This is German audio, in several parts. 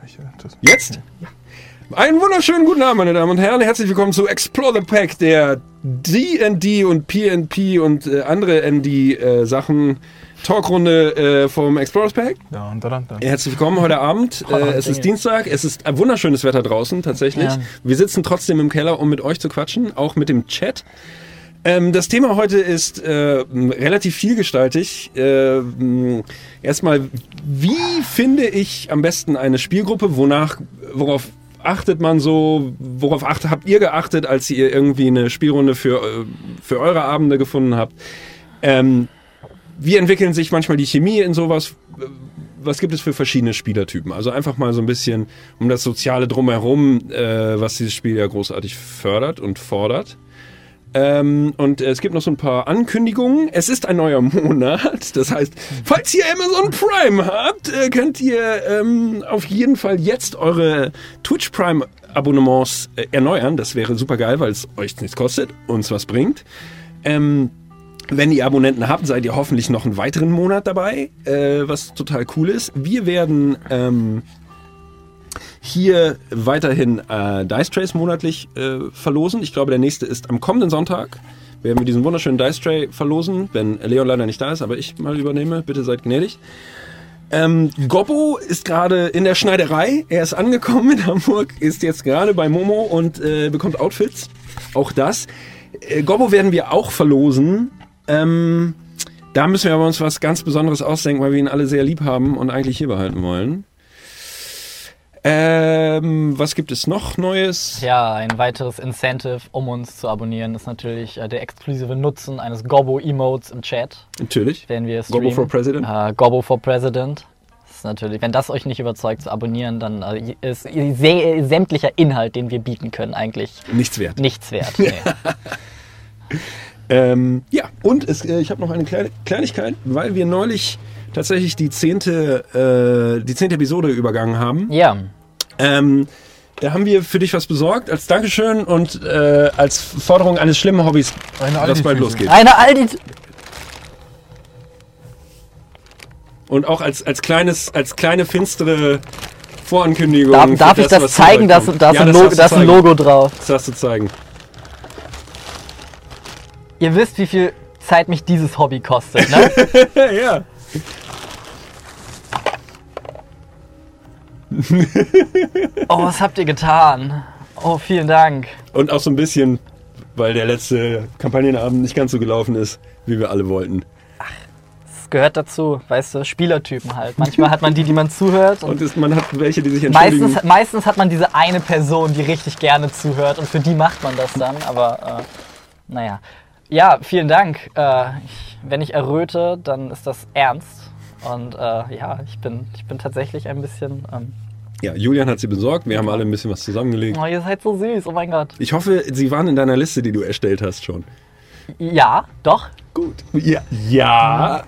Jetzt? Einen wunderschönen guten Abend, meine Damen und Herren. Herzlich willkommen zu Explore the Pack, der D&D und PNP und andere ND-Sachen Talkrunde vom Explorers Pack. Ja, und Herzlich willkommen heute Abend. Es ist Dienstag, es ist ein wunderschönes Wetter draußen tatsächlich. Ja. Wir sitzen trotzdem im Keller, um mit euch zu quatschen, auch mit dem Chat. Das Thema heute ist relativ vielgestaltig. Erstmal, wie finde ich am besten eine Spielgruppe? Worauf achtet man so? Habt ihr geachtet, als ihr irgendwie eine Spielrunde für eure Abende gefunden habt? Wie entwickeln sich manchmal die Chemie in sowas? Was gibt es für verschiedene Spielertypen? Also einfach mal so ein bisschen um das Soziale drumherum, was dieses Spiel ja großartig fördert und fordert. Und es gibt noch so ein paar Ankündigungen. Es ist ein neuer Monat. Das heißt, falls ihr Amazon Prime habt, könnt ihr auf jeden Fall jetzt eure Twitch Prime Abonnements erneuern. Das wäre super geil, weil es euch nichts kostet, uns was bringt. Wenn ihr Abonnenten habt, seid ihr hoffentlich noch einen weiteren Monat dabei, was total cool ist. Wir werden hier weiterhin Dice Trays monatlich verlosen. Ich glaube, der nächste ist am kommenden Sonntag. Werden wir diesen wunderschönen Dice Tray verlosen, wenn Leon leider nicht da ist, aber ich mal übernehme. Bitte seid gnädig. Gobbo ist gerade in der Schneiderei. Er ist angekommen in Hamburg, ist jetzt gerade bei Momo und bekommt Outfits. Auch das. Gobbo werden wir auch verlosen. Da müssen wir aber uns was ganz Besonderes ausdenken, weil wir ihn alle sehr lieb haben und eigentlich hier behalten wollen. Was gibt es noch Neues? Ja, ein weiteres Incentive, um uns zu abonnieren, ist natürlich der exklusive Nutzen eines Gobbo-Emotes im Chat. Natürlich. Werden wir streamen. Gobbo for President. Gobbo for President. Das ist natürlich, wenn das euch nicht überzeugt zu abonnieren, dann ist sämtlicher Inhalt, den wir bieten können, eigentlich nichts wert. Nichts wert. Nee. Ja, und ich habe noch eine Kleinigkeit, weil wir neulich tatsächlich die 10. Episode übergangen haben. Ja. Da haben wir für dich was besorgt, als Dankeschön und als Forderung eines schlimmen Hobbys, das bald losgeht. Eine Aldi... Und auch als kleine finstere Vorankündigung. Darf ich das zeigen? Da ist ein Logo drauf. Das darfst du zeigen. Ihr wisst, wie viel Zeit mich dieses Hobby kostet, ne? Ja. Oh, was habt ihr getan? Oh, vielen Dank. Und auch so ein bisschen, weil der letzte Kampagnenabend nicht ganz so gelaufen ist, wie wir alle wollten. Ach, das gehört dazu, weißt du, Spielertypen halt. Manchmal hat man die man zuhört. Und man hat welche, die sich entschuldigen. Meistens hat man diese eine Person, die richtig gerne zuhört und für die macht man das dann, aber naja. Ja, vielen Dank. Wenn ich erröte, dann ist das ernst. Und ja, ich bin tatsächlich ein bisschen... Ja, Julian hat sie besorgt. Wir haben alle ein bisschen was zusammengelegt. Oh, ihr seid so süß. Oh mein Gott. Ich hoffe, sie waren in deiner Liste, die du erstellt hast schon. Ja, doch. Gut. Ja.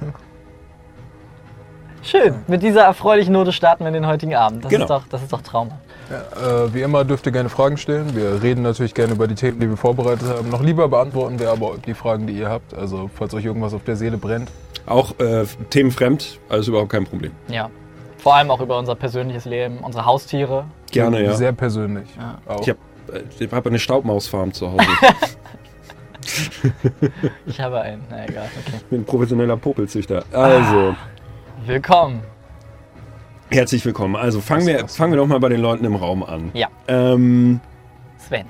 Schön. Mit dieser erfreulichen Note starten wir in den heutigen Abend. Das ist doch traumhaft. Ja, wie immer dürft ihr gerne Fragen stellen. Wir reden natürlich gerne über die Themen, die wir vorbereitet haben. Noch lieber beantworten wir aber die Fragen, die ihr habt. Also falls euch irgendwas auf der Seele brennt. Auch themenfremd, also überhaupt kein Problem. Ja, vor allem auch über unser persönliches Leben, unsere Haustiere. Gerne, ja. Sehr persönlich. Ja. Auch. Ich hab eine Staubmausfarm zu Hause. Ich habe einen, na egal, okay. Ich bin ein professioneller Popelzüchter. Also. Willkommen. Herzlich willkommen. Also fangen wir doch mal bei den Leuten im Raum an. Ja. Sven,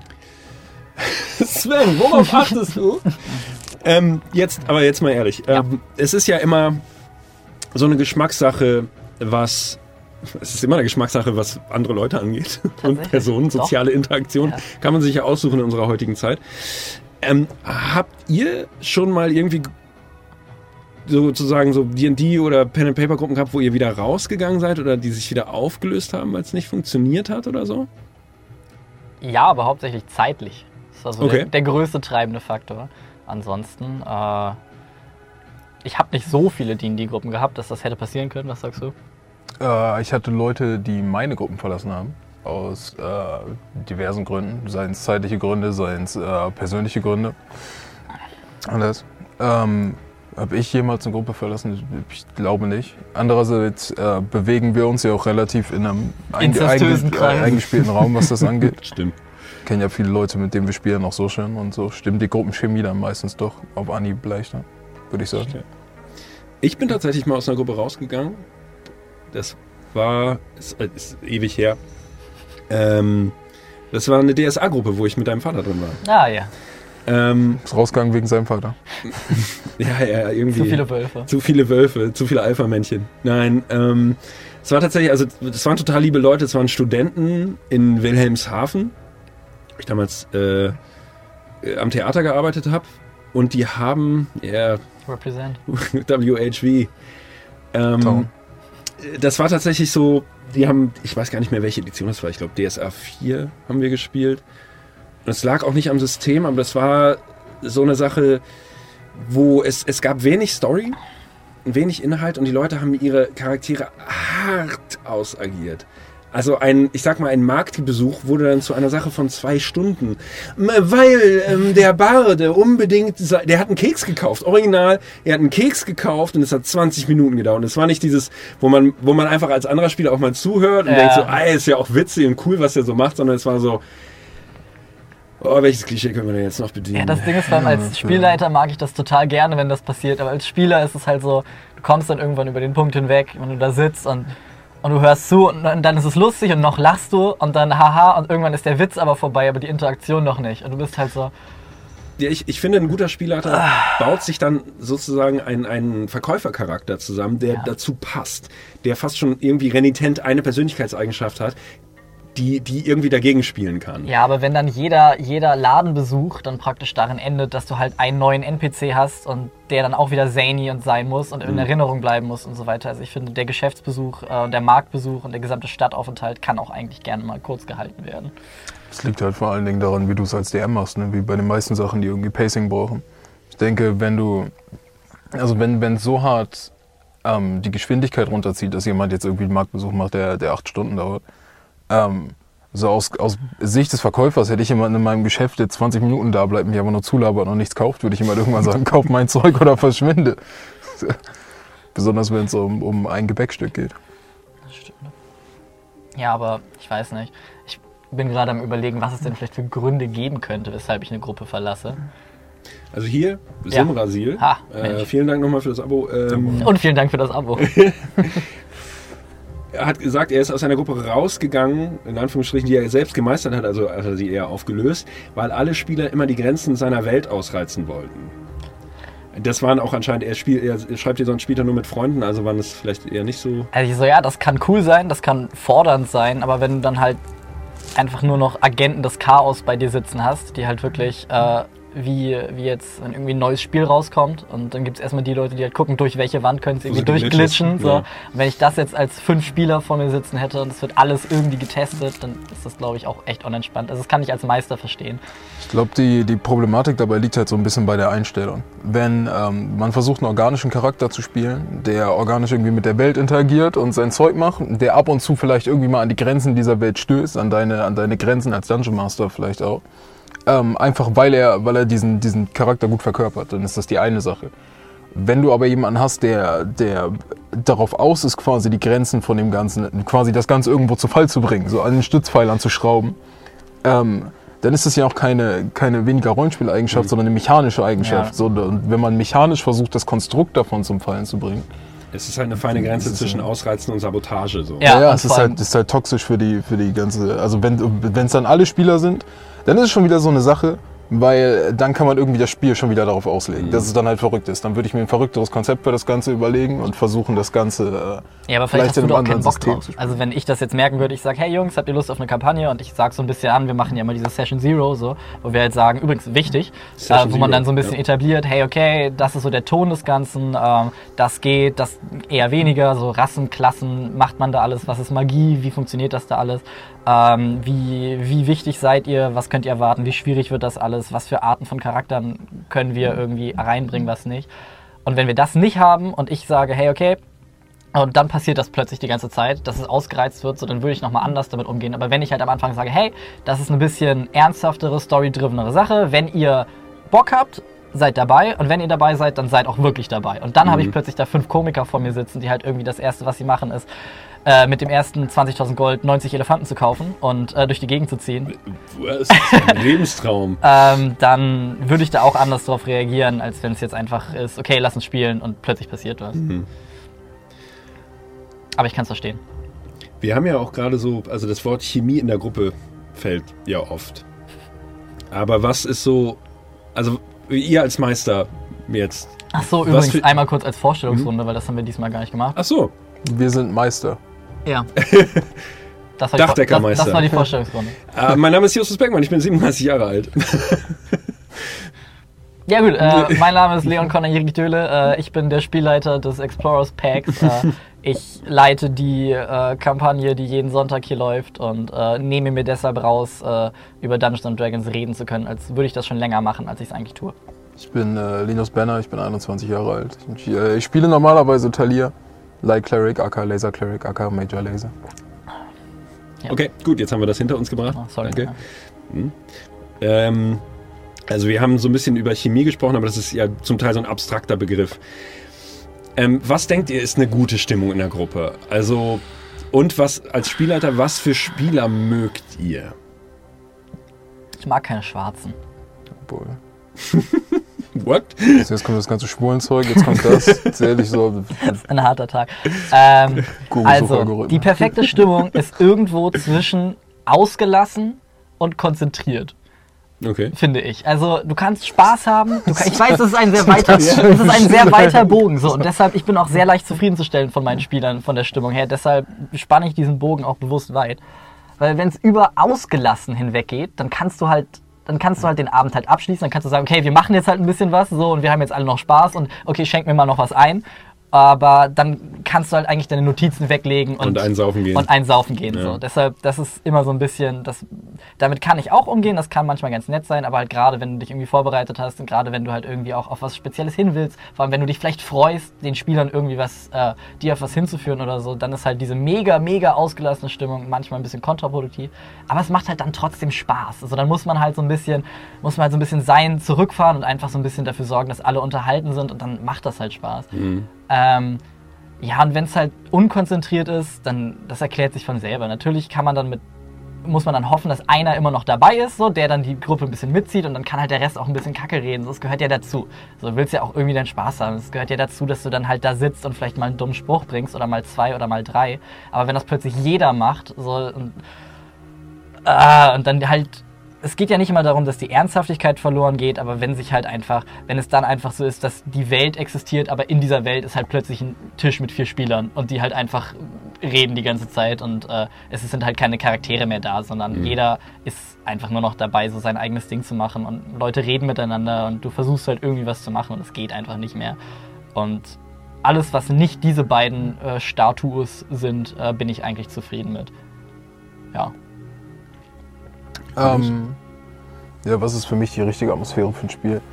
worauf achtest du? Jetzt mal ehrlich. Ja. Es ist ja immer so eine Geschmackssache, was andere Leute angeht und Personen, soziale Interaktion. Ja. Kann man sich ja aussuchen in unserer heutigen Zeit. Habt ihr schon mal irgendwie sozusagen so D&D oder Pen-and-Paper-Gruppen gehabt, wo ihr wieder rausgegangen seid oder die sich wieder aufgelöst haben, weil es nicht funktioniert hat oder so? Ja, aber hauptsächlich zeitlich. Das ist also okay. der größte treibende Faktor. Ansonsten, ich habe nicht so viele D&D-Gruppen gehabt, dass das hätte passieren können. Was sagst du? Ich hatte Leute, die meine Gruppen verlassen haben. Aus diversen Gründen. Seien es zeitliche Gründe, seien es persönliche Gründe. Alles. Habe ich jemals eine Gruppe verlassen? Ich glaube nicht. Andererseits bewegen wir uns ja auch relativ in einem eingespielten Raum, was das angeht. Stimmt. Ich kenne ja viele Leute, mit denen wir spielen, auch so schön. Und so stimmt die Gruppenchemie dann meistens doch auf Anhieb leichter, würde ich sagen. Ich bin tatsächlich mal aus einer Gruppe rausgegangen. Das war, ist ewig her. Das war eine DSA-Gruppe, wo ich mit deinem Vater drin war. Ah, ja. Ist rausgegangen wegen seinem Vater. Ja, irgendwie. Zu viele Wölfe. Zu viele Wölfe, zu viele Alpha-Männchen. Nein, es war tatsächlich, also das waren total liebe Leute, es waren Studenten in Wilhelmshaven, wo ich damals am Theater gearbeitet habe. Und die haben, Represent. WHV. Das war tatsächlich so, die haben, ich weiß gar nicht mehr, welche Edition das war, ich glaube DSA 4 haben wir gespielt. Und es lag auch nicht am System, aber das war so eine Sache, wo es gab wenig Story, wenig Inhalt und die Leute haben ihre Charaktere hart ausagiert. Also ein Marktbesuch wurde dann zu einer Sache von 2 Stunden, weil der Barde unbedingt, der hat einen Keks gekauft, original, er hat einen Keks gekauft und es hat 20 Minuten gedauert. Und es war nicht dieses, wo man einfach als anderer Spieler auch mal zuhört und denkt so, ist ja auch witzig und cool, was er so macht, sondern es war so, welches Klischee können wir denn jetzt noch bedienen? Ja, das Ding ist, als Spielleiter mag ich das total gerne, wenn das passiert, aber als Spieler ist es halt so, du kommst dann irgendwann über den Punkt hinweg, wenn du da sitzt und du hörst zu und dann ist es lustig und noch lachst du und dann haha und irgendwann ist der Witz aber vorbei, aber die Interaktion noch nicht und du bist halt so... Ja, ich finde, ein guter Spielleiter baut sich dann sozusagen einen Verkäufercharakter zusammen, der dazu passt, der fast schon irgendwie renitent eine Persönlichkeitseigenschaft hat, die irgendwie dagegen spielen kann. Ja, aber wenn dann jeder Ladenbesuch dann praktisch darin endet, dass du halt einen neuen NPC hast und der dann auch wieder zany und sein muss und in Erinnerung bleiben muss und so weiter. Also ich finde, der Geschäftsbesuch, der Marktbesuch und der gesamte Stadtaufenthalt kann auch eigentlich gerne mal kurz gehalten werden. Das liegt halt vor allen Dingen daran, wie du es als DM machst, ne? Wie bei den meisten Sachen, die irgendwie Pacing brauchen. Ich denke, wenn so hart die Geschwindigkeit runterzieht, dass jemand jetzt irgendwie einen Marktbesuch macht, der 8 Stunden dauert, so aus Sicht des Verkäufers hätte ich jemanden in meinem Geschäft, der 20 Minuten da bleibt, mich aber nur zulabert und nichts kauft, würde ich immer irgendwann sagen, kauf mein Zeug oder verschwinde. Besonders wenn es um ein Gebäckstück geht. Das stimmt. Ja, aber ich weiß nicht. Ich bin gerade am Überlegen, was es denn vielleicht für Gründe geben könnte, weshalb ich eine Gruppe verlasse. Also hier, Simrasil. Vielen Dank nochmal für das Abo. Und vielen Dank für das Abo. Er hat gesagt, er ist aus einer Gruppe rausgegangen, in Anführungsstrichen, die er selbst gemeistert hat, also hat er sie eher aufgelöst, weil alle Spieler immer die Grenzen seiner Welt ausreizen wollten. Das waren auch anscheinend, er schreibt hier sonst später nur mit Freunden, also waren es vielleicht eher nicht so... Also ich so, ja, das kann cool sein, das kann fordernd sein, aber wenn du dann halt einfach nur noch Agenten des Chaos bei dir sitzen hast, die halt wirklich... wie jetzt, wenn irgendwie ein neues Spiel rauskommt und dann gibt es erstmal die Leute, die halt gucken, durch welche Wand können sie irgendwie durchglitschen. So. Und wenn ich das jetzt als 5 Spieler vor mir sitzen hätte und es wird alles irgendwie getestet, dann ist das, glaube ich, auch echt unentspannt. Also das kann ich als Meister verstehen. Ich glaube, die Problematik dabei liegt halt so ein bisschen bei der Einstellung. Wenn man versucht, einen organischen Charakter zu spielen, der organisch irgendwie mit der Welt interagiert und sein Zeug macht, der ab und zu vielleicht irgendwie mal an die Grenzen dieser Welt stößt, an deine Grenzen als Dungeon Master vielleicht auch, einfach weil er diesen Charakter gut verkörpert, dann ist das die eine Sache. Wenn du aber jemanden hast, der darauf aus ist, quasi die Grenzen von dem Ganzen, quasi das Ganze irgendwo zu Fall zu bringen, so an den Stützpfeilern zu schrauben, dann ist das ja auch keine weniger Rollenspieleigenschaft, sondern eine mechanische Eigenschaft. Ja. So, und wenn man mechanisch versucht, das Konstrukt davon zum Fallen zu bringen. Es ist halt eine feine Grenze zwischen Ausreizen und Sabotage. So. Ja, es ist halt toxisch für die ganze, also wenn es dann alle Spieler sind, dann ist es schon wieder so eine Sache, weil dann kann man irgendwie das Spiel schon wieder darauf auslegen, dass es dann halt verrückt ist. Dann würde ich mir ein verrückteres Konzept für das Ganze überlegen und versuchen, das Ganze ja, aber vielleicht hast du auch keinen Bock drauf. Also wenn ich das jetzt merken würde, ich sage, hey Jungs, habt ihr Lust auf eine Kampagne? Und ich sage so ein bisschen an, wir machen ja mal diese Session Zero, so, wo wir halt sagen, übrigens wichtig, wo man dann so ein bisschen etabliert, hey, okay, das ist so der Ton des Ganzen, das geht, das eher weniger, so Rassen, Klassen, macht man da alles, was ist Magie, wie funktioniert das da alles? Wie wichtig seid ihr, was könnt ihr erwarten, wie schwierig wird das alles, was für Arten von Charakteren können wir irgendwie reinbringen, was nicht. Und wenn wir das nicht haben und ich sage, hey, okay, und dann passiert das plötzlich die ganze Zeit, dass es ausgereizt wird, so dann würde ich nochmal anders damit umgehen. Aber wenn ich halt am Anfang sage, hey, das ist eine bisschen ernsthaftere, story-drivenere Sache, wenn ihr Bock habt, seid dabei und wenn ihr dabei seid, dann seid auch wirklich dabei. Und dann habe ich plötzlich da 5 Komiker vor mir sitzen, die halt irgendwie das Erste, was sie machen, ist, mit dem ersten 20.000 Gold 90 Elefanten zu kaufen und durch die Gegend zu ziehen. Das ist ein Lebenstraum. Dann würde ich da auch anders drauf reagieren, als wenn es jetzt einfach ist, okay, lass uns spielen und plötzlich passiert was. Aber ich kann es verstehen. Wir haben ja auch gerade so, also das Wort Chemie in der Gruppe fällt ja oft. Aber was ist so, also ihr als Meister jetzt? Ach so, übrigens einmal kurz als Vorstellungsrunde, weil das haben wir diesmal gar nicht gemacht. Ach so. Wir sind Meister. Ja. Dachdeckermeister. Das war die Vorstellungsrunde. Mein Name ist Justus Beckmann, ich bin 37 Jahre alt. Ja gut, mein Name ist Leon Conner Jirigitöle. Ich bin der Spielleiter des Explorers Packs. Ich leite die Kampagne, die jeden Sonntag hier läuft und nehme mir deshalb raus, über Dungeons & Dragons reden zu können, als würde ich das schon länger machen, als ich es eigentlich tue. Ich bin Linus Benner, ich bin 21 Jahre alt. Ich spiele normalerweise Talir, Light Cleric, aka Laser Cleric, aka Major Laser. Ja. Okay, gut, jetzt haben wir das hinter uns gebracht. Oh, sorry. Danke. Also wir haben so ein bisschen über Chemie gesprochen, aber das ist ja zum Teil so ein abstrakter Begriff. Was denkt ihr, ist eine gute Stimmung in der Gruppe? Also, und was als Spielleiter, was für Spieler mögt ihr? Ich mag keine Schwarzen. Obwohl. What? Jetzt kommt das ganze Schwulenzeug, jetzt kommt das. Ehrlich so. Ein harter Tag. Also, die perfekte Stimmung ist irgendwo zwischen ausgelassen und konzentriert. Okay. Finde ich. Also du kannst Spaß haben. Ich weiß, das ist ein sehr weiter Bogen. So. Und deshalb, ich bin auch sehr leicht zufriedenzustellen von meinen Spielern, von der Stimmung her. Deshalb spanne ich diesen Bogen auch bewusst weit. Weil wenn es über ausgelassen hinweggeht, dann kannst du halt den Abend halt abschließen. Dann kannst du sagen, okay, wir machen jetzt halt ein bisschen was so und wir haben jetzt alle noch Spaß und okay, schenk mir mal noch was ein. Aber dann kannst du halt eigentlich deine Notizen weglegen und einsaufen gehen. Ja. So. Deshalb, das ist immer so ein bisschen, damit kann ich auch umgehen, das kann manchmal ganz nett sein, aber halt gerade, wenn du dich irgendwie vorbereitet hast und gerade wenn du halt irgendwie auch auf was Spezielles hin willst, vor allem wenn du dich vielleicht freust, den Spielern irgendwie dir auf was hinzuführen oder so, dann ist halt diese mega, mega ausgelassene Stimmung manchmal ein bisschen kontraproduktiv. Aber es macht halt dann trotzdem Spaß. Also dann muss man halt so ein bisschen sein zurückfahren und einfach so ein bisschen dafür sorgen, dass alle unterhalten sind und dann macht das halt Spaß. Ja, und wenn es halt unkonzentriert ist, dann, das erklärt sich von selber. Natürlich muss man dann hoffen, dass einer immer noch dabei ist, so, der dann die Gruppe ein bisschen mitzieht und dann kann halt der Rest auch ein bisschen Kacke reden. So, das gehört ja dazu. So, du willst ja auch irgendwie deinen Spaß haben. Es gehört ja dazu, dass du dann halt da sitzt und vielleicht mal einen dummen Spruch bringst oder mal 2 oder mal 3. Aber wenn das plötzlich jeder macht, so, und dann halt, es geht ja nicht immer darum, dass die Ernsthaftigkeit verloren geht, aber wenn es dann einfach so ist, dass die Welt existiert, aber in dieser Welt ist halt plötzlich ein Tisch mit 4 Spielern und die halt einfach reden die ganze Zeit und es sind halt keine Charaktere mehr da, sondern jeder ist einfach nur noch dabei, so sein eigenes Ding zu machen und Leute reden miteinander und du versuchst halt irgendwie was zu machen und es geht einfach nicht mehr. Und alles, was nicht diese beiden Status sind, bin ich eigentlich zufrieden mit. Ja. Ja, was ist für mich die richtige Atmosphäre für ein Spiel?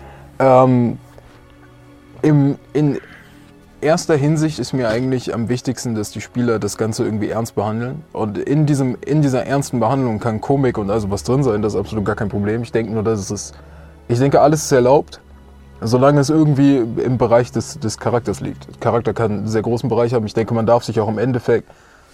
In erster Hinsicht ist mir eigentlich am wichtigsten, dass die Spieler das Ganze irgendwie ernst behandeln. Und in dieser ernsten Behandlung kann Komik und also was drin sein, das ist absolut gar kein Problem. Ich denke nur, ich denke, alles ist erlaubt, solange es irgendwie im Bereich des Charakters liegt. Der Charakter kann einen sehr großen Bereich haben. Ich denke, man darf sich auch im Endeffekt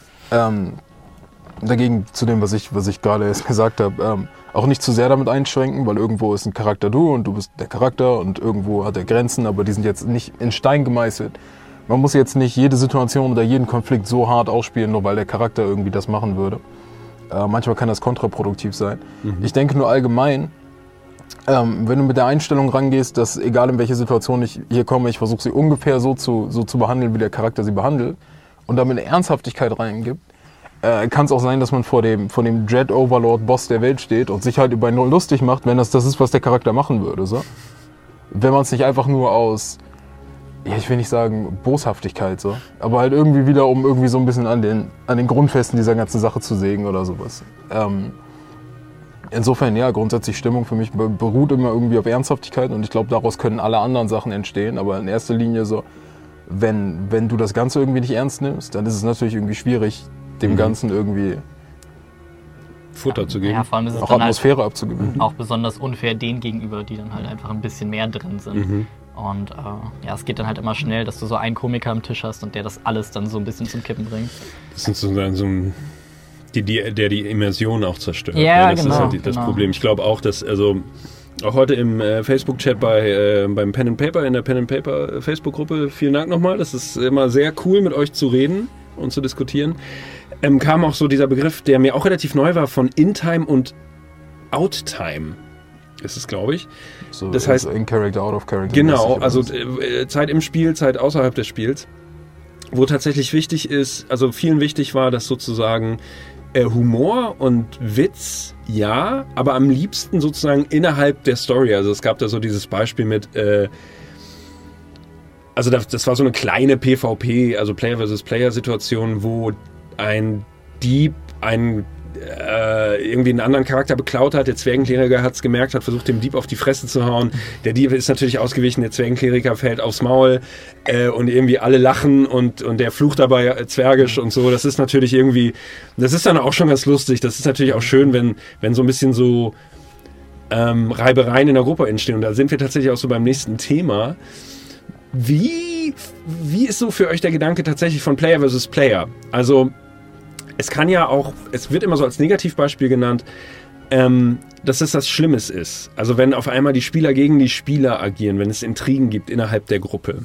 dagegen zu dem, was ich gerade erst gesagt habe, auch nicht zu sehr damit einschränken, weil irgendwo ist ein Charakter du und du bist der Charakter und irgendwo hat er Grenzen, aber die sind jetzt nicht in Stein gemeißelt. Man muss jetzt nicht jede Situation oder jeden Konflikt so hart ausspielen, nur weil der Charakter irgendwie das machen würde. Manchmal kann das kontraproduktiv sein. Ich denke nur allgemein, wenn du mit der Einstellung rangehst, dass egal in welche Situation ich hier komme, ich versuche sie ungefähr so zu behandeln, wie der Charakter sie behandelt und damit eine Ernsthaftigkeit reingibt, kann es auch sein, dass man vor dem Dread Overlord Boss der Welt steht und sich halt über ihn lustig macht, wenn das ist, was der Charakter machen würde. So. Wenn man es nicht einfach nur aus, ja, ich will nicht sagen Boshaftigkeit, so, aber halt irgendwie wieder, um irgendwie so ein bisschen an den Grundfesten dieser ganzen Sache zu sägen oder sowas. Insofern, ja, grundsätzlich Stimmung für mich beruht immer irgendwie auf Ernsthaftigkeit und ich glaube, daraus können alle anderen Sachen entstehen, aber in erster Linie so, wenn du das Ganze irgendwie nicht ernst nimmst, dann ist es natürlich irgendwie schwierig, dem Ganzen irgendwie Futter zu geben. Ja, vor allem ist es Auch dann Atmosphäre abzugewinnen. auch besonders unfair denen gegenüber, die dann halt einfach ein bisschen mehr drin sind. Und ja, es geht dann halt immer schnell, dass du so einen Komiker am Tisch hast und der das alles dann so ein bisschen zum Kippen bringt. Das sind sozusagen so ein, der die Immersion auch zerstört. Ja, das genau, ist halt das Problem. Ich glaube auch, dass, also auch heute im Facebook-Chat beim Pen and Paper, in der Pen and Paper Facebook-Gruppe, vielen Dank nochmal. Das ist immer sehr cool, mit euch zu reden und zu diskutieren. Kam auch so dieser Begriff, der mir auch relativ neu war, von In-Time und Out-Time. Ist es, glaube ich. So, das heißt, In-Character, Out-of-Character. genau, also Zeit im Spiel, Zeit außerhalb des Spiels. Wo tatsächlich wichtig ist, also vielen wichtig war, dass sozusagen Humor und Witz, ja, aber am liebsten sozusagen innerhalb der Story. Also es gab da so dieses Beispiel mit, also das war so eine kleine PvP, also Player versus Player Situation, wo ein Dieb irgendwie einen anderen Charakter beklaut hat, der Zwergenkleriker hat es gemerkt, hat versucht, dem Dieb auf die Fresse zu hauen. Der Dieb ist natürlich ausgewichen, der Zwergenkleriker fällt aufs Maul und irgendwie alle lachen und der flucht dabei zwergisch und so. Das ist natürlich irgendwie, das ist dann auch schon ganz lustig. Das ist natürlich auch schön, wenn so ein bisschen so Reibereien in der Gruppe entstehen. Und da sind wir tatsächlich auch so beim nächsten Thema. Wie ist so für euch der Gedanke tatsächlich von Player versus Player? Also es kann ja auch, es wird immer so als Negativbeispiel genannt, dass es was Schlimmes ist. Also wenn auf einmal die Spieler gegen die Spieler agieren, wenn es Intrigen gibt innerhalb der Gruppe.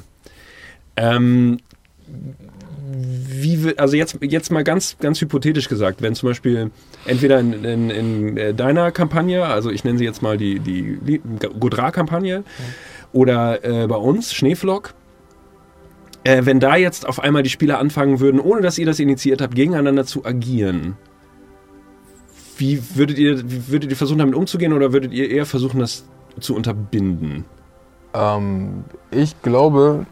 Also jetzt mal ganz, ganz hypothetisch gesagt, wenn zum Beispiel entweder in deiner Kampagne, also ich nenne sie jetzt mal die Godra-Kampagne, oder bei uns, Schneeflock, wenn da jetzt auf einmal die Spieler anfangen würden, ohne dass ihr das initiiert habt, gegeneinander zu agieren, wie würdet ihr versuchen, damit umzugehen, oder würdet ihr eher versuchen, das zu unterbinden? Ich glaube,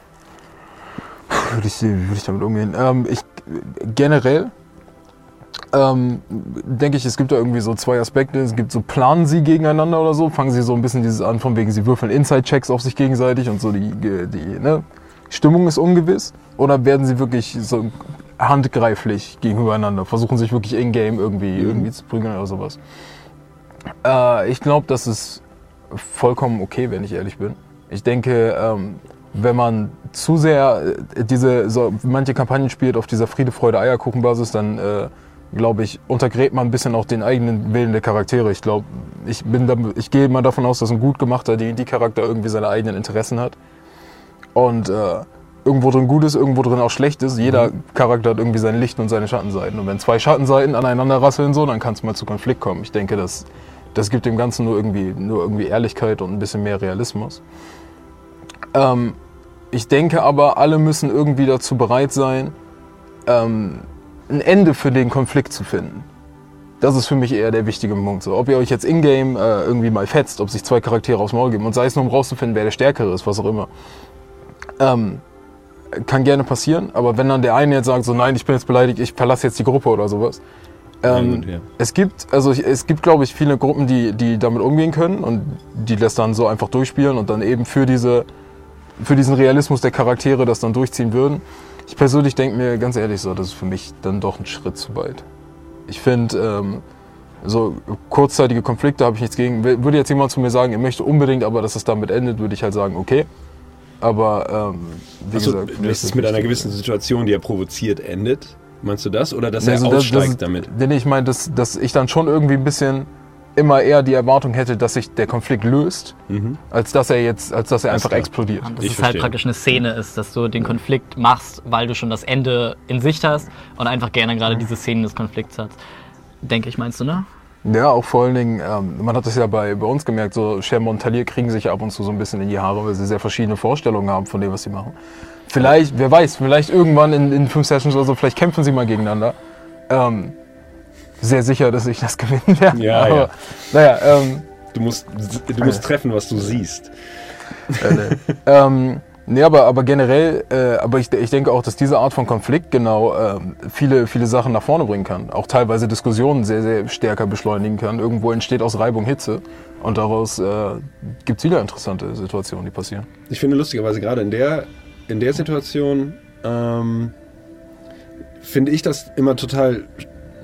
würde ich damit umgehen? Generell denke ich, es gibt da irgendwie so zwei Aspekte. Es gibt so, planen sie gegeneinander oder so, fangen sie so ein bisschen dieses an, von wegen, sie würfeln Inside-Checks auf sich gegenseitig und so die Stimmung ist ungewiss, oder werden sie wirklich so handgreiflich gegeneinander, versuchen sich wirklich in-game irgendwie zu prügeln oder sowas. Ich glaube, das ist vollkommen okay, wenn ich ehrlich bin. Ich denke, wenn man zu sehr manche Kampagnen spielt auf dieser Friede-Freude-Eierkuchen-Basis, dann glaube ich, untergräbt man ein bisschen auch den eigenen Willen der Charaktere. Ich glaube, ich gehe mal davon aus, dass ein gut gemachter D&D-Charakter irgendwie seine eigenen Interessen hat. Und irgendwo drin gut ist, irgendwo drin auch schlecht ist. Jeder Charakter hat irgendwie sein Licht und seine Schattenseiten. Und wenn zwei Schattenseiten aneinander rasseln, so, dann kann es mal zu Konflikt kommen. Ich denke, das gibt dem Ganzen nur irgendwie Ehrlichkeit und ein bisschen mehr Realismus. Ich denke aber, alle müssen irgendwie dazu bereit sein, ein Ende für den Konflikt zu finden. Das ist für mich eher der wichtige Punkt. So, ob ihr euch jetzt in-game irgendwie mal fetzt, ob sich zwei Charaktere aufs Maul geben und sei es nur, um rauszufinden, wer der Stärkere ist, was auch immer. Kann gerne passieren, aber wenn dann der eine jetzt sagt, so nein, ich bin jetzt beleidigt, ich verlasse jetzt die Gruppe oder sowas. Es gibt, glaube ich, viele Gruppen, die damit umgehen können und die das dann so einfach durchspielen und dann eben für diesen Realismus der Charaktere das dann durchziehen würden. Ich persönlich denke mir ganz ehrlich so, das ist für mich dann doch ein Schritt zu weit. Ich finde, so kurzzeitige Konflikte habe ich nichts gegen. Würde jetzt jemand zu mir sagen, er möchte unbedingt, aber dass es damit endet, würde ich halt sagen, okay. Aber wie gesagt, das ist mit einer gewissen Situation, die er provoziert, endet. Meinst du das? Oder dass er aussteigt damit? Nee, ich meine, dass ich dann schon irgendwie ein bisschen immer eher die Erwartung hätte, dass sich der Konflikt löst, als dass er einfach explodiert. Dass es halt praktisch eine Szene ist, dass du den Konflikt machst, weil du schon das Ende in Sicht hast und einfach gerne gerade diese Szenen des Konflikts hast. Denke ich, meinst du, ne? Ja, auch vor allen Dingen, man hat das ja bei uns gemerkt, so Schermer und Talir kriegen sich ab und zu so ein bisschen in die Haare, weil sie sehr verschiedene Vorstellungen haben von dem, was sie machen. Vielleicht, wer weiß, vielleicht irgendwann in 5 Sessions oder so, vielleicht kämpfen sie mal gegeneinander. Sehr sicher, dass ich das gewinnen werde. Ja, aber, ja. Naja, du musst treffen, was du siehst. Nee, aber generell, ich denke auch, dass diese Art von Konflikt genau viele Sachen nach vorne bringen kann. Auch teilweise Diskussionen sehr, sehr stärker beschleunigen kann. Irgendwo entsteht aus Reibung Hitze und daraus gibt es wieder interessante Situationen, die passieren. Ich finde lustigerweise gerade in der Situation finde ich das immer total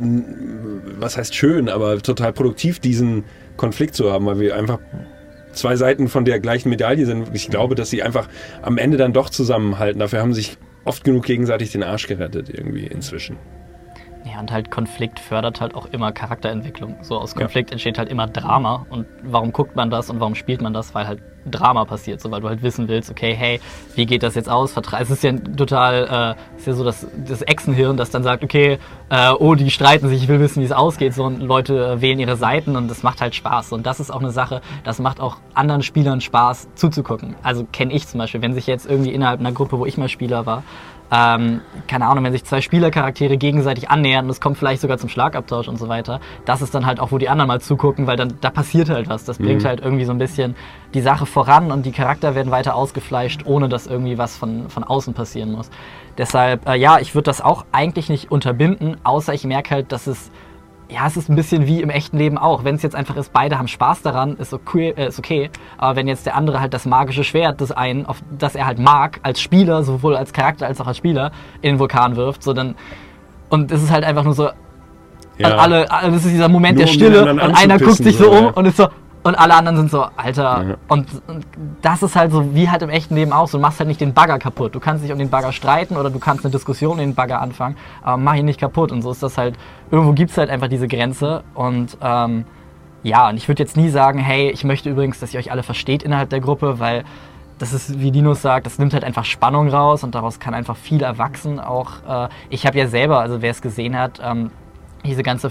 was heißt schön, aber total produktiv, diesen Konflikt zu haben, weil wir einfach zwei Seiten von der gleichen Medaille sind. Ich glaube, dass sie einfach am Ende dann doch zusammenhalten. Dafür haben sie sich oft genug gegenseitig den Arsch gerettet irgendwie inzwischen. Ja, und halt Konflikt fördert halt auch immer Charakterentwicklung. So aus Konflikt entsteht halt immer Drama. Und warum guckt man das und warum spielt man das? Weil halt Drama passiert, so weil du halt wissen willst, okay, hey, wie geht das jetzt aus? Es ist ja total, ist ja so das Echsenhirn, das dann sagt, okay, die streiten sich, ich will wissen, wie es ausgeht. So, und Leute wählen ihre Seiten und das macht halt Spaß. Und das ist auch eine Sache, das macht auch anderen Spielern Spaß zuzugucken. Also kenne ich zum Beispiel, wenn sich jetzt irgendwie innerhalb einer Gruppe, wo ich mal Spieler war, keine Ahnung, wenn sich zwei Spielercharaktere gegenseitig annähern und es kommt vielleicht sogar zum Schlagabtausch und so weiter, das ist dann halt auch, wo die anderen mal zugucken, weil dann da passiert halt was. Das bringt halt irgendwie so ein bisschen die Sache voran und die Charakter werden weiter ausgefleischt, ohne dass irgendwie was von außen passieren muss. Deshalb, ich würde das auch eigentlich nicht unterbinden, außer ich merke halt, dass es ist ein bisschen wie im echten Leben auch. Wenn es jetzt einfach ist, beide haben Spaß daran, ist okay. Aber wenn jetzt der andere halt das magische Schwert des einen, auf das er halt mag, als Spieler, sowohl als Charakter als auch als Spieler, in den Vulkan wirft, so dann. Und es ist halt einfach nur so. Ja. Das ist dieser Moment der Stille und einer guckt sich so um und ist so. Und alle anderen sind so, Alter, ja. Und das ist halt so wie halt im echten Leben auch so. Du machst halt nicht den Bagger kaputt. Du kannst dich um den Bagger streiten oder du kannst eine Diskussion um den Bagger anfangen, aber mach ihn nicht kaputt. Und so ist das halt, irgendwo gibt es halt einfach diese Grenze. Und und ich würde jetzt nie sagen, hey, ich möchte übrigens, dass ihr euch alle versteht innerhalb der Gruppe, weil das ist, wie Linus sagt, das nimmt halt einfach Spannung raus und daraus kann einfach viel erwachsen. Auch ich habe ja selber, also wer es gesehen hat, diese ganze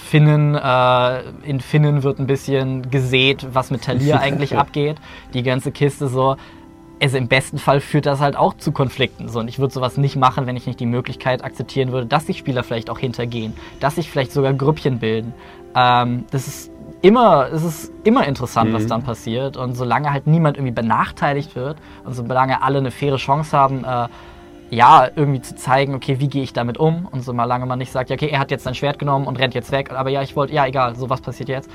in Finnen wird ein bisschen gesät, was mit Thalia eigentlich abgeht. Die ganze Kiste so. Also im besten Fall führt das halt auch zu Konflikten. So. Und ich würde sowas nicht machen, wenn ich nicht die Möglichkeit akzeptieren würde, dass sich Spieler vielleicht auch hintergehen. Dass sich vielleicht sogar Grüppchen bilden. Es ist immer interessant, was dann passiert. Und solange halt niemand irgendwie benachteiligt wird und solange alle eine faire Chance haben, irgendwie zu zeigen, okay, wie gehe ich damit um? Und so solange man nicht sagt, ja, okay, er hat jetzt sein Schwert genommen und rennt jetzt weg, aber egal, so was passiert jetzt.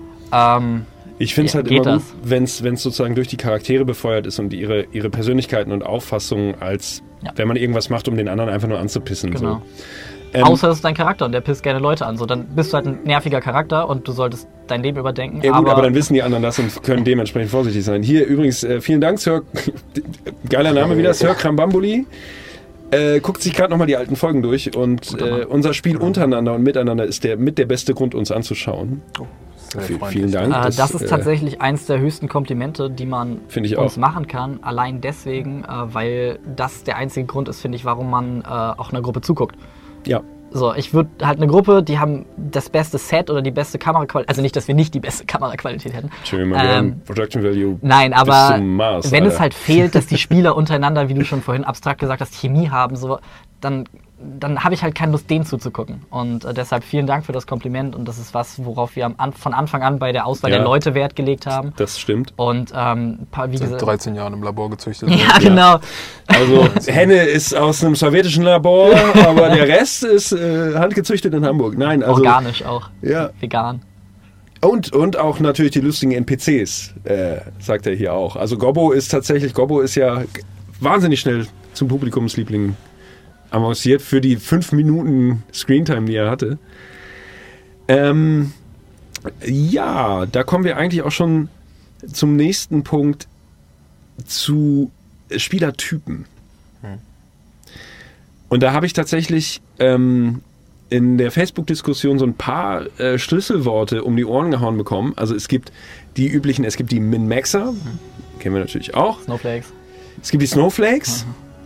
Ich finde es halt immer gut, wenn es sozusagen durch die Charaktere befeuert ist und ihre Persönlichkeiten und Auffassungen, als wenn man irgendwas macht, um den anderen einfach nur anzupissen. Genau. So. Außer es ist dein Charakter und der pisst gerne Leute an. So, dann bist du halt ein nerviger Charakter und du solltest dein Leben überdenken. Ja gut, aber dann wissen die anderen das und können dementsprechend vorsichtig sein. Hier übrigens, vielen Dank, Sir, geiler Name wieder, Sir Krambambuli. Guckt sich gerade nochmal die alten Folgen durch und unser Spiel untereinander und miteinander ist der beste Grund, uns anzuschauen. Oh, vielen Dank. Das ist tatsächlich eins der höchsten Komplimente, die man uns auch machen kann. Allein deswegen, weil das der einzige Grund ist, finde ich, warum man auch einer Gruppe zuguckt. Ja. So, ich würde halt eine Gruppe, die haben das beste Set oder die beste Kameraqualität, also nicht, dass wir nicht die beste Kameraqualität hätten. Production Value. Nein, aber Mars, wenn es halt fehlt, dass die Spieler untereinander, wie du schon vorhin abstrakt gesagt hast, Chemie haben, so, dann habe ich halt keine Lust, denen zuzugucken. Und deshalb vielen Dank für das Kompliment und das ist was, worauf wir von Anfang an bei der Auswahl der Leute Wert gelegt haben. Das stimmt. Und wie gesagt, seit 13 Jahren im Labor gezüchtet. Ja, genau. Also Henne ist aus einem sowjetischen Labor, aber der Rest ist handgezüchtet in Hamburg. Nein, also organisch auch. Ja. Vegan. Und auch natürlich die lustigen NPCs, sagt er hier auch. Also Gobbo ist ja wahnsinnig schnell zum Publikumsliebling avanciert für die 5 Minuten Screentime, die er hatte. Da kommen wir eigentlich auch schon zum nächsten Punkt, zu Spielertypen. Und da habe ich tatsächlich in der Facebook-Diskussion so ein paar Schlüsselworte um die Ohren gehauen bekommen. Also es gibt die Min-Maxer, kennen wir natürlich auch. Snowflakes. Es gibt die Snowflakes.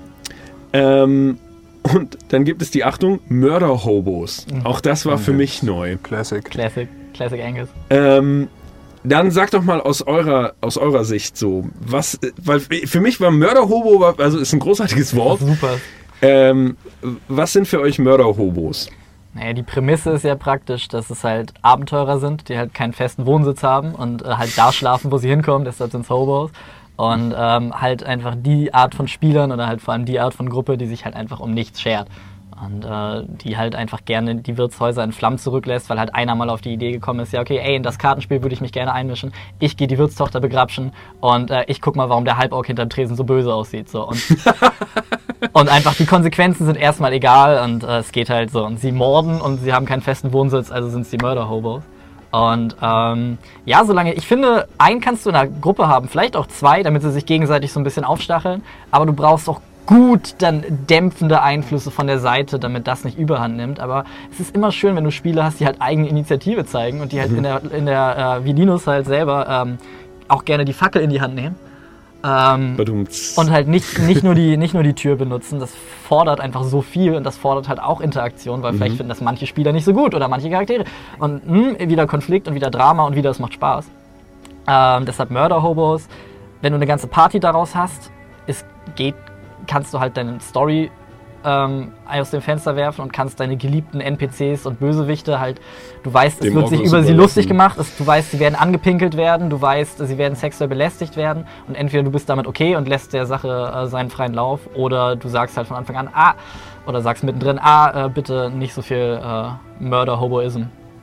Und dann gibt es die, Achtung, Mörder-Hobos. Auch das war für mich neu. Classic Angus. Dann sag doch mal aus eurer Sicht so, weil für mich war Mörder-Hobo, also ist ein großartiges Wort. Super. Was sind für euch Mörder-Hobos? Naja, die Prämisse ist ja praktisch, dass es halt Abenteurer sind, die halt keinen festen Wohnsitz haben und halt da schlafen, wo sie hinkommen, deshalb sind es Hobos. Und halt einfach die Art von Spielern oder halt vor allem die Art von Gruppe, die sich halt einfach um nichts schert. Und die halt einfach gerne die Wirtshäuser in Flammen zurücklässt, weil halt einer mal auf die Idee gekommen ist, ja okay, in das Kartenspiel würde ich mich gerne einmischen, ich gehe die Wirtstochter begrapschen und ich guck mal, warum der Halborg hinterm Tresen so böse aussieht. So. Und Und einfach die Konsequenzen sind erstmal egal und es geht halt so. Und sie morden und sie haben keinen festen Wohnsitz, also sind es die Murder-Hobos. Und ja, solange, ich finde, einen kannst du in einer Gruppe haben, vielleicht auch zwei, damit sie sich gegenseitig so ein bisschen aufstacheln, aber du brauchst auch gut dann dämpfende Einflüsse von der Seite, damit das nicht überhand nimmt. Aber es ist immer schön, wenn du Spiele hast, die halt eigene Initiative zeigen und die halt in der wie Linus halt selber auch gerne die Fackel in die Hand nehmen. Und halt nicht nur die Tür benutzen. Das fordert einfach so viel und das fordert halt auch Interaktion, weil vielleicht finden das manche Spieler nicht so gut oder manche Charaktere. Und wieder Konflikt und wieder Drama und wieder es macht Spaß. Deshalb Murder-Hobos. Wenn du eine ganze Party daraus hast, kannst du halt deine Story aus dem Fenster werfen und kannst deine geliebten NPCs und Bösewichte halt, du weißt, es wird sich über sie lustig gemacht, du weißt, sie werden angepinkelt werden, du weißt, sie werden sexuell belästigt werden und entweder du bist damit okay und lässt der Sache seinen freien Lauf oder du sagst halt von Anfang an, oder sagst mittendrin, bitte nicht so viel Murder-Hoboism.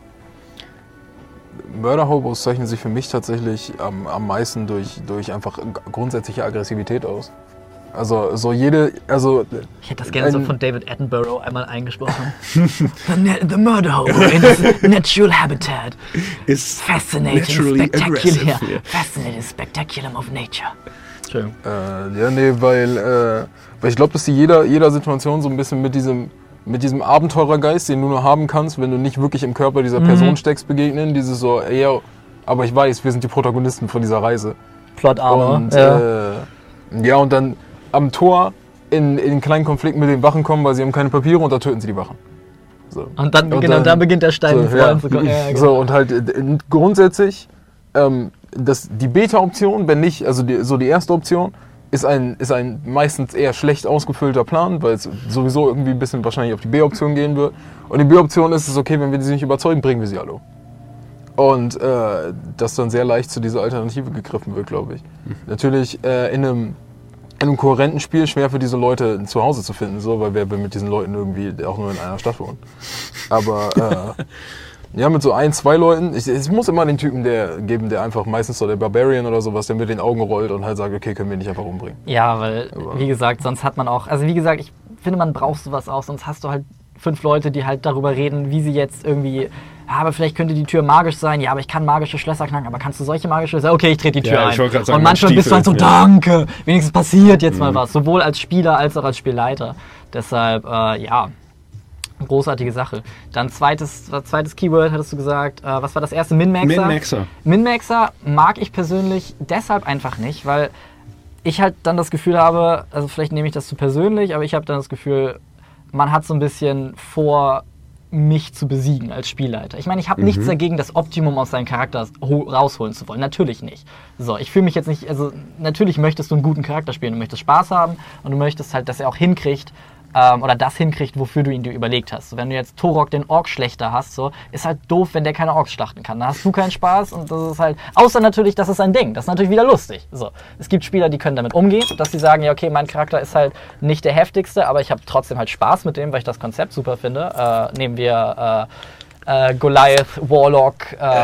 Murder-Hobos zeichnen sich für mich tatsächlich am meisten durch einfach grundsätzliche Aggressivität aus. Also ich hätte das gerne so von David Attenborough einmal eingesprochen. The murder hobo in its natural habitat is fascinating, spectacular. Fascinating, spectaculum of nature. Entschuldigung. Weil ich glaube, dass die jeder Situation so ein bisschen mit diesem Abenteurergeist, den du nur haben kannst, wenn du nicht wirklich im Körper dieser Person steckst, begegnen. Dieses so, aber ich weiß, wir sind die Protagonisten von dieser Reise. Plot Armor. Und und dann am Tor in einen kleinen Konflikt mit den Wachen kommen, weil sie haben keine Papiere und da töten sie die Wachen. So. Und dann beginnt der Stein ins Rollen zu kommen. Ja, genau. So, und halt grundsätzlich die Beta-Option, wenn nicht, also die erste Option, ist ein meistens eher schlecht ausgefüllter Plan, weil es sowieso irgendwie ein bisschen wahrscheinlich auf die B-Option gehen wird. Und die B-Option ist es okay, wenn wir sie nicht überzeugen, bringen wir sie alle. Und dass dann sehr leicht zu dieser Alternative gegriffen wird, glaube ich. Natürlich in einem kohärenten Spiel schwer für diese Leute ein Zuhause zu finden, so, weil wer will mit diesen Leuten irgendwie auch nur in einer Stadt wohnen. Aber mit so 1, 2 Leuten, es muss immer den Typen geben, der einfach meistens so der Barbarian oder sowas, der mit den Augen rollt und halt sagt, okay, können wir nicht einfach umbringen. Ja, weil, wie gesagt, sonst hat man auch, also wie gesagt, ich finde, man braucht sowas auch, sonst hast du halt 5 Leute, die halt darüber reden, wie sie jetzt irgendwie, aber vielleicht könnte die Tür magisch sein, ja, aber ich kann magische Schlösser knacken, aber kannst du solche magische Schlösser? Okay, ich trete die Tür ein. Sagen, und manchmal bist du halt so, danke, wenigstens passiert jetzt mal was, sowohl als Spieler als auch als Spielleiter. Deshalb, großartige Sache. Dann zweites Keyword hattest du gesagt, was war das erste? Min-Maxer. Min-Maxer mag ich persönlich deshalb einfach nicht, weil ich halt dann das Gefühl habe, also vielleicht nehme ich das zu persönlich, aber ich habe dann das Gefühl, man hat so ein bisschen vor, mich zu besiegen als Spielleiter. Ich meine, ich habe nichts dagegen, das Optimum aus seinem Charakter rausholen zu wollen. Natürlich nicht. So, ich fühle mich jetzt nicht, also natürlich möchtest du einen guten Charakter spielen, du möchtest Spaß haben und du möchtest halt, dass er auch hinkriegt, oder das hinkriegt, wofür du ihn dir überlegt hast. So, wenn du jetzt Torok den Ork-Schlechter hast, so, ist halt doof, wenn der keine Orks schlachten kann. Da hast du keinen Spaß und das ist halt, außer natürlich, das ist ein Ding. Das ist natürlich wieder lustig. So, es gibt Spieler, die können damit umgehen, dass sie sagen, ja okay, mein Charakter ist halt nicht der heftigste, aber ich habe trotzdem halt Spaß mit dem, weil ich das Konzept super finde. Nehmen wir Goliath, Warlock,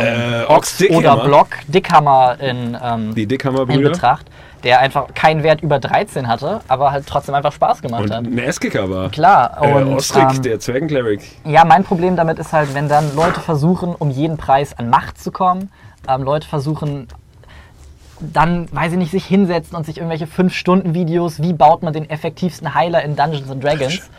Ox oder Block, Dickhammer die Dickhammer-Brüder in Betracht, der einfach keinen Wert über 13 hatte, aber halt trotzdem einfach Spaß gemacht hat. Und ein Esskicker war. Klar. Und Ostrich, der Zwergencleric. Ja, mein Problem damit ist halt, wenn dann Leute versuchen, um jeden Preis an Macht zu kommen, Leute versuchen dann, weiß ich nicht, sich hinsetzen und sich irgendwelche 5-Stunden-Videos, wie baut man den effektivsten Heiler in Dungeons & Dragons,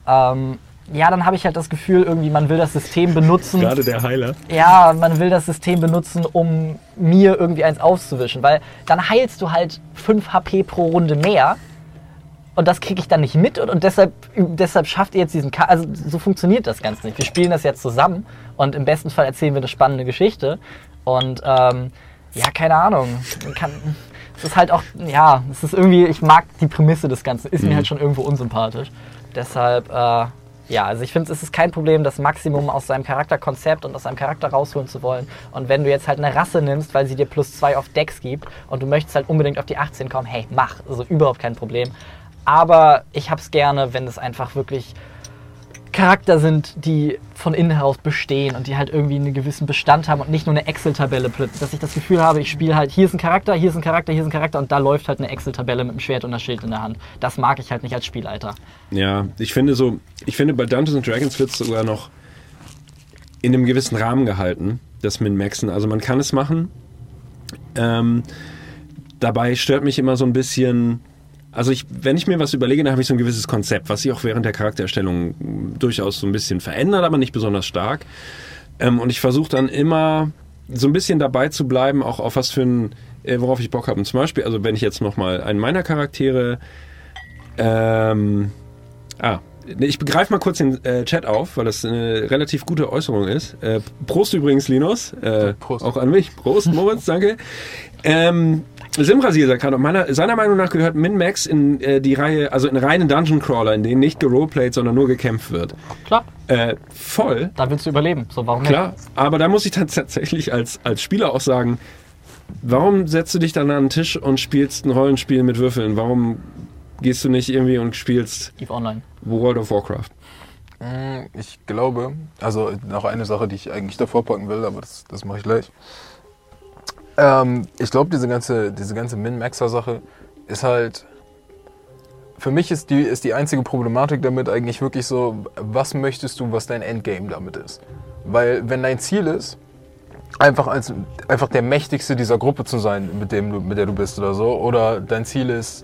ja, dann habe ich halt das Gefühl, irgendwie, man will das System benutzen. Gerade der Heiler. Ja, man will das System benutzen, um mir irgendwie eins aufzuwischen. Weil dann heilst du halt 5 HP pro Runde mehr. Und das kriege ich dann nicht mit. Und deshalb schafft ihr jetzt diesen... Also so funktioniert das Ganze nicht. Wir spielen das jetzt zusammen. Und im besten Fall erzählen wir eine spannende Geschichte. Und ja, keine Ahnung. Es ist halt auch... Ja, es ist irgendwie... Ich mag die Prämisse des Ganzen. Ist mir halt schon irgendwo unsympathisch. Deshalb... Ja, also ich finde, es ist kein Problem, das Maximum aus seinem Charakterkonzept und aus seinem Charakter rausholen zu wollen. Und wenn du jetzt halt eine Rasse nimmst, weil sie dir +2 auf Dex gibt und du möchtest halt unbedingt auf die 18 kommen, hey, mach. Also überhaupt kein Problem. Aber ich hab's gerne, wenn es einfach wirklich Charakter sind, die von innen heraus bestehen und die halt irgendwie einen gewissen Bestand haben und nicht nur eine Excel-Tabelle, dass ich das Gefühl habe, ich spiele halt, hier ist ein Charakter, hier ist ein Charakter, hier ist ein Charakter und da läuft halt eine Excel-Tabelle mit einem Schwert und einem Schild in der Hand. Das mag ich halt nicht als Spielleiter. Ja, ich finde bei Dungeons & Dragons wird es sogar noch in einem gewissen Rahmen gehalten, das Min-Maxen. Also man kann es machen. Dabei stört mich immer so ein bisschen... Also wenn ich mir was überlege, dann habe ich so ein gewisses Konzept, was sich auch während der Charaktererstellung durchaus so ein bisschen verändert, aber nicht besonders stark. Und ich versuche dann immer so ein bisschen dabei zu bleiben, auch auf was für ein, worauf ich Bock habe. Und zum Beispiel, also wenn ich jetzt nochmal einen meiner Charaktere... ich begreife mal kurz den Chat auf, weil das eine relativ gute Äußerung ist. Prost übrigens, Linus. Prost. Auch an mich. Prost, Moritz, danke. Simrasier sagt gerade, seiner Meinung nach gehört Min-Max in die Reihe, also in reine Dungeon Crawler, in denen nicht geroleplayt, sondern nur gekämpft wird. Klar. Voll. Da willst du überleben, so warum nicht? Klar, aber da muss ich dann tatsächlich als Spieler auch sagen, warum setzt du dich dann an den Tisch und spielst ein Rollenspiel mit Würfeln? Warum gehst du nicht irgendwie und spielst EVE Online. World of Warcraft? Ich glaube, also noch eine Sache, die ich eigentlich davor packen will, aber das mache ich gleich. Ich glaube, diese ganze Min-Maxer-Sache ist halt, für mich ist die einzige Problematik damit eigentlich wirklich so, was möchtest du, was dein Endgame damit ist? Weil wenn dein Ziel ist, einfach der Mächtigste dieser Gruppe zu sein, mit der du bist oder so, oder dein Ziel ist,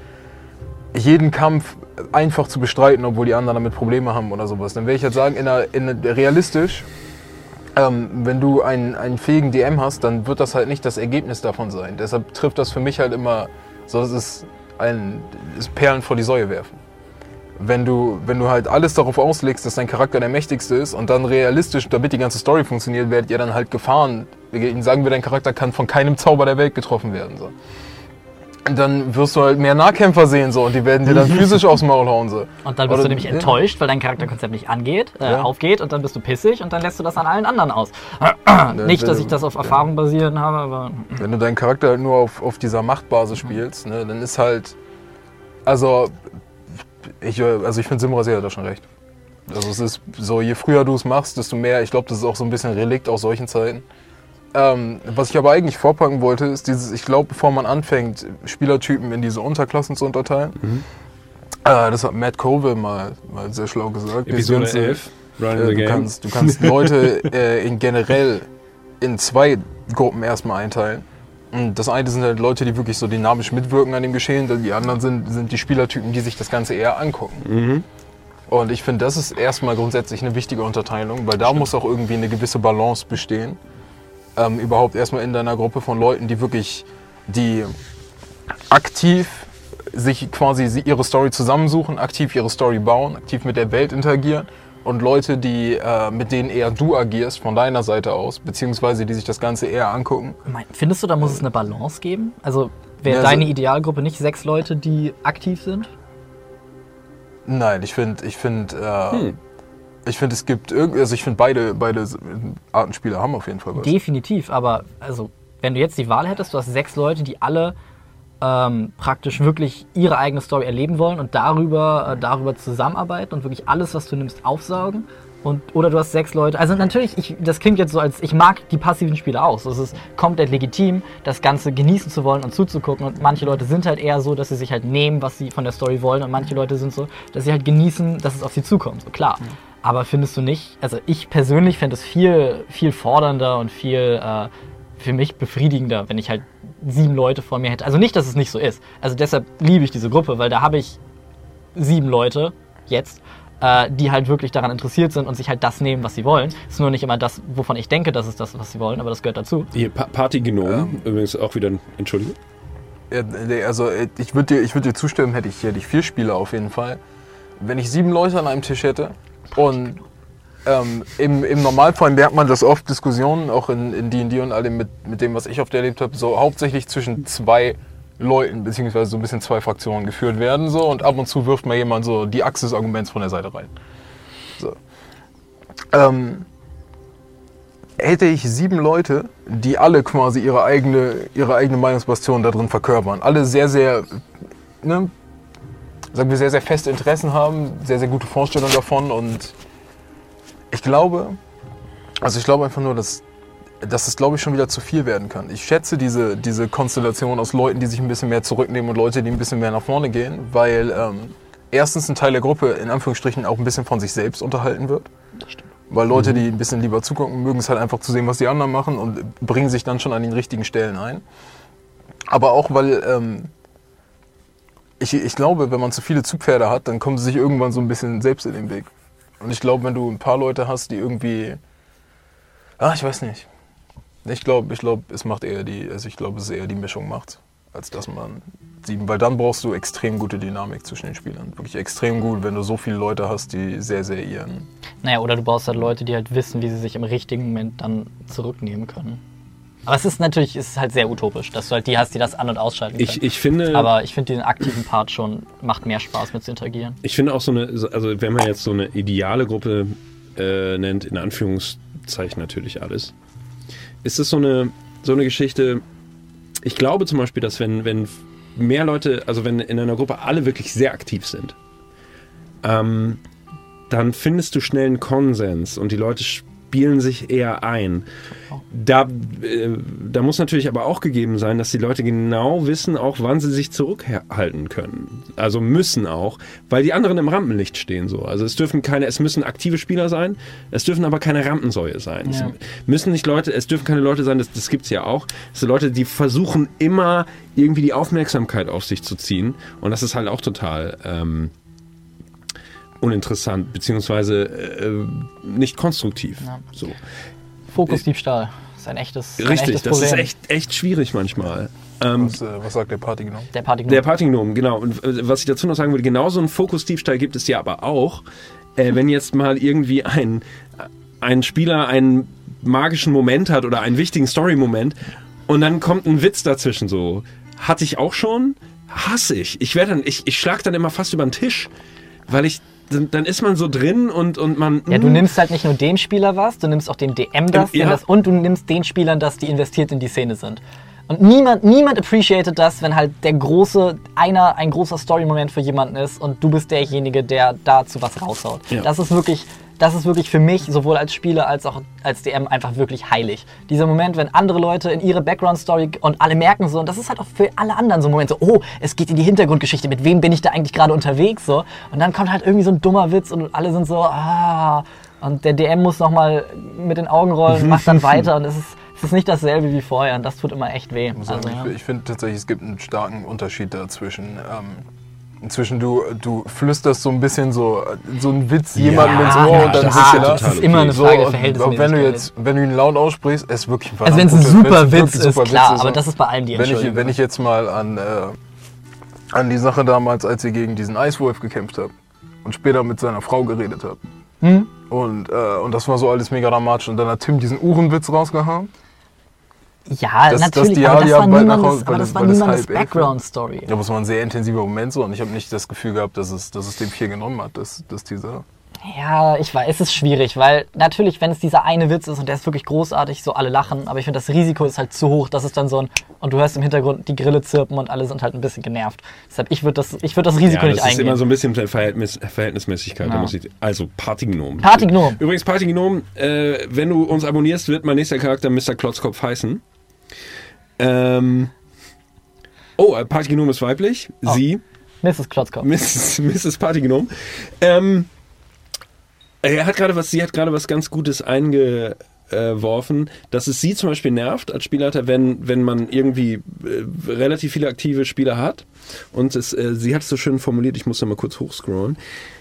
jeden Kampf einfach zu bestreiten, obwohl die anderen damit Probleme haben oder sowas, dann würde ich halt sagen, realistisch, wenn du einen fähigen DM hast, dann wird das halt nicht das Ergebnis davon sein. Deshalb trifft das für mich halt immer so, das ist Perlen vor die Säue werfen. Wenn du halt alles darauf auslegst, dass dein Charakter der mächtigste ist und dann realistisch, damit die ganze Story funktioniert, werdet ihr dann halt gefahren. Sagen wir, dein Charakter kann von keinem Zauber der Welt getroffen werden. So. Dann wirst du halt mehr Nahkämpfer sehen so, und die werden dir dann physisch aufs Maul hauen. So. Und dann bist du nämlich enttäuscht, weil dein Charakterkonzept nicht aufgeht und dann bist du pissig und dann lässt du das an allen anderen aus. Nicht, dass ich das auf Erfahrung basieren habe, aber... Wenn du deinen Charakter halt nur auf dieser Machtbasis spielst, ne, dann ist halt... Also ich finde, Simrasier hat da schon recht. Also es ist so, je früher du es machst, desto mehr, ich glaube, das ist auch so ein bisschen Relikt aus solchen Zeiten. Was ich aber eigentlich vorpacken wollte, ist ich glaube, bevor man anfängt, Spielertypen in diese Unterklassen zu unterteilen, das hat Matt Colville mal sehr schlau gesagt. Episode 11, Run in the Game. Du kannst Leute generell in zwei Gruppen erstmal einteilen. Und das eine sind halt Leute, die wirklich so dynamisch mitwirken an dem Geschehen, die anderen sind die Spielertypen, die sich das Ganze eher angucken. Und ich finde, das ist erstmal grundsätzlich eine wichtige Unterteilung, weil da muss auch irgendwie eine gewisse Balance bestehen. Überhaupt erstmal in deiner Gruppe von Leuten, die aktiv sich quasi ihre Story zusammensuchen, aktiv ihre Story bauen, aktiv mit der Welt interagieren, und Leute, mit denen eher du agierst von deiner Seite aus, beziehungsweise die sich das Ganze eher angucken. Findest du, da muss es eine Balance geben? Also wäre deine Idealgruppe nicht 6 Leute, die aktiv sind? Nein, ich finde, es gibt ich finde beide Arten Spieler haben auf jeden Fall was. Definitiv, aber also wenn du jetzt die Wahl hättest, du hast 6 Leute, die alle praktisch wirklich ihre eigene Story erleben wollen und darüber zusammenarbeiten und wirklich alles, was du nimmst, aufsaugen. Oder du hast 6 Leute, also natürlich, das klingt jetzt so, als ich mag die passiven Spiele aus. Es ist komplett legitim, das Ganze genießen zu wollen und zuzugucken. Und manche Leute sind halt eher so, dass sie sich halt nehmen, was sie von der Story wollen. Und manche Leute sind so, dass sie halt genießen, dass es auf sie zukommt. So, klar. Aber findest du nicht, also ich persönlich fände es viel, viel fordernder und viel für mich befriedigender, wenn ich halt 7 Leute vor mir hätte. Also nicht, dass es nicht so ist. Also deshalb liebe ich diese Gruppe, weil da habe ich 7 Leute jetzt, die halt wirklich daran interessiert sind und sich halt das nehmen, was sie wollen. Ist nur nicht immer das, wovon ich denke, das ist das, was sie wollen, aber das gehört dazu. Hier, Partygenom, übrigens auch wieder, Entschuldigung. Also ich würde dir zustimmen, hätte ich 4 Spieler auf jeden Fall. Wenn ich 7 Leute an einem Tisch hätte und im Normalfall merkt man, dass oft Diskussionen auch in D&D und allem mit dem, was ich oft erlebt habe, so hauptsächlich zwischen 2 Leuten, beziehungsweise so ein bisschen 2 Fraktionen geführt werden. So, und ab und zu wirft mal jemand so die Achse des Arguments von der Seite rein. So. Hätte ich 7 Leute, die alle quasi ihre eigene Meinungsbastion da drin verkörpern. Alle sehr, sehr sagen wir, sehr, sehr feste Interessen haben, sehr, sehr gute Vorstellungen davon und ich glaube einfach nur, dass es, glaube ich, schon wieder zu viel werden kann. Ich schätze diese Konstellation aus Leuten, die sich ein bisschen mehr zurücknehmen und Leute, die ein bisschen mehr nach vorne gehen, weil erstens ein Teil der Gruppe in Anführungsstrichen auch ein bisschen von sich selbst unterhalten wird. Das stimmt. Weil Leute, die ein bisschen lieber zugucken, mögen es halt einfach zu sehen, was die anderen machen und bringen sich dann schon an den richtigen Stellen ein. Aber auch, weil ich glaube, wenn man zu viele Zugpferde hat, dann kommen sie sich irgendwann so ein bisschen selbst in den Weg. Und ich glaube, wenn du ein paar Leute hast, die irgendwie... ich weiß nicht. Ich glaube, es macht eher es ist eher die Mischung macht, als dass man sieben, weil dann brauchst du extrem gute Dynamik zwischen den Spielern. Wirklich extrem gut, wenn du so viele Leute hast, die sehr, sehr ihren... Naja, oder du brauchst halt Leute, die halt wissen, wie sie sich im richtigen Moment dann zurücknehmen können. Aber es ist halt sehr utopisch, dass du halt die hast, die das an- und ausschalten können. Ich finde... Aber ich finde den aktiven Part schon, macht mehr Spaß mit zu interagieren. Ich finde auch also wenn man jetzt so eine ideale Gruppe nennt, in Anführungszeichen natürlich alles, ist es so eine Geschichte, ich glaube zum Beispiel, dass wenn mehr Leute, also wenn in einer Gruppe alle wirklich sehr aktiv sind, dann findest du schnell einen Konsens und die Leute spielen sich eher ein. Da muss natürlich aber auch gegeben sein, dass die Leute genau wissen, auch wann sie sich zurückhalten können. Also müssen auch, weil die anderen im Rampenlicht stehen so. Also es müssen aktive Spieler sein, es dürfen aber keine Rampensäue sein. Ja. Es dürfen keine Leute sein, das gibt es ja auch. Es sind Leute, die versuchen immer irgendwie die Aufmerksamkeit auf sich zu ziehen und das ist halt auch total uninteressant, beziehungsweise nicht konstruktiv. Ja. So. Fokusdiebstahl ist ein echtes Richtig, das Problem. ist echt schwierig manchmal. Was sagt der Partygnom? Der Partygnom. Der Partygnom, genau. Und was ich dazu noch sagen würde, genauso einen Fokusdiebstahl gibt es ja aber auch, wenn jetzt mal irgendwie ein Spieler einen magischen Moment hat oder einen wichtigen Story-Moment und dann kommt ein Witz dazwischen so. Hatte ich auch schon, hasse ich. Ich schlag dann immer fast über den Tisch, weil dann ist man so drin und man... Ja, du nimmst halt nicht nur dem Spieler was, du nimmst auch dem DM und du nimmst den Spielern das, die investiert in die Szene sind. Und niemand appreciated das, wenn halt ein großer Story-Moment für jemanden ist und du bist derjenige, der dazu was raushaut. Ja. Das ist wirklich für mich, sowohl als Spieler als auch als DM, einfach wirklich heilig. Dieser Moment, wenn andere Leute in ihre Background-Story und alle merken so, und das ist halt auch für alle anderen so ein Moment so, oh, es geht in die Hintergrundgeschichte, mit wem bin ich da eigentlich gerade unterwegs, so. Und dann kommt halt irgendwie so ein dummer Witz und alle sind so, und der DM muss nochmal mit den Augen rollen, macht dann weiter und es ist nicht dasselbe wie vorher und das tut immer echt weh. Ich finde tatsächlich, es gibt einen starken Unterschied dazwischen. Inzwischen du flüsterst so ein bisschen so einen Witz jemandem ins Ohr und dann bist du da. Das ist immer eine Frage der Verhältnismäßigkeit. Wenn du ihn laut aussprichst, es ist wirklich ein also wenn es ein super Witz ist, klar, aber das ist bei allem die Entschuldigung. Wenn ich jetzt mal an die Sache damals, als ihr gegen diesen Eiswolf gekämpft habt und später mit seiner Frau geredet habt und das war so alles mega dramatisch und dann hat Tim diesen Uhrenwitz rausgehauen. Ja, natürlich, aber das war niemandes Background-Story. Ja, aber es war ein sehr intensiver Moment so und ich habe nicht das Gefühl gehabt, dass es dem viel genommen hat, dass dieser... Ja, ich weiß, es ist schwierig, weil natürlich, wenn es dieser eine Witz ist und der ist wirklich großartig, so alle lachen, aber ich finde, das Risiko ist halt zu hoch, dass es dann so und du hörst im Hintergrund die Grille zirpen und alle sind halt ein bisschen genervt. Deshalb, ich würde das Risiko nicht eingehen. Das ist immer so ein bisschen Verhältnismäßigkeit. Ja. Also Partygnom. Partygnom. Übrigens, Partygnom, wenn du uns abonnierst, wird mein nächster Charakter Mr. Klotzkopf heißen. Partygnom ist weiblich. Oh. Sie. Mrs. Klotzkopf. Mrs. Partygnom. Sie hat gerade was ganz Gutes eingeworfen, dass es sie zum Beispiel nervt als Spielleiter, wenn man irgendwie relativ viele aktive Spieler hat. Und sie hat es so schön formuliert, ich muss da mal kurz hochscrollen.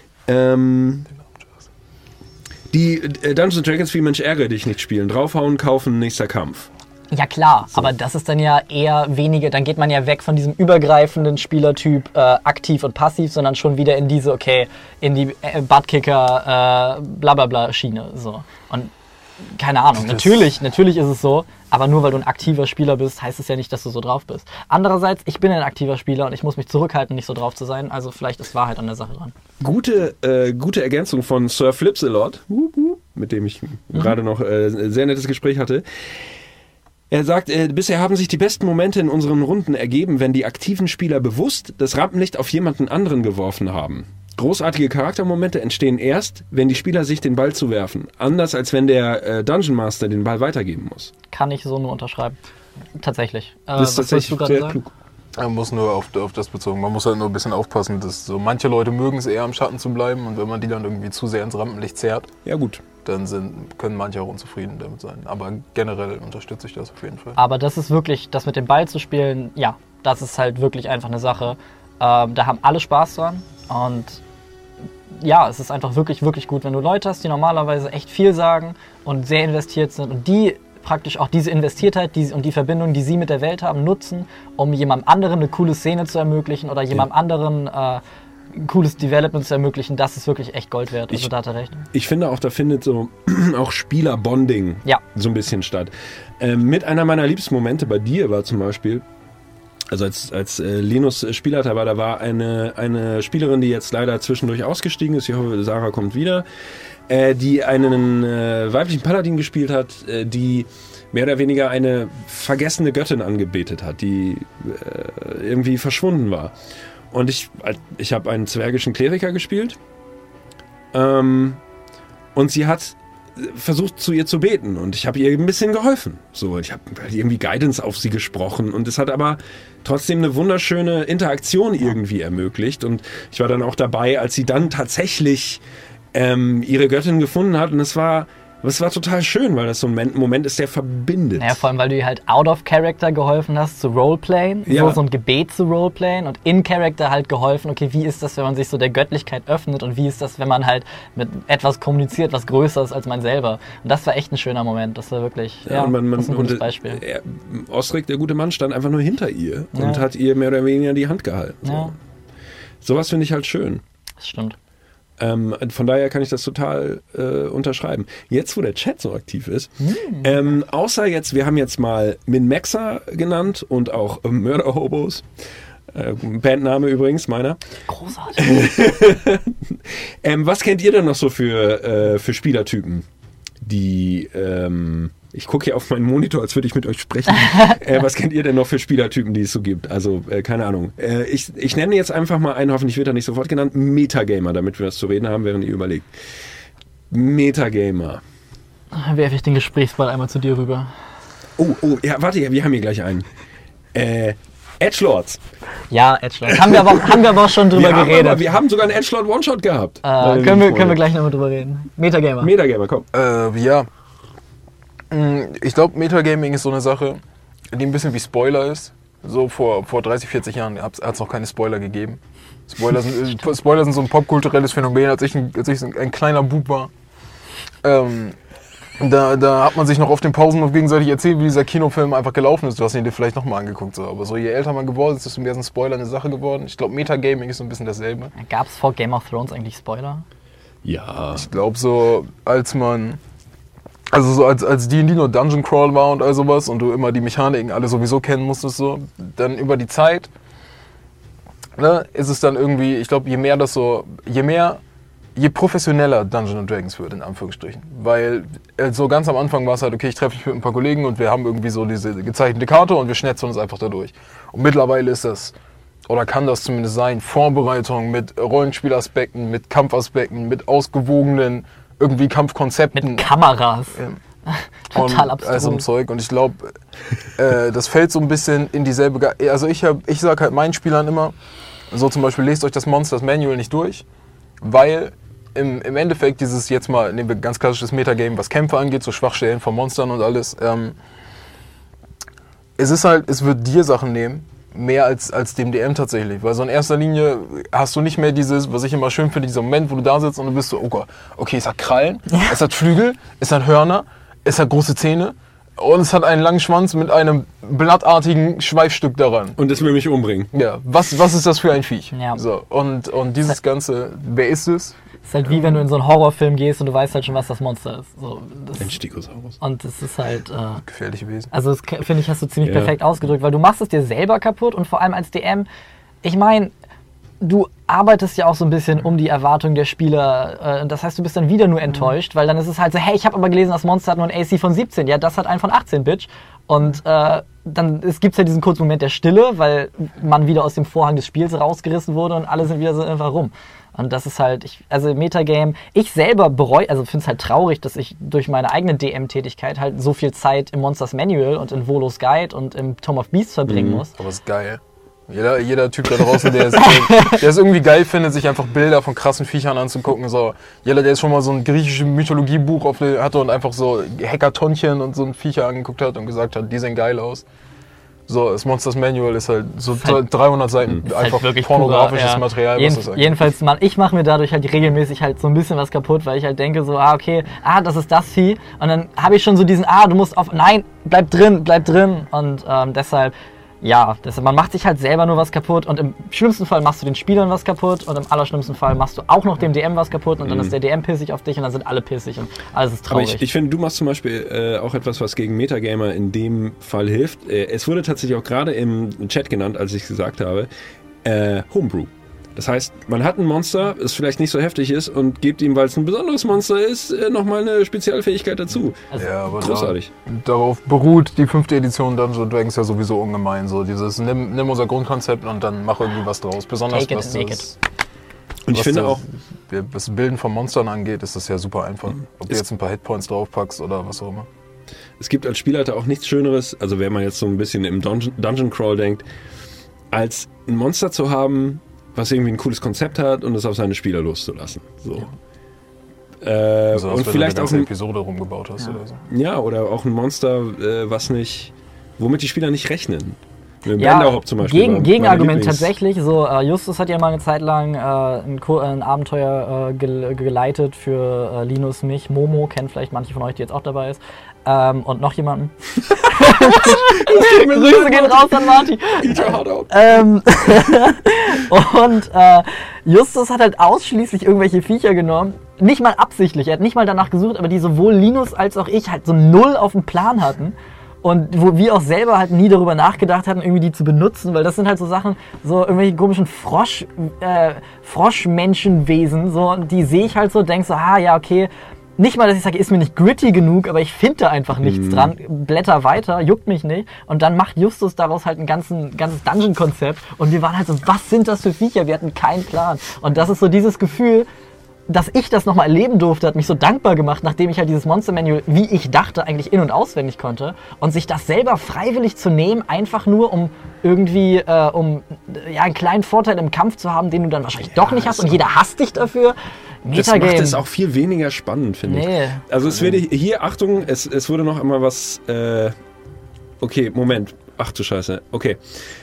Die Dungeons & Dragons wie Mensch ärgere dich nicht spielen. Draufhauen, kaufen, nächster Kampf. Ja klar, so. Aber das ist dann ja eher weniger, dann geht man ja weg von diesem übergreifenden Spielertyp aktiv und passiv, sondern schon wieder in diese, in die Buttkicker blablabla Schiene. So. Und keine Ahnung, natürlich ist es so, aber nur weil du ein aktiver Spieler bist, heißt es ja nicht, dass du so drauf bist. Andererseits, ich bin ein aktiver Spieler und ich muss mich zurückhalten, nicht so drauf zu sein, also vielleicht ist Wahrheit an der Sache dran. Gute Ergänzung von Sir Flips-a-Lot, mit dem ich gerade noch sehr nettes Gespräch hatte. Er sagt, bisher haben sich die besten Momente in unseren Runden ergeben, wenn die aktiven Spieler bewusst das Rampenlicht auf jemanden anderen geworfen haben. Großartige Charaktermomente entstehen erst, wenn die Spieler sich den Ball zuwerfen. Anders als wenn der Dungeon Master den Ball weitergeben muss. Kann ich so nur unterschreiben. Tatsächlich. Das ist tatsächlich sehr klug. Man muss nur auf das bezogen. Man muss halt nur ein bisschen aufpassen, dass so manche Leute mögen es eher im Schatten zu bleiben und wenn man die dann irgendwie zu sehr ins Rampenlicht zerrt, ja gut, dann können manche auch unzufrieden damit sein. Aber generell unterstütze ich das auf jeden Fall. Aber das ist wirklich, das mit dem Ball zu spielen, ja, das ist halt wirklich einfach eine Sache. Da haben alle Spaß dran und ja, es ist einfach wirklich, wirklich gut, wenn du Leute hast, die normalerweise echt viel sagen und sehr investiert sind und die praktisch auch diese Investiertheit und die Verbindung, die sie mit der Welt haben, nutzen, um jemandem anderen eine coole Szene zu ermöglichen oder jemandem anderen ein cooles Development zu ermöglichen. Das ist wirklich echt Gold wert. Also da hat er recht. Ich finde auch, da findet so auch Spieler-Bonding so ein bisschen statt. Mit einer meiner liebsten Momente bei dir war zum Beispiel, also als Linus Spielleiter war, da war eine Spielerin, die jetzt leider zwischendurch ausgestiegen ist, ich hoffe, Sarah kommt wieder, die einen weiblichen Paladin gespielt hat, die mehr oder weniger eine vergessene Göttin angebetet hat, die irgendwie verschwunden war. Und ich habe einen zwergischen Kleriker gespielt und sie hat versucht, zu ihr zu beten und ich habe ihr ein bisschen geholfen. So, ich habe irgendwie Guidance auf sie gesprochen und es hat aber trotzdem eine wunderschöne Interaktion irgendwie ermöglicht und ich war dann auch dabei, als sie dann tatsächlich ihre Göttin gefunden hat und es war total schön, weil das so ein Moment ist, der verbindet. Ja, vor allem, weil du ihr halt out of character geholfen hast zu Roleplayen, so ein Gebet zu Roleplayen und in Character halt geholfen, okay, wie ist das, wenn man sich so der Göttlichkeit öffnet und wie ist das, wenn man halt mit etwas kommuniziert, was größer ist als man selber. Und das war echt ein schöner Moment, das war wirklich, das ist ein gutes Beispiel. Osric, der gute Mann, stand einfach nur hinter ihr und hat ihr mehr oder weniger die Hand gehalten. Ja. Sowas finde ich halt schön. Das stimmt. Von daher kann ich das total unterschreiben. Jetzt, wo der Chat so aktiv ist, außer jetzt, wir haben jetzt mal Min-Maxer genannt und auch Mörder-Hobos. Bandname übrigens, meiner. Großartig. Was kennt ihr denn noch so für Spielertypen, die... ich gucke hier auf meinen Monitor, als würde ich mit euch sprechen. Was kennt ihr denn noch für Spielertypen, die es so gibt? Also, keine Ahnung. Ich nenne jetzt einfach mal einen, hoffentlich wird er nicht sofort genannt, Metagamer, damit wir was zu reden haben, während ihr überlegt. Metagamer. Werfe ich den Gesprächsball einmal zu dir rüber. Oh, ja, warte, wir haben hier gleich einen. Edgelords. Ja, Edgelords. Haben wir aber auch schon drüber geredet. Wir haben sogar einen Edgelord One-Shot gehabt. Können wir gleich nochmal drüber reden. Metagamer, komm. Ja. Ich glaube, Metagaming ist so eine Sache, die ein bisschen wie Spoiler ist. So vor 30, 40 Jahren hat es noch keine Spoiler gegeben. Spoiler sind so ein popkulturelles Phänomen, als ich ein kleiner Bub war. Da hat man sich noch auf den Pausen noch gegenseitig erzählt, wie dieser Kinofilm einfach gelaufen ist. Du hast ihn dir vielleicht nochmal angeguckt. So. Aber so je älter man geworden ist, desto mehr sind Spoiler eine Sache geworden. Ich glaube, Metagaming ist so ein bisschen dasselbe. Gab es vor Game of Thrones eigentlich Spoiler? Ja. Ich glaube so, als D&D nur Dungeon Crawl war und all sowas und du immer die Mechaniken alle sowieso kennen musstest, so, dann über die Zeit, ne, ist es dann irgendwie, ich glaube, je professioneller Dungeons & Dragons wird, in Anführungsstrichen. Weil so ganz am Anfang war es halt, okay, ich treffe mich mit ein paar Kollegen und wir haben irgendwie so diese gezeichnete Karte und wir schnetzeln uns einfach da durch. Und mittlerweile ist das, oder kann das zumindest sein, Vorbereitung mit Rollenspielaspekten, mit Kampfaspekten, mit ausgewogenen irgendwie Kampfkonzepten. Mit Kameras. Total abstrus. Also im Zeug. Und ich glaube, das fällt so ein bisschen in dieselbe... Also ich sage halt meinen Spielern immer, so zum Beispiel, lest euch das Monsters Manual nicht durch, weil im Endeffekt dieses, jetzt mal, nehmen wir ganz klassisches Metagame, was Kämpfe angeht, so Schwachstellen von Monstern und alles, es wird dir Sachen nehmen, mehr als dem DM tatsächlich. Weil so in erster Linie hast du nicht mehr dieses, was ich immer schön finde, dieser Moment, wo du da sitzt und du bist so, oh Gott, okay, es hat Krallen, es hat Flügel, es hat Hörner, es hat große Zähne und es hat einen langen Schwanz mit einem blattartigen Schweifstück daran. Und das will mich umbringen. Ja, was ist das für ein Viech? Ja. So, und dieses Ganze, wer ist es? Ist halt wie wenn du in so einen Horrorfilm gehst und du weißt halt schon, was das Monster ist. So, Ein Stegosaurus. Und es ist halt... gefährliche Wesen. Also das, finde ich, hast du ziemlich perfekt ausgedrückt, weil du machst es dir selber kaputt und vor allem als DM, ich meine, du arbeitest ja auch so ein bisschen um die Erwartung der Spieler. Das heißt, du bist dann wieder nur enttäuscht, weil dann ist es halt so, hey, ich habe aber gelesen, das Monster hat nur ein AC von 17. Ja, das hat einen von 18, Bitch. Und dann gibt es ja diesen kurzen Moment der Stille, weil man wieder aus dem Vorhang des Spiels rausgerissen wurde und alle sind wieder so einfach rum. Und das ist halt, also Metagame, ich selber bereue, also finde es halt traurig, dass ich durch meine eigene DM-Tätigkeit halt so viel Zeit im Monsters Manual und in Volos Guide und im Tome of Beasts verbringen muss. Aber ist geil. Jeder Typ da draußen, der es irgendwie geil findet, sich einfach Bilder von krassen Viechern anzugucken. So. Jeder, der jetzt schon mal so ein griechisches Mythologiebuch hatte und einfach so Hekatonchen und so ein Viecher angeguckt hat und gesagt hat, die sehen geil aus. So, das Monsters Manual ist halt so 300 Seiten einfach halt pornografisches Material, was das eigentlich jedenfalls, ich mache mir dadurch halt regelmäßig halt so ein bisschen was kaputt, weil ich halt denke so, das ist das Vieh. Und dann habe ich schon so diesen, du musst nein, bleib drin. Und deshalb, man macht sich halt selber nur was kaputt und im schlimmsten Fall machst du den Spielern was kaputt und im allerschlimmsten Fall machst du auch noch dem DM was kaputt und dann ist der DM pissig auf dich und dann sind alle pissig und alles ist traurig. Aber ich finde, du machst zum Beispiel auch etwas, was gegen Metagamer in dem Fall hilft. Es wurde tatsächlich auch gerade im Chat genannt, als ich es gesagt habe, Homebrew. Das heißt, man hat ein Monster, das vielleicht nicht so heftig ist und gibt ihm, weil es ein besonderes Monster ist, nochmal eine Spezialfähigkeit dazu. Also aber großartig. Darauf beruht die 5. Edition Dungeons & Dragons ja sowieso ungemein. So dieses, nimm unser Grundkonzept und dann mach irgendwie was draus. Besonders was und ich finde auch, das Bilden von Monstern angeht, ist das ja super einfach. Ob du jetzt ein paar Hitpoints draufpackst oder was auch immer. Es gibt als Spielleiter auch nichts Schöneres, also wenn man jetzt so ein bisschen im Dungeon Crawl denkt, als ein Monster zu haben, was irgendwie ein cooles Konzept hat und es auf seine Spieler loszulassen. So. Ja. Und vielleicht auch eine Episode rumgebaut hast oder so. Ja, oder auch ein Monster, womit die Spieler nicht rechnen. Bänderhop zum Beispiel. Gegenargument tatsächlich. So, Justus hat ja mal eine Zeit lang ein Abenteuer geleitet für Linus, mich, Momo, kennen vielleicht manche von euch, die jetzt auch dabei ist. Und noch jemanden. Grüße gehen raus an Marty. Und Justus hat halt ausschließlich irgendwelche Viecher genommen. Nicht mal absichtlich, er hat nicht mal danach gesucht, aber die sowohl Linus als auch ich halt so null auf dem Plan hatten. Und wo wir auch selber halt nie darüber nachgedacht hatten, irgendwie die zu benutzen, weil das sind halt so Sachen, so irgendwelche komischen Froschmenschenwesen, so, die sehe ich halt so, denk so, okay, nicht mal, dass ich sage, ist mir nicht gritty genug, aber ich finde da einfach nichts dran, blätter weiter, juckt mich nicht. Und dann macht Justus daraus halt ein ganzes Dungeon-Konzept und wir waren halt so, was sind das für Viecher? Wir hatten keinen Plan. Und das ist so dieses Gefühl, dass ich das nochmal erleben durfte, hat mich so dankbar gemacht, nachdem ich halt dieses Monster-Manual, wie ich dachte, eigentlich in- und auswendig konnte. Und sich das selber freiwillig zu nehmen, einfach nur um irgendwie, einen kleinen Vorteil im Kampf zu haben, den du dann wahrscheinlich doch nicht hast und jeder hasst dich dafür. Metagame. Das macht es auch viel weniger spannend, finde ich. Also es wird hier, Achtung, es wurde noch einmal was, okay, Moment, ach du Scheiße, okay.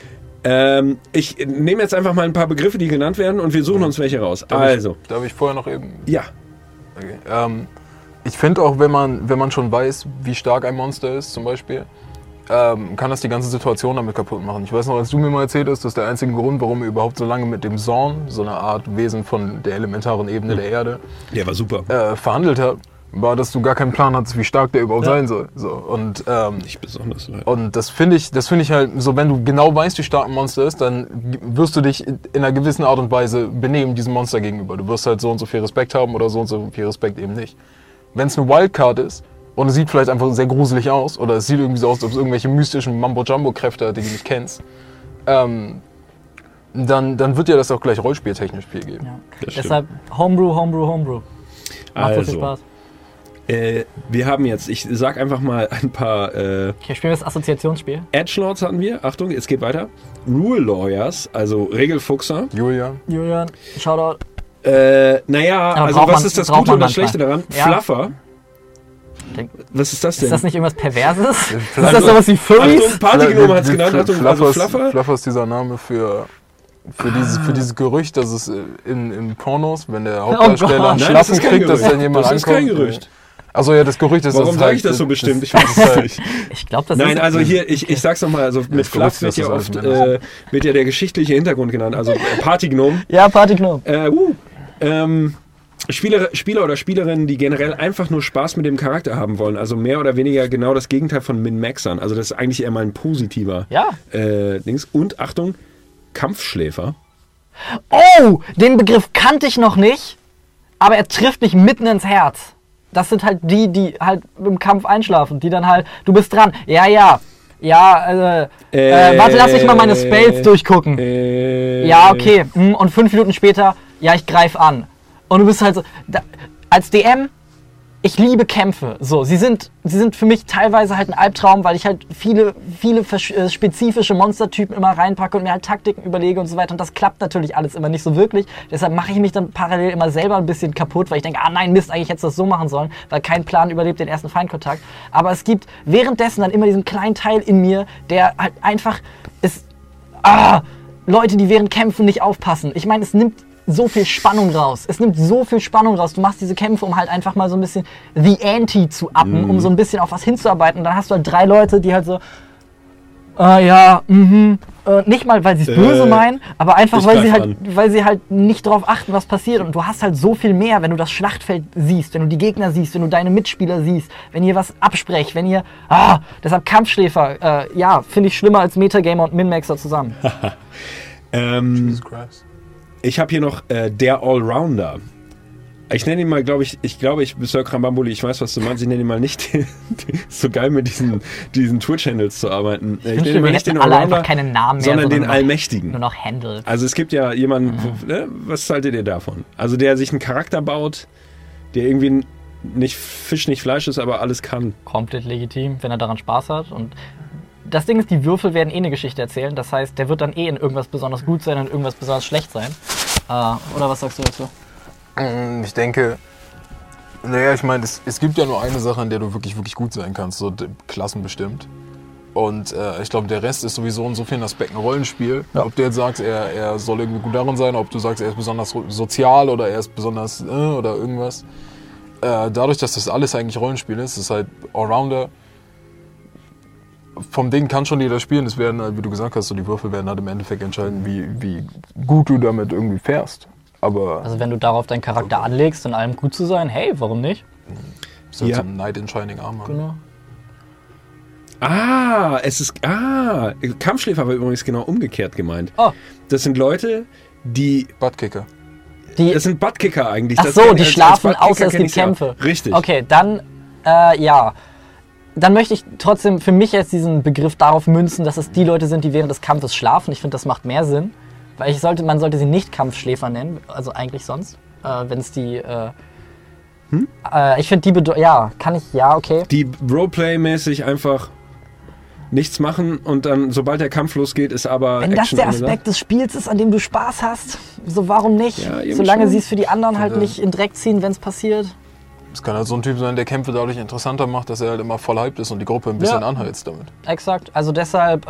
Ich nehme jetzt einfach mal ein paar Begriffe, die genannt werden und wir suchen uns welche raus. Darf ich vorher noch eben? Ja. Okay. Ich finde auch, wenn man schon weiß, wie stark ein Monster ist, zum Beispiel, kann das die ganze Situation damit kaputt machen. Ich weiß noch, als du mir mal erzählt hast, dass der einzige Grund, warum wir überhaupt so lange mit dem Zorn, so eine Art Wesen von der elementaren Ebene der Erde, der war super, verhandelt hat, war, dass du gar keinen Plan hattest, wie stark der überhaupt sein soll. So, und, nicht besonders. Leider. Und das finde ich halt so, wenn du genau weißt, wie stark ein Monster ist, dann wirst du dich in einer gewissen Art und Weise benehmen diesem Monster gegenüber. Du wirst halt so und so viel Respekt haben oder so und so viel Respekt eben nicht. Wenn es eine Wildcard ist und es sieht vielleicht einfach sehr gruselig aus oder es sieht irgendwie so aus, als ob es irgendwelche mystischen Mambo-Jumbo-Kräfte hat, die du nicht kennst, dann wird dir das auch gleich rollspieltechnisch viel geben. Ja. Deshalb Homebrew. Macht so viel Spaß. Wir haben jetzt, ich sag einfach mal ein paar... Okay, spielen wir das Assoziationsspiel. Edgelords hatten wir, Achtung, es geht weiter. Rule Lawyers, also Regelfuchser. Julian, Shoutout. Was ist das Gute und das Schlechte daran? Ja. Fluffer. Was ist das denn? Ist das nicht irgendwas Perverses? Ist das sowas wie Furries? Achtung, Partygnome hat es genannt. Fluffer. Fluffer ist dieser Name für dieses Gerücht, dass es in Pornos, wenn der Hauptdarsteller einen Schlaffen kriegt, dass dann jemand ankommt. Das ist kein Gerücht. Also ja, das Gerücht ist... Warum sage ich das so bestimmt? Ich weiß es nicht. Ich glaube, das Nein, also hier, ich sag's nochmal, also mit Fluff wird ja oft wird ja der geschichtliche Hintergrund genannt, also Partygnom. Ja, Partygnom. Spieler oder Spielerinnen, die generell einfach nur Spaß mit dem Charakter haben wollen, also mehr oder weniger genau das Gegenteil von Min-Maxern, also das ist eigentlich eher mal ein positiver Dings. Und Achtung, Kampfschläfer. Oh, den Begriff kannte ich noch nicht, aber er trifft mich mitten ins Herz. Das sind halt die halt im Kampf einschlafen, die dann halt, du bist dran, ja, warte, lass mich mal meine Spells durchgucken. Ja, okay. Und 5 Minuten später, ja, ich greife an. Und du bist halt so, als DM, ich liebe Kämpfe. So, sie sind für mich teilweise halt ein Albtraum, weil ich halt viele spezifische Monstertypen immer reinpacke und mir halt Taktiken überlege und so weiter. Und das klappt natürlich alles immer nicht so wirklich. Deshalb mache ich mich dann parallel immer selber ein bisschen kaputt, weil ich denke, nein, Mist, eigentlich hättest du das so machen sollen, weil kein Plan überlebt den ersten Feindkontakt. Aber es gibt währenddessen dann immer diesen kleinen Teil in mir, der halt einfach ist, Leute, die während Kämpfen nicht aufpassen. Ich meine, es nimmt so viel Spannung raus. Es nimmt so viel Spannung raus. Du machst diese Kämpfe, um halt einfach mal so ein bisschen the ante zu uppen, um so ein bisschen auf was hinzuarbeiten. Und dann hast du halt 3 Leute, die halt so, nicht mal, weil sie es böse meinen, aber einfach, weil sie halt nicht darauf achten, was passiert. Und du hast halt so viel mehr, wenn du das Schlachtfeld siehst, wenn du die Gegner siehst, wenn du deine Mitspieler siehst, wenn ihr was absprecht, wenn ihr, deshalb Kampfschläfer, finde ich schlimmer als Metagamer und Min-Maxer zusammen. Jesus Christ. Ich habe hier noch der Allrounder. Ich nenne ihn mal, glaube ich, Sir Krambambuli, ich weiß, was du meinst, ich nenne ihn mal nicht, so geil mit diesen Twitch-Handles zu arbeiten. Ich nenne ihn mal nicht den Allrounder, keine Namen mehr, sondern den Allmächtigen. Nur noch Handles. Also es gibt ja jemanden, was haltet ihr davon? Also der sich einen Charakter baut, der irgendwie nicht Fisch, nicht Fleisch ist, aber alles kann. Komplett legitim, wenn er daran Spaß hat. Und das Ding ist, die Würfel werden eine Geschichte erzählen. Das heißt, der wird dann in irgendwas besonders gut sein und irgendwas besonders schlecht sein. Oder was sagst du dazu? Ich denke, ich meine, es gibt ja nur eine Sache, an der du wirklich, wirklich gut sein kannst, so Klassen bestimmt. Und ich glaube, der Rest ist sowieso in so vielen Aspekten Rollenspiel. Ja. Ob du jetzt sagst, er soll irgendwie gut darin sein, ob du sagst, er ist besonders sozial oder er ist besonders oder irgendwas. Dadurch, dass das alles eigentlich Rollenspiel ist halt Allrounder. Vom Ding kann schon jeder spielen. Es werden, wie du gesagt hast, so die Würfel werden halt im Endeffekt entscheiden, wie gut du damit irgendwie fährst. Aber also wenn du darauf deinen Charakter anlegst, in allem gut zu sein, hey, warum nicht? So ja. Zum Knight in Shining Armor. Genau. Kampfschläfer war übrigens genau umgekehrt gemeint. Oh. Das sind Leute, die... Buttkicker. Das sind Buttkicker eigentlich. Ach so, die schlafen, außer es gibt Kämpfe. Richtig. Okay, dann, Dann möchte ich trotzdem für mich jetzt diesen Begriff darauf münzen, dass es die Leute sind, die während des Kampfes schlafen. Ich finde, das macht mehr Sinn. Weil man sollte sie nicht Kampfschläfer nennen, also eigentlich sonst, wenn es die, ich finde die, okay. Die Roleplay-mäßig einfach nichts machen und dann, sobald der Kampf losgeht, ist aber wenn Action. Wenn das der Aspekt des Spiels ist, an dem du Spaß hast, so warum nicht? Ja, solange sie es für die anderen halt nicht in Dreck ziehen, wenn es passiert. Es kann halt so ein Typ sein, der Kämpfe dadurch interessanter macht, dass er halt immer voll hyped ist und die Gruppe ein bisschen anheizt damit. Exakt, also deshalb,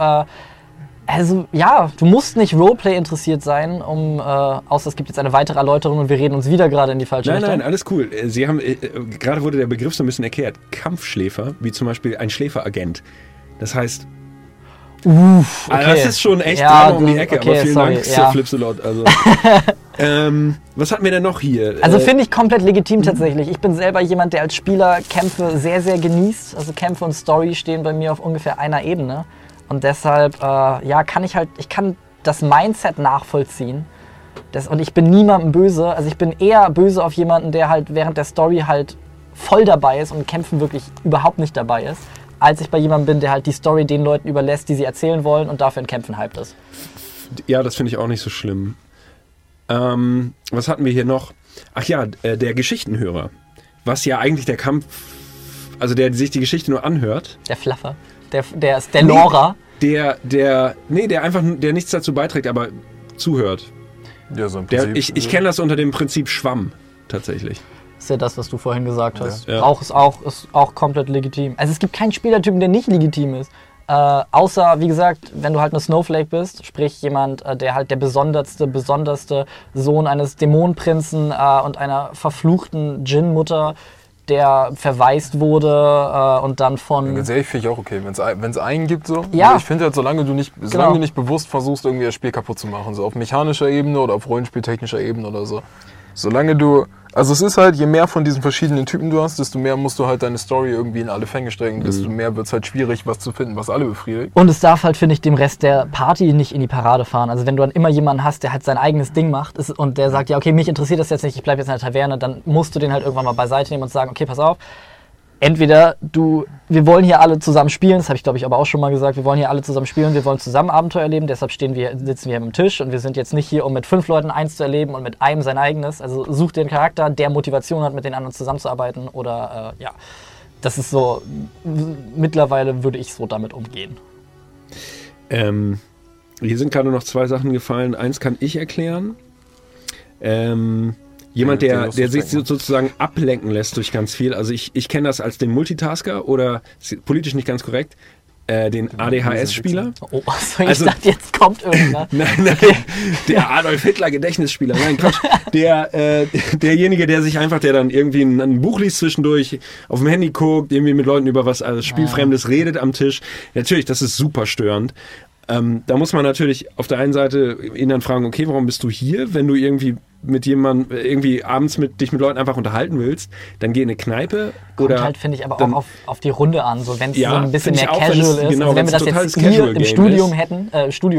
du musst nicht Roleplay interessiert sein, außer es gibt jetzt eine weitere Erläuterung und wir reden uns wieder gerade in die falsche Richtung. Nein, alles cool. Sie haben, gerade wurde der Begriff so ein bisschen erklärt. Kampfschläfer, wie zum Beispiel ein Schläferagent. Das heißt, okay. Also das ist schon echt dran um die Ecke, aber vielen Dank, Sir Flipsalot. Also, was hatten wir denn noch hier? Also finde ich komplett legitim tatsächlich. Ich bin selber jemand, der als Spieler Kämpfe sehr, sehr genießt. Also Kämpfe und Story stehen bei mir auf ungefähr einer Ebene. Und deshalb, ich kann das Mindset nachvollziehen. Und ich bin niemandem böse. Also ich bin eher böse auf jemanden, der halt während der Story halt voll dabei ist und Kämpfen wirklich überhaupt nicht dabei ist, als ich bei jemandem bin, der halt die Story den Leuten überlässt, die sie erzählen wollen und dafür in Kämpfen hyped ist. Ja, das finde ich auch nicht so schlimm. Was hatten wir hier noch? Ach ja, der Geschichtenhörer. Was ja eigentlich der Kampf, also der sich die Geschichte nur anhört. Der Fluffer. Der Lora. Der nichts dazu beiträgt, aber zuhört. Ja, so im Prinzip. Ich kenne das unter dem Prinzip Schwamm, tatsächlich. Das ist ja das, was du vorhin gesagt hast. Ja. Ist auch komplett legitim. Also es gibt keinen Spielertypen, der nicht legitim ist. Außer, wie gesagt, wenn du halt eine Snowflake bist, sprich jemand, der halt der besonderste Sohn eines Dämonenprinzen und einer verfluchten Djinn-Mutter, der verwaist wurde und dann von... Ganz ehrlich, finde ich auch okay, wenn es einen gibt so. Ja. Ich finde halt, solange du nicht bewusst versuchst, irgendwie das Spiel kaputt zu machen, so auf mechanischer Ebene oder auf rollenspieltechnischer Ebene oder so. Solange du... Also es ist halt, je mehr von diesen verschiedenen Typen du hast, desto mehr musst du halt deine Story irgendwie in alle Fänge stecken, desto mehr wird es halt schwierig, was zu finden, was alle befriedigt. Und es darf halt, finde ich, dem Rest der Party nicht in die Parade fahren. Also wenn du dann immer jemanden hast, der halt sein eigenes Ding macht und der sagt, ja okay, mich interessiert das jetzt nicht, ich bleibe jetzt in der Taverne, dann musst du den halt irgendwann mal beiseite nehmen und sagen, okay, pass auf, entweder wir wollen hier alle zusammen spielen, das habe ich glaube ich aber auch schon mal gesagt, wir wollen hier alle zusammen spielen, wir wollen zusammen Abenteuer erleben, deshalb sitzen wir hier am Tisch und wir sind jetzt nicht hier, um mit 5 Leuten eins zu erleben und mit einem sein eigenes. Also such dir einen Charakter, der Motivation hat, mit den anderen zusammenzuarbeiten oder das ist so, mittlerweile würde ich so damit umgehen. Hier sind gerade noch 2 Sachen gefallen. Eins kann ich erklären. Jemand, der sich sozusagen ablenken lässt durch ganz viel. Also ich kenne das als den Multitasker oder politisch nicht ganz korrekt, den ADHS-Spieler. Oh, ich dachte, jetzt kommt irgendwas. Nein, der Adolf Hitler-Gedächtnisspieler. Nein, Quatsch. Derjenige, der dann irgendwie ein Buch liest zwischendurch, auf dem Handy guckt, irgendwie mit Leuten über was Spielfremdes redet am Tisch. Natürlich, das ist super störend. Da muss man natürlich auf der einen Seite ihn dann fragen, okay, warum bist du hier? Wenn du irgendwie mit jemandem, irgendwie abends dich mit Leuten einfach unterhalten willst, dann geh in eine Kneipe. Kommt oder halt, finde ich, aber auch auf die Runde an. So, wenn es so ein bisschen mehr auch, casual ist. Genau, also wenn wir das jetzt hier im Studio hätten,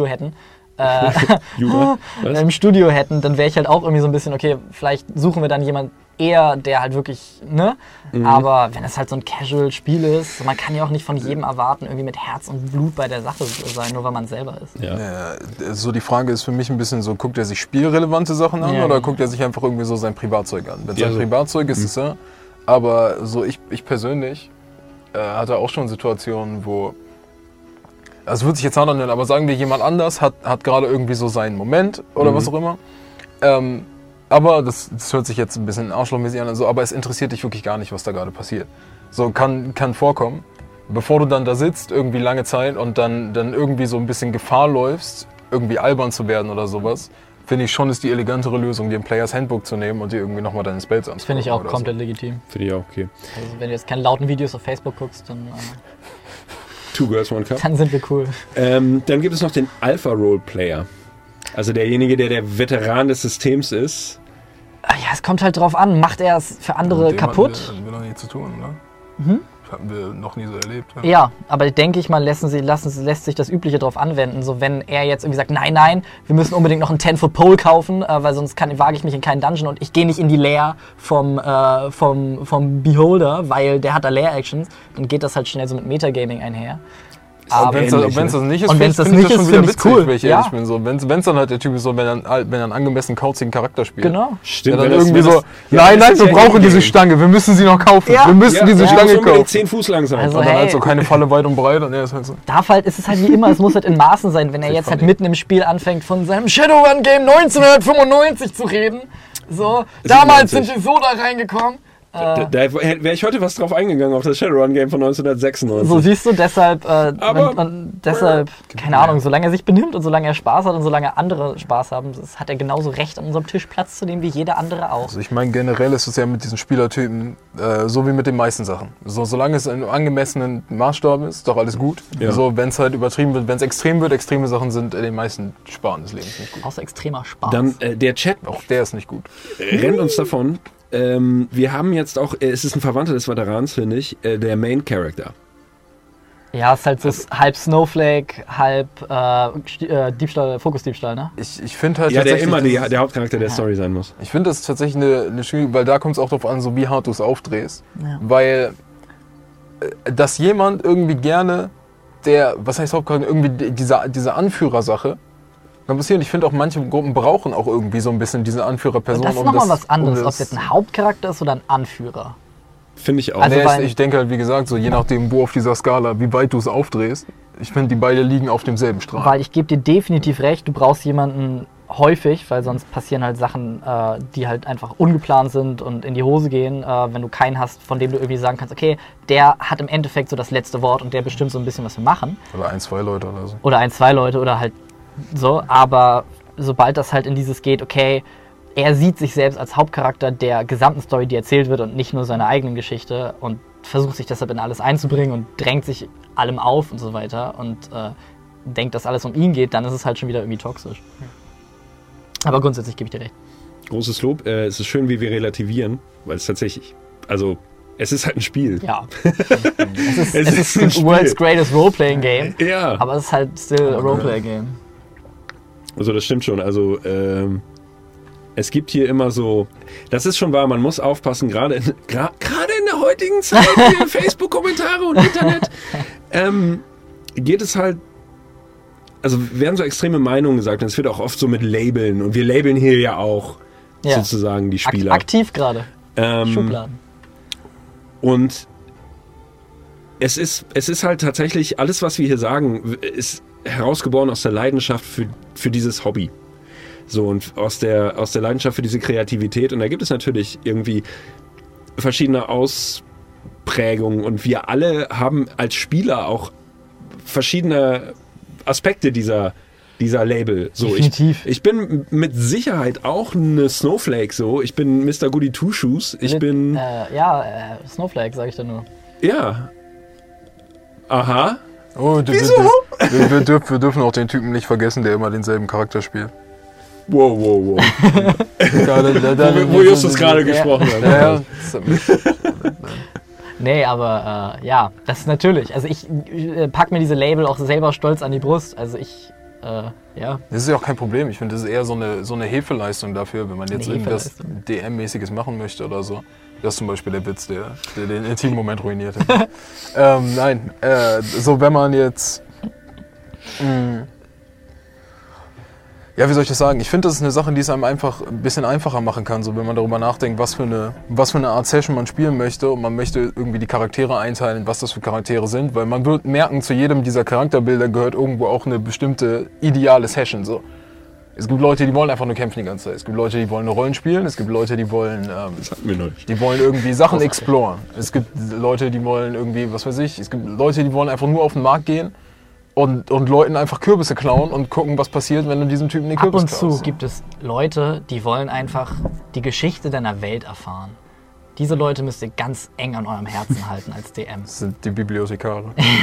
im Studio hätten, dann wäre ich halt auch irgendwie so ein bisschen, okay, vielleicht suchen wir dann jemanden eher, der halt wirklich, ne? Aber wenn es halt so ein Casual-Spiel ist, man kann ja auch nicht von jedem erwarten, irgendwie mit Herz und Blut bei der Sache sein, nur weil man selber ist. Ja, so die Frage ist für mich ein bisschen so, guckt er sich spielrelevante Sachen an oder guckt er sich einfach irgendwie so sein Privatzeug an? Wenn es sein Privatzeug ist, ist es ja. Aber so ich persönlich hatte auch schon Situationen, wo, also würde sich jetzt hart anhören, aber sagen wir, jemand anders hat gerade irgendwie so seinen Moment oder was auch immer. Aber das hört sich jetzt ein bisschen arschlochmäßig an, also, aber es interessiert dich wirklich gar nicht, was da gerade passiert. So kann vorkommen. Bevor du dann da sitzt, irgendwie lange Zeit und dann irgendwie so ein bisschen Gefahr läufst, irgendwie albern zu werden oder sowas, finde ich schon, ist die elegantere Lösung, dir ein Players Handbook zu nehmen und dir irgendwie nochmal deine Spells anzugucken. Finde ich auch komplett legitim. Finde ich auch okay. Also wenn du jetzt keine lauten Videos auf Facebook guckst, dann... Two Girls, One Cup. Dann sind wir cool. Dann gibt es noch den Alpha-Role-Player. Also derjenige, der Veteran des Systems ist. Ja, es kommt halt drauf an. Macht er es für andere kaputt? Hatten wir noch nie zu tun, ne? Das hatten wir noch nie so erlebt. Ja, aber denke ich mal, lässt sich das Übliche drauf anwenden. So, wenn er jetzt irgendwie sagt, nein, wir müssen unbedingt noch einen 10-Foot-Pole kaufen, weil sonst wage ich mich in keinen Dungeon und ich gehe nicht in die Lair vom Beholder, weil der hat da Lair-Actions, dann geht das halt schnell so mit Metagaming einher. Aber wenn es das nicht ist, finde ich das schon wieder cool. Wenn ich ehrlich bin. So, wenn es dann halt der Typ ist, so, wenn er einen angemessen kauzigen Charakter spielt. Genau. Stimmt. Der dann irgendwie so, nein, wir brauchen diese Stange, wir müssen sie noch kaufen. Ja. Wir müssen diese Stange kaufen. 10 Fuß lang sein. Also, und dann halt so keine Falle weit und breit. Und ist halt so. Es ist halt wie immer, es muss halt in Maßen sein, wenn er jetzt halt mitten im Spiel anfängt, von seinem Shadowrun-Game 1995 zu reden. So, damals sind wir so da reingekommen. Da wäre ich heute was drauf eingegangen, auf das Shadowrun-Game von 1996. So siehst du, deshalb, keine Ahnung, solange er sich benimmt und solange er Spaß hat und solange andere Spaß haben, hat er genauso Recht, an unserem Tisch Platz zu nehmen wie jeder andere auch. Also ich meine, generell ist es ja mit diesen Spielertypen so wie mit den meisten Sachen. Solange es in einem angemessenen Maßstab ist, ist doch alles gut. Ja. So, wenn es halt übertrieben wird, wenn es extrem wird, extreme Sachen sind in den meisten Sparen des Lebens nicht gut. Außer extremer Spaß. Dann der Chat, auch der ist nicht gut. Rennt uns davon. Wir haben jetzt auch, es ist ein Verwandter des Veterans, finde ich, der Main Character. Ja, ist halt so halb Snowflake, halb Diebstahl, Fokusdiebstahl, ne? Ich finde halt der immer der Hauptcharakter der Story sein muss. Ich finde das tatsächlich eine schwierige, weil da kommt es auch darauf an, so wie hart du es aufdrehst. Ja. Weil, dass jemand irgendwie gerne was heißt Hauptcharakter, irgendwie diese Anführersache kann passieren. Ich finde auch, manche Gruppen brauchen auch irgendwie so ein bisschen diese Anführerperson. Das ist nochmal was anderes, ob es jetzt ein Hauptcharakter ist oder ein Anführer. Finde ich auch. Also ich denke halt, wie gesagt, so je nachdem, wo auf dieser Skala, wie weit du es aufdrehst, ich finde, die beide liegen auf demselben Strahl. Weil ich gebe dir definitiv recht, du brauchst jemanden häufig, weil sonst passieren halt Sachen, die halt einfach ungeplant sind und in die Hose gehen, wenn du keinen hast, von dem du irgendwie sagen kannst, okay, der hat im Endeffekt so das letzte Wort und der bestimmt so ein bisschen, was wir machen. Oder 1, 2 Leute oder so. Oder 1, 2 Leute oder halt so, aber sobald das halt in dieses geht, okay, er sieht sich selbst als Hauptcharakter der gesamten Story, die erzählt wird und nicht nur seiner eigenen Geschichte und versucht sich deshalb in alles einzubringen und drängt sich allem auf und so weiter und denkt, dass alles um ihn geht, dann ist es halt schon wieder irgendwie toxisch. Aber grundsätzlich gebe ich dir recht. Großes Lob. Es ist schön, wie wir relativieren, weil es tatsächlich, also es ist halt ein Spiel. Ja. es ist ein World's Greatest Role-Playing Game, ja. Aber es ist halt still a Role-Playing Game. Also das stimmt schon. Also es gibt hier immer so, das ist schon wahr, man muss aufpassen, gerade in der heutigen Zeit, Facebook-Kommentare und Internet, geht es halt, also werden so extreme Meinungen gesagt und es wird auch oft so mit Labeln und wir labeln hier ja auch sozusagen die Spieler. Aktiv gerade. Schubladen. Und es ist halt tatsächlich, alles was wir hier sagen, ist herausgeboren aus der Leidenschaft für dieses Hobby. So, und aus der Leidenschaft für diese Kreativität. Und da gibt es natürlich irgendwie verschiedene Ausprägungen. Und wir alle haben als Spieler auch verschiedene Aspekte dieser Label. So, Definitiv. Ich bin mit Sicherheit auch eine Snowflake. So, ich bin Mr. Goody Two Shoes. Snowflake, sage ich da nur. Ja. Aha. Oh, Wieso? Wir dürfen auch den Typen nicht vergessen, der immer denselben Charakter spielt. Wow. Wo Justus gerade gesprochen hat. Ja. Nee, aber das ist natürlich. Also ich pack mir diese Label auch selber stolz an die Brust. Also Das ist ja auch kein Problem. Ich finde, das ist eher so eine Hilfeleistung dafür, wenn man jetzt irgendwas DM-mäßiges machen möchte oder so. Das ist zum Beispiel der Witz, der den intimen Moment ruiniert hat. So wenn man jetzt... Ja, wie soll ich das sagen? Ich finde, das ist eine Sache, die es einem einfach ein bisschen einfacher machen kann, so wenn man darüber nachdenkt, was für eine Art Session man spielen möchte und man möchte irgendwie die Charaktere einteilen, was das für Charaktere sind, weil man wird merken, zu jedem dieser Charakterbilder gehört irgendwo auch eine bestimmte ideale Session. So. Es gibt Leute, die wollen einfach nur kämpfen die ganze Zeit. Es gibt Leute, die wollen nur Rollen spielen. Es gibt Leute, die wollen, das hatten wir noch nicht. Die wollen irgendwie Sachen exploren. Es gibt Leute, die wollen irgendwie, was weiß ich, es gibt Leute, die wollen einfach nur auf den Markt gehen und Leuten einfach Kürbisse klauen und gucken, was passiert, wenn du diesem Typen den Kürbis klaust. Ab und zu gibt es Leute, die wollen einfach die Geschichte deiner Welt erfahren. Diese Leute müsst ihr ganz eng an eurem Herzen halten als DM. Das sind die Bibliothekare.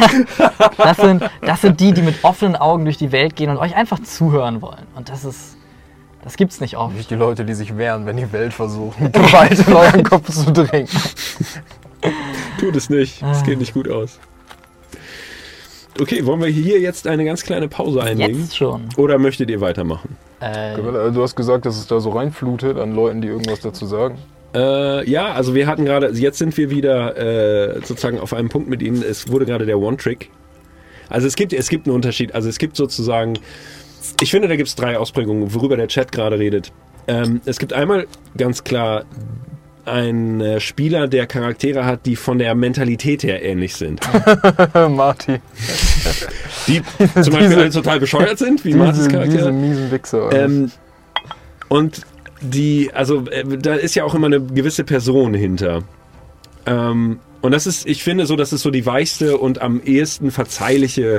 Das sind die mit offenen Augen durch die Welt gehen und euch einfach zuhören wollen. Und das gibt's nicht oft. Nicht die Leute, die sich wehren, wenn die Welt versuchen, Gewalt in euren Kopf zu drängen. Tut es nicht. Es geht nicht gut aus. Okay, wollen wir hier jetzt eine ganz kleine Pause einlegen? Jetzt schon. Oder möchtet ihr weitermachen? Du hast gesagt, dass es da so reinflutet an Leuten, die irgendwas dazu sagen. Ja, also wir hatten gerade, jetzt sind wir wieder sozusagen auf einem Punkt mit Ihnen. Es wurde gerade der One-Trick. Also es gibt einen Unterschied. Also es gibt sozusagen, ich finde, da gibt es 3 Ausprägungen, worüber der Chat gerade redet. Es gibt einmal ganz klar einen Spieler, der Charaktere hat, die von der Mentalität her ähnlich sind. Marty. Die zum Beispiel alle total bescheuert sind, wie Martys Charakter. Diese miesen Wichser. Und da ist ja auch immer eine gewisse Person hinter. Und das ist, ich finde so, das ist so die weichste und am ehesten verzeihliche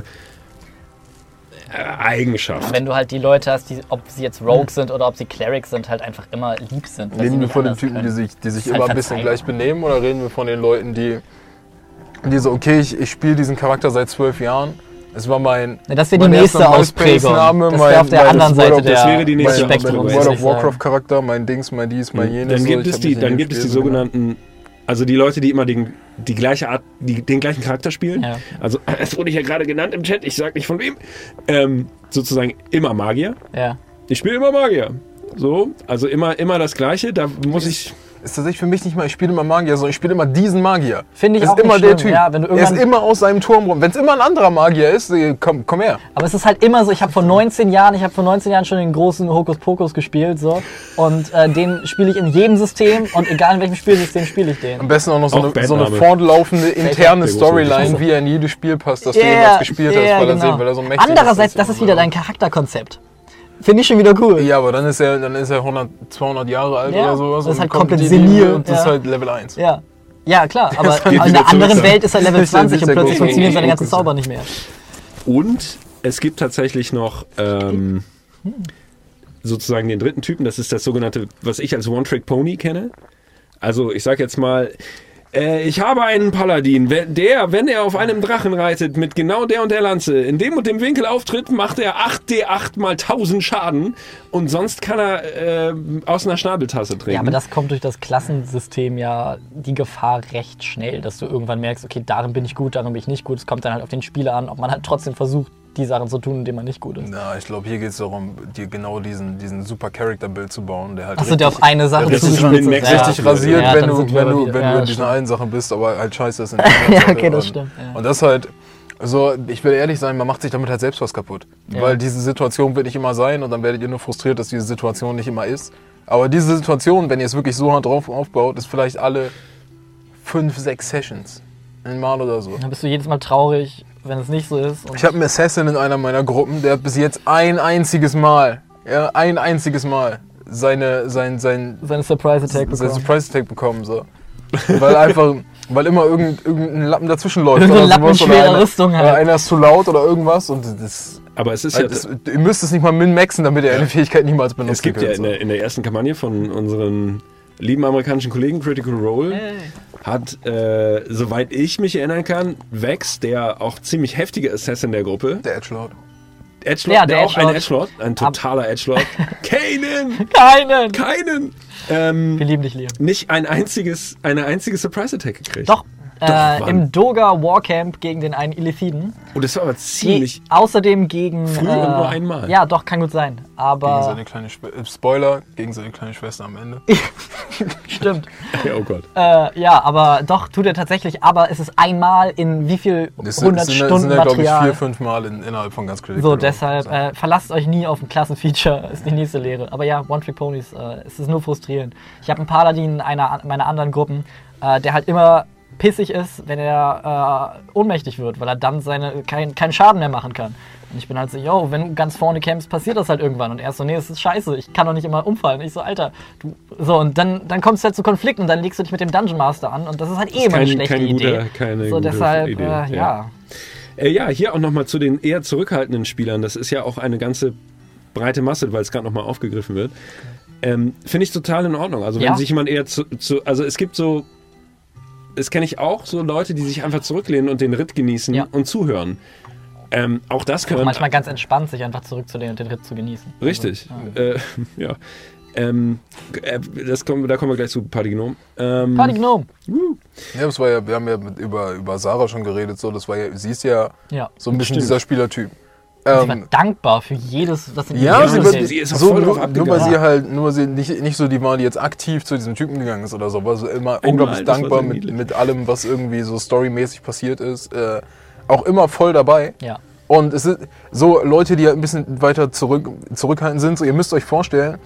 Eigenschaft. Wenn du halt die Leute hast, ob sie jetzt Rogue sind oder ob sie Cleric sind, halt einfach immer lieb sind. Reden wir von den Typen, die sich immer ein bisschen gleich benehmen, oder reden wir von den Leuten, die so, okay, ich spiele diesen Charakter seit 12 Jahren. Es war das wäre die nächste Ausprägung. Das wäre auf der anderen Seite das wäre die nächste Spektrum. Mein World of Warcraft Charakter, mein Dings, mein dies, mein jenes. Dann gibt es die sogenannten, also die Leute, die immer den gleichen Charakter spielen. Ja. Also es wurde ja gerade genannt im Chat, ich sag nicht von wem. Sozusagen immer Magier. Ja. Ich spiele immer Magier. So, also immer das Gleiche. Da muss ich. Ist tatsächlich für mich nicht mal, ich spiele immer Magier, sondern ich spiele immer diesen Magier. Finde ich ist auch immer nicht der schlimm. Typ. Ja, wenn du er ist immer aus seinem Turm rum. Wenn es immer ein anderer Magier ist, komm her. Aber es ist halt immer so, ich habe vor 19 Jahren schon den großen Hokuspokus gespielt. So, und den spiele ich in jedem System und egal in welchem Spielsystem spiele ich den. Am besten auch noch so eine fortlaufende interne Storyline, wie er in jedes Spiel passt, dass du irgendwas gespielt hast, weil er so mächtig ist. Andererseits, das ist wieder dein Charakterkonzept. Finde ich schon wieder cool. Ja, aber dann ist er 100, 200 Jahre alt oder sowas. Das ist halt komplett senil. Und das ist halt Level 1. Ja, klar, aber in der anderen Welt ist er Level 20 und plötzlich funktionieren seine ganzen Zauber nicht mehr. Und es gibt tatsächlich noch sozusagen den dritten Typen, das ist das sogenannte, was ich als One-Trick-Pony kenne. Also ich sag jetzt mal, ich habe einen Paladin, wenn er auf einem Drachen reitet mit genau der und der Lanze, in dem und dem Winkel auftritt, macht er 8d8 mal 1000 Schaden und sonst kann er aus einer Schnabeltasse trinken. Ja, aber das kommt durch das Klassensystem ja die Gefahr recht schnell, dass du irgendwann merkst, okay, darin bin ich gut, darin bin ich nicht gut. Es kommt dann halt auf den Spieler an, ob man halt trotzdem versucht, die Sachen zu tun, in denen man nicht gut ist. Na, ich glaube, hier geht es darum, dir genau diesen super Charakter-Bild zu bauen, der halt Achso, der auf eine Sache das ist zugeschnitzt mit Max ist. richtig rasiert, Ja, wenn dann du, sind wir wenn aber du, wieder- wenn ja, du in diesen stimmt. einen Sachen bist, aber halt scheiße ist in der anderen Ja, Sache. okay, das Und- stimmt. Ja. Und das halt, so, ich will ehrlich sein, man macht sich damit halt selbst was kaputt. Ja. Weil diese Situation wird nicht immer sein und dann werdet ihr nur frustriert, dass diese Situation nicht immer ist. Aber diese Situation, wenn ihr es wirklich so hart drauf aufbaut, ist vielleicht alle 5, 6 Sessions. Einmal oder so. Dann bist du jedes Mal traurig, wenn es nicht so ist. Und Ich habe einen Assassin in einer meiner Gruppen, der hat bis jetzt ein einziges Mal seine seine Surprise-Attack bekommen. Surprise Attack bekommen. So. Weil immer irgendein Lappen dazwischen läuft. Irgendein oder Lappen sowas, schwerer einer, Rüstung halt. oder einer ist zu laut oder irgendwas. Und das, Aber es ist halt, ja, das, ihr müsst es nicht mal min-maxen, damit ihr eine Fähigkeit niemals es benutzen gibt ja könnt. in der ersten Kampagne von unseren lieben amerikanischen Kollegen Critical Role, hat, soweit ich mich erinnern kann, Vex, der auch ziemlich heftige Assassin der Gruppe, Der Edgelord. Edgelord, Ja, der der auch ein Edgelord. Edgelord, ein totaler Edgelord, Kanan, Keinen! keinen, Wir lieben dich, Liam. nicht eine einzige Surprise-Attack gekriegt. Doch, Mann. im Doga Warcamp gegen den einen Illithiden. Und das war aber ziemlich... Außerdem gegen... Früh und nur einmal. Ja, doch, kann gut sein. Gegen Aber... seine kleine Spoiler, gegen seine kleine Schwester am Ende. Stimmt. Oh Gott. Ja, aber doch, tut er tatsächlich. Aber es ist einmal in wie viel Das 100 sind Stunden ja, glaube ich, Material. 4-5 Mal innerhalb von ganz Critical So, Role. deshalb verlasst euch nie auf ein Klassenfeature, ist die nächste Lehre. Aber ja, One-Trick-Ponys, es ist nur frustrierend. Ich habe einen Paladin in einer meiner anderen Gruppen, der halt immer pissig ist, wenn er ohnmächtig wird, weil er dann keinen Schaden mehr machen kann. Und ich bin halt so, yo, wenn du ganz vorne campst, passiert das halt irgendwann. Und er ist so, nee, das ist scheiße, ich kann doch nicht immer umfallen. Und ich so, Alter, du... So, und dann kommst du halt zu Konflikten und dann legst du dich mit dem Dungeon Master an und das ist halt immer eine schlechte Idee. Keine So, gute deshalb, Idee. ja. Ja, hier auch nochmal zu den eher zurückhaltenden Spielern. Das ist ja auch eine ganze breite Masse, weil es gerade nochmal aufgegriffen wird. Finde ich total in Ordnung. Also wenn Ja. sich jemand eher also es gibt so, das kenne ich auch, so Leute, die sich einfach zurücklehnen und den Ritt genießen Ja. und zuhören. Auch das Auch können manchmal ganz entspannt, sich einfach zurückzulehnen und den Ritt zu genießen. Richtig. Also, Ja. Da kommen wir gleich zu Party Gnome. Party Gnome! Ja, das war ja, wir haben ja über Sarah schon geredet, so, das war ja, sie ist ja Ja. so ein bisschen Stimmt. dieser Spielertyp. Sie war dankbar für jedes, was in Ja, ihr sie, Leben wird, steht. sie ist auch so, voll drauf nur weil abgegangen. sie nicht so die war, die jetzt aktiv zu diesem Typen gegangen ist oder so, war so immer Einmal, unglaublich das war dankbar sehr niedlich. mit allem, was irgendwie so storymäßig passiert ist. Auch immer voll dabei. Ja. Und es sind so Leute, die halt ein bisschen weiter zurückhaltend sind, so ihr müsst euch vorstellen,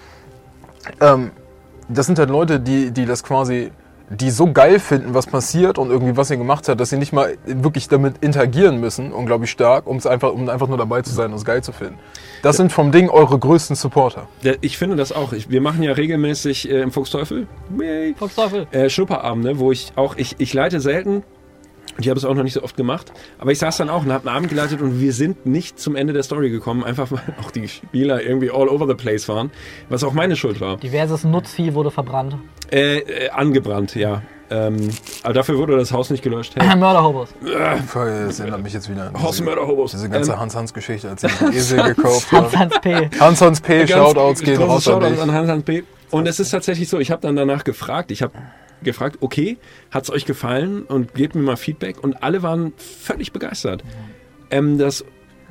das sind halt Leute, die das quasi, die so geil finden, was passiert und irgendwie was ihr gemacht hat, dass sie nicht mal wirklich damit interagieren müssen, unglaublich stark, um einfach nur dabei zu sein und es geil zu finden. Das sind vom Ding eure größten Supporter. Ich finde das auch. Wir machen ja regelmäßig im Fuchsteufel Fuchsteufel. Schnupperabende, wo ich leite selten. Ich habe es auch noch nicht so oft gemacht, aber ich saß dann auch und habe einen Abend geleitet und wir sind nicht zum Ende der Story gekommen, einfach weil auch die Spieler irgendwie all over the place waren, was auch meine Schuld war. Diverses Nutzvieh wurde verbrannt. Angebrannt, ja. Aber dafür wurde das Haus nicht gelöscht. Hey. Mörderhobos. Das erinnert mich jetzt wieder an Hausmörderhobos. diese ganze Hans-Hans-Geschichte, als ich den Esel gekauft habe. Hans P. Hans-Hans P. Shoutouts gehen raus an Shoutouts dich. an Hans P. Und es ist tatsächlich so, ich habe dann danach gefragt, okay, hat es euch gefallen und gebt mir mal Feedback und alle waren völlig begeistert. Das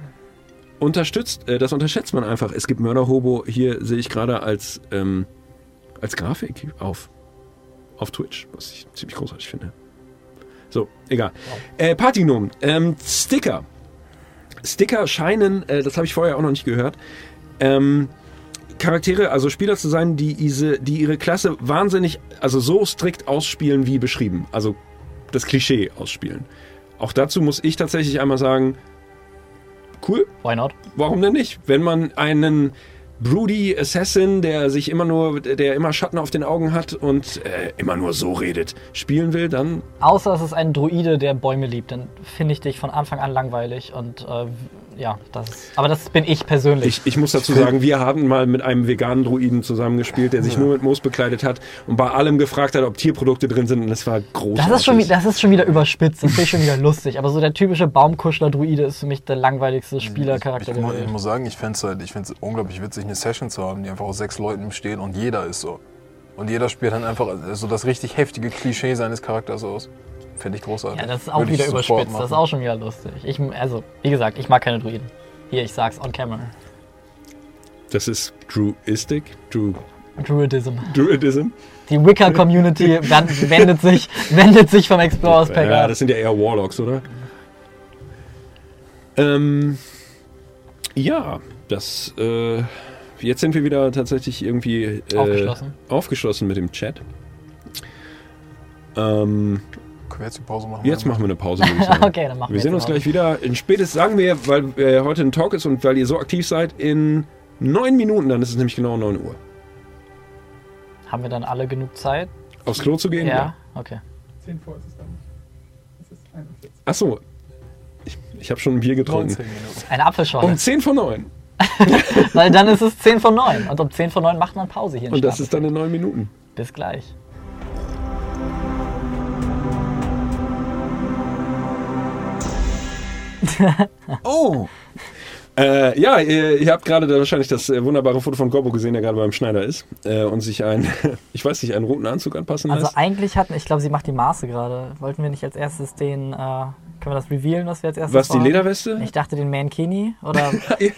unterschätzt man einfach. Es gibt Mörderhobo, hier sehe ich gerade als Grafik auf Twitch, was ich ziemlich großartig finde. So, egal. Partygnomen, Sticker. Sticker scheinen, das habe ich vorher auch noch nicht gehört, Charaktere, also Spieler zu sein, die ihre Klasse wahnsinnig, also so strikt ausspielen wie beschrieben. Also das Klischee ausspielen. Auch dazu muss ich tatsächlich einmal sagen, cool, Why not? warum denn nicht? Wenn man einen broody Assassin, der immer Schatten auf den Augen hat und immer nur so redet, spielen will, dann... Außer es ist ein Druide, der Bäume liebt, dann finde ich dich von Anfang an langweilig und aber das bin ich persönlich. Ich muss dazu sagen, wir haben mal mit einem veganen Druiden zusammengespielt, der sich nur mit Moos bekleidet hat und bei allem gefragt hat, ob Tierprodukte drin sind und das war großartig. Das ist schon wieder überspitzt, das finde ich schon wieder lustig, aber so der typische Baumkuschler-Druide ist für mich der langweiligste Spielercharakter der Ich Welt. muss sagen, ich fände es unglaublich witzig, eine Session zu haben, die einfach aus 6 Leuten besteht und jeder ist so. Und jeder spielt dann einfach so das richtig heftige Klischee seines Charakters aus. Finde ich großartig. Ja, das ist auch Würde ich wieder sofort überspitzt, das ist machen. auch schon wieder lustig. Wie gesagt, ich mag keine Druiden. Hier, ich sag's on camera. Das ist Druidism. Druidism. Die Wicca-Community wendet sich vom Explorers Pack Ja, ab. das sind ja eher Warlocks, oder? Ja, das. Jetzt sind wir wieder tatsächlich irgendwie aufgeschlossen mit dem Chat. Können wir jetzt die Pause machen? Jetzt machen wir eine Pause, würde ich sagen. Okay, dann machen wir Wir sehen jetzt uns eine gleich wieder. In spätestens, sagen wir, weil heute ein Talk ist und weil ihr so aktiv seid, in 9 Minuten, dann ist es nämlich genau 9 Uhr. Haben wir dann alle genug Zeit? Aufs Klo zu gehen? Ja, okay. 10 vor ist es dann. Es ist 41. Achso, ich habe schon ein Bier getrunken. 19 Minuten. Eine Apfelschorle. Um 10 vor 9. Weil dann ist es 10 von 9. Und um 10 von 9 macht man Pause hier in Und das Stapel. ist dann in 9 Minuten. Bis gleich. Oh! Ja, ihr habt gerade wahrscheinlich das wunderbare Foto von Gorbo gesehen, der gerade beim Schneider ist und sich einen roten Anzug anpassen lässt. Also eigentlich ich glaube, sie macht die Maße gerade. Wollten wir nicht als erstes können wir das revealen, was wir als erstes Was, die vorhaben? Lederweste? Ich dachte den Mankini oder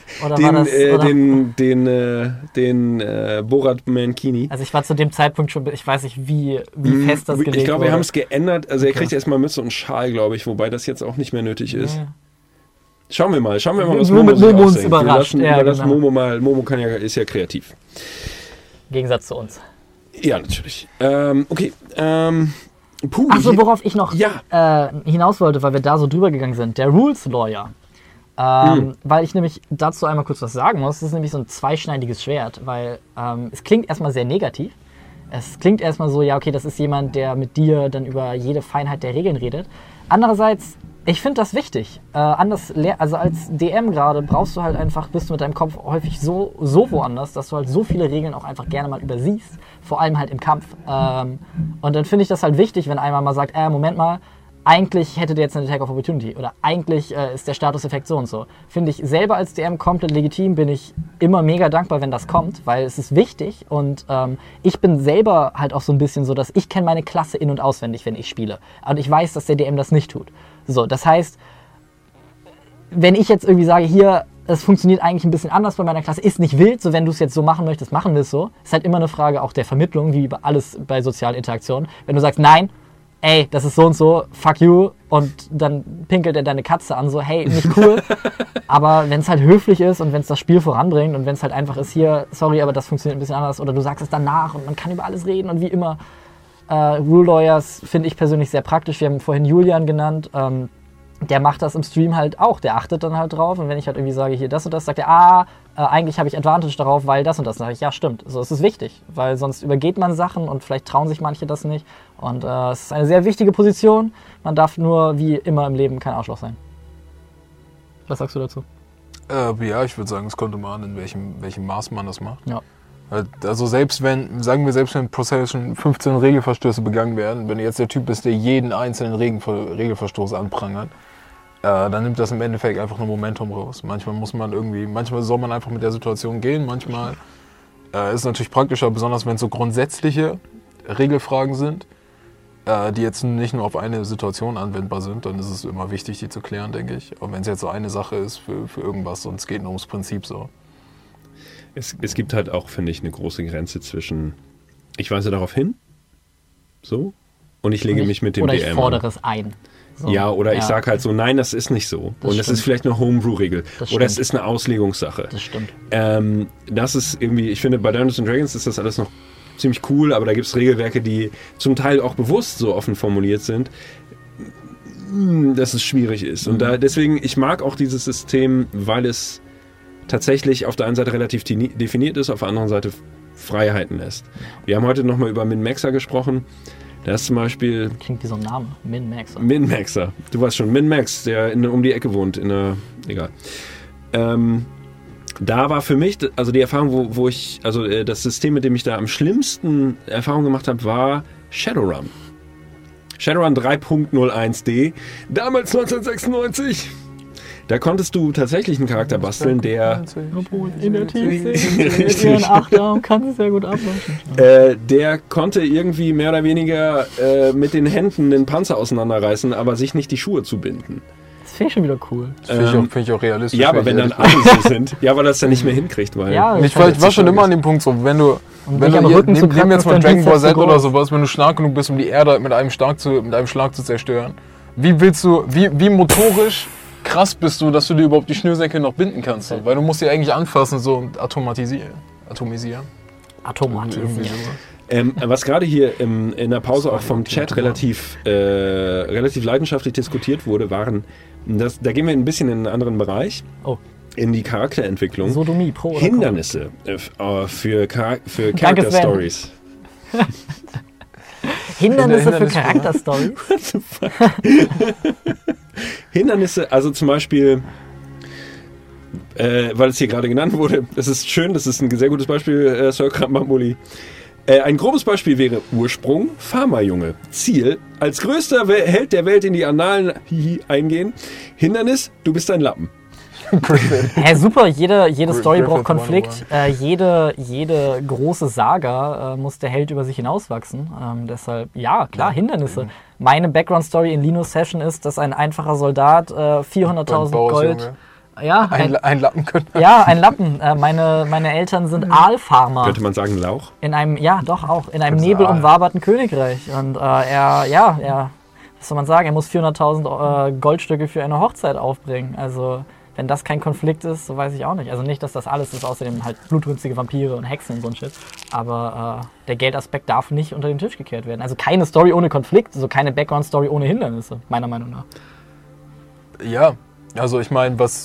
den Borat Mankini. Also ich war zu dem Zeitpunkt schon, ich weiß nicht, wie fest das gelegt Ich glaube, wir wurde. haben es geändert. Also er kriegt erstmal Mütze und Schal, glaube ich, wobei das jetzt auch nicht mehr nötig ist. Ja. Schauen wir mal, was Nur Momo mit sich Momo uns ausdenkt. überrascht. Wir Ja, lassen genau. Momo mal. Momo ist ja kreativ. Im Gegensatz zu uns. Ja, natürlich. Okay. Puh, Achso, worauf ich noch Ja. hinaus wollte, weil wir da so drüber gegangen sind. Der Rules Lawyer. Weil ich nämlich dazu einmal kurz was sagen muss. Das ist nämlich so ein zweischneidiges Schwert, weil es klingt erstmal sehr negativ. Es klingt erstmal so, ja, okay, das ist jemand, der mit dir dann über jede Feinheit der Regeln redet. Andererseits, ich finde das wichtig. Also als DM gerade brauchst du halt einfach, bist du mit deinem Kopf häufig so woanders, dass du halt so viele Regeln auch einfach gerne mal übersiehst. Vor allem halt im Kampf. Und dann finde ich das halt wichtig, wenn einmal mal sagt, Moment mal, eigentlich hätte der jetzt eine Attack of Opportunity oder eigentlich ist der Statuseffekt so und so. Finde ich selber als DM komplett legitim, bin ich immer mega dankbar, wenn das kommt, weil es ist wichtig und ich bin selber halt auch so ein bisschen so, dass ich kenne meine Klasse in- und auswendig, wenn ich spiele. Und ich weiß, dass der DM das nicht tut. So, das heißt, wenn ich jetzt irgendwie sage, hier, es funktioniert eigentlich ein bisschen anders bei meiner Klasse, ist nicht wild, so wenn du es jetzt so machen möchtest, machen wir es so. Ist halt immer eine Frage auch der Vermittlung, wie alles bei sozialen Interaktionen. Wenn du sagst, nein, ey, das ist so und so, fuck you, und dann pinkelt er deine Katze an, so, hey, nicht cool. Aber wenn es halt höflich ist und wenn es das Spiel voranbringt und wenn es halt einfach ist, hier, sorry, aber das funktioniert ein bisschen anders, oder du sagst es danach und man kann über alles reden und wie immer. Rule Lawyers finde ich persönlich sehr praktisch. Wir haben vorhin Julian genannt. Der macht das im Stream halt auch. Der achtet dann halt drauf. Und wenn ich halt irgendwie sage, hier das und das, sagt er, eigentlich habe ich Advantage darauf, weil das und das. Dann sage ich, ja, stimmt. So, es ist wichtig, weil sonst übergeht man Sachen und vielleicht trauen sich manche das nicht. Und es ist eine sehr wichtige Position. Man darf nur, wie immer im Leben, kein Arschloch sein. Was sagst du dazu? Ja, ich würde sagen, es kommt immer an, in welchem Maß man das macht. Ja. Also selbst wenn pro Session 15 Regelverstöße begangen werden, wenn du jetzt der Typ bist, der jeden einzelnen Regelverstoß anprangert, dann nimmt das im Endeffekt einfach nur Momentum raus. Manchmal soll man einfach mit der Situation gehen, manchmal ist es natürlich praktischer, besonders wenn es so grundsätzliche Regelfragen sind, die jetzt nicht nur auf eine Situation anwendbar sind, dann ist es immer wichtig, die zu klären, denke ich. Und wenn es jetzt so eine Sache ist für irgendwas und es geht nur ums Prinzip so. Es gibt halt auch, finde ich, eine große Grenze zwischen, ich weise darauf hin, so, und ich lege mich mit dem oder DM ich fordere an. es ein. So. Ja, oder ich Ja. sage halt so, nein, das ist nicht so. Das Und das stimmt. ist vielleicht eine Homebrew-Regel. Das Oder es stimmt. ist eine Auslegungssache. Das stimmt. Das ist irgendwie, ich finde, bei Dungeons & Dragons ist das alles noch ziemlich cool, aber da gibt es Regelwerke, die zum Teil auch bewusst so offen formuliert sind, dass es schwierig ist. Und deswegen, ich mag auch dieses System, weil es tatsächlich auf der einen Seite relativ definiert ist, auf der anderen Seite Freiheiten lässt. Wir haben heute nochmal über Min-Maxer gesprochen. Da ist zum Beispiel Klingt wie so ein Name. Min-Maxer. Min-Maxer. Du weißt schon, Min-Max, der um die Ecke wohnt. Egal. Da war für mich, also die Erfahrung, das System, mit dem ich da am schlimmsten Erfahrung gemacht habe, war Shadowrun. Shadowrun 3.01d, damals 1996. Da konntest du tatsächlich einen Charakter basteln, der In der Tiefsee, mit ihren Achtarm kann sie sehr gut abwaschen. der konnte irgendwie mehr oder weniger mit den Händen den Panzer auseinanderreißen, aber sich nicht die Schuhe zubinden. Das finde ich schon wieder cool. Find ich auch realistisch. Ja, aber wenn dann alle so sind, ja, weil er es dann nicht mehr hinkriegt, weil... Ja, Ich war schon immer an dem Punkt so, wenn du dich am Rücken zu nehmen jetzt kratzen, mal ist dein Dragon Ball Bizeps Z so oder groß. sowas, wenn du stark genug bist, um die Erde mit einem Schlag zu zerstören, wie motorisch krass bist du, dass du dir überhaupt die Schnürsenkel noch binden kannst? So? Weil du musst die eigentlich anfassen so und atomisieren. Irgendwie Automatisiert. sowas. Was gerade hier in der Pause auch vom Chat relativ leidenschaftlich diskutiert wurde, waren, da gehen wir ein bisschen in einen anderen Bereich, Oh. in die Charakterentwicklung. Sodomie, pro oder Hindernisse für Danke, Character Sven. Stories. Hindernisse für Hindernis- Charakterstories? Hindernisse, also zum Beispiel, weil es hier gerade genannt wurde, das ist schön, das ist ein sehr gutes Beispiel, Sir Krambambuli. Ein grobes Beispiel wäre Ursprung, Farmerjunge. Ziel, als größter Held der Welt in die Annalen eingehen. Hindernis, du bist ein Lappen. Hä, super, jede Story Griffith braucht Konflikt. Jede große Saga muss der Held über sich hinauswachsen. Deshalb, ja, klar, Hindernisse. Meine Background-Story in Linus Session ist, dass ein einfacher Soldat 400.000 Gold... Ja, Ein Lappen könnte ja, ein Lappen. Meine Eltern sind Aalfarmer. Könnte man sagen Lauch? In einem, ja, doch auch, in einem Das nebelumwaberten Königreich. Und was soll man sagen, er muss 400.000 Goldstücke für eine Hochzeit aufbringen. Also, wenn das kein Konflikt ist, so weiß ich auch nicht. Also nicht, dass das alles ist, außerdem halt blutrünstige Vampire und Hexen und so ein Shit. Aber der Geldaspekt darf nicht unter den Tisch gekehrt werden. Also keine Story ohne Konflikt, also keine Background-Story ohne Hindernisse, meiner Meinung nach. Ja, also ich meine, was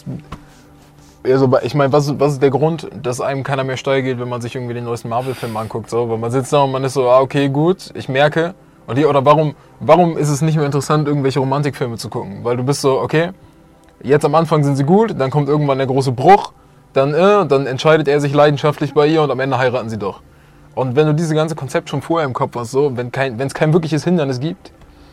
ist der Grund, dass einem keiner mehr steil geht, wenn man sich irgendwie den neuesten Marvel-Film anguckt? So? Weil man sitzt da und man ist so, okay, gut, ich merke. Oder warum ist es nicht mehr interessant, irgendwelche Romantikfilme zu gucken? Weil du bist so, okay, jetzt am Anfang sind sie gut, dann kommt irgendwann der große Bruch, dann entscheidet er sich leidenschaftlich bei ihr und am Ende heiraten sie doch. Und wenn du dieses ganze Konzept schon vorher im Kopf hast, so, wenn es kein wirkliches Hindernis gibt,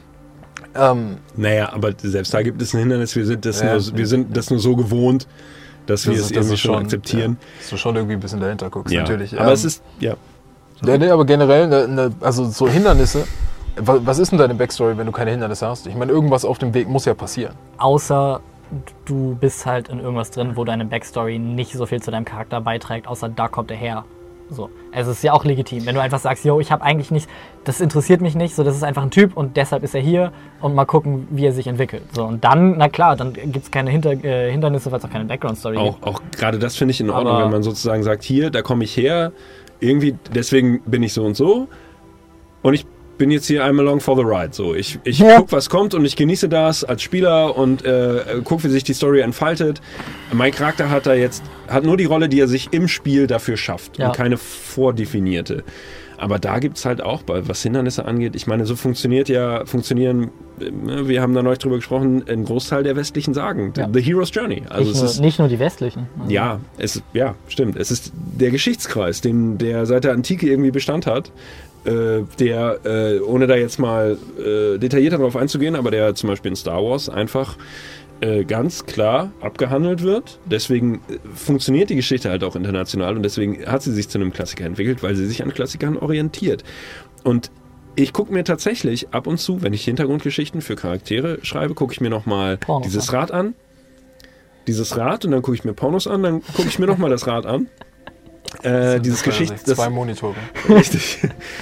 Naja, aber selbst da gibt es ein Hindernis. Wir sind das nur so gewohnt, dass wir es das irgendwie ist schon akzeptieren. Ja, dass du schon irgendwie ein bisschen dahinter guckst, Ja. natürlich. Aber es ist, ja. Aber generell, also so Hindernisse, was ist denn deine Backstory, wenn du keine Hindernisse hast? Ich meine, irgendwas auf dem Weg muss ja passieren. Außer du bist halt in irgendwas drin, wo deine Backstory nicht so viel zu deinem Charakter beiträgt, außer da kommt er her. So. Also es ist ja auch legitim, wenn du einfach sagst, yo, ich habe eigentlich nicht, das interessiert mich nicht, so, das ist einfach ein Typ und deshalb ist er hier und mal gucken, wie er sich entwickelt. So, und dann, na klar, dann gibt es keine Hindernisse, weil es auch keine Background-Story gibt. Auch gerade das finde ich in Ordnung, Aber- wenn man sozusagen sagt, hier, da komme ich her, irgendwie, deswegen bin ich so und ich bin jetzt hier I'm along for the ride. So, ich gucke, was kommt und ich genieße das als Spieler und gucke, wie sich die Story entfaltet. Mein Charakter hat nur die Rolle, die er sich im Spiel dafür schafft Ja. und keine vordefinierte. Aber da gibt es halt auch, was Hindernisse angeht, ich meine, so funktionieren, wir haben da neulich drüber gesprochen, ein Großteil der westlichen Sagen. Ja. The Hero's Journey. Also Nicht nur die westlichen. Also, ja, stimmt. Es ist der Geschichtskreis, der seit der Antike irgendwie Bestand hat, der, ohne da jetzt mal detaillierter darauf einzugehen, aber der zum Beispiel in Star Wars einfach ganz klar abgehandelt wird. Deswegen funktioniert die Geschichte halt auch international und deswegen hat sie sich zu einem Klassiker entwickelt, weil sie sich an Klassikern orientiert. Und ich gucke mir tatsächlich ab und zu, wenn ich Hintergrundgeschichten für Charaktere schreibe, gucke ich mir nochmal Pornos dieses Rad an. Dieses Rad und dann gucke ich mir Pornos an, dann gucke ich mir nochmal das Rad an. Dieses Zwei Monitore. Richtig.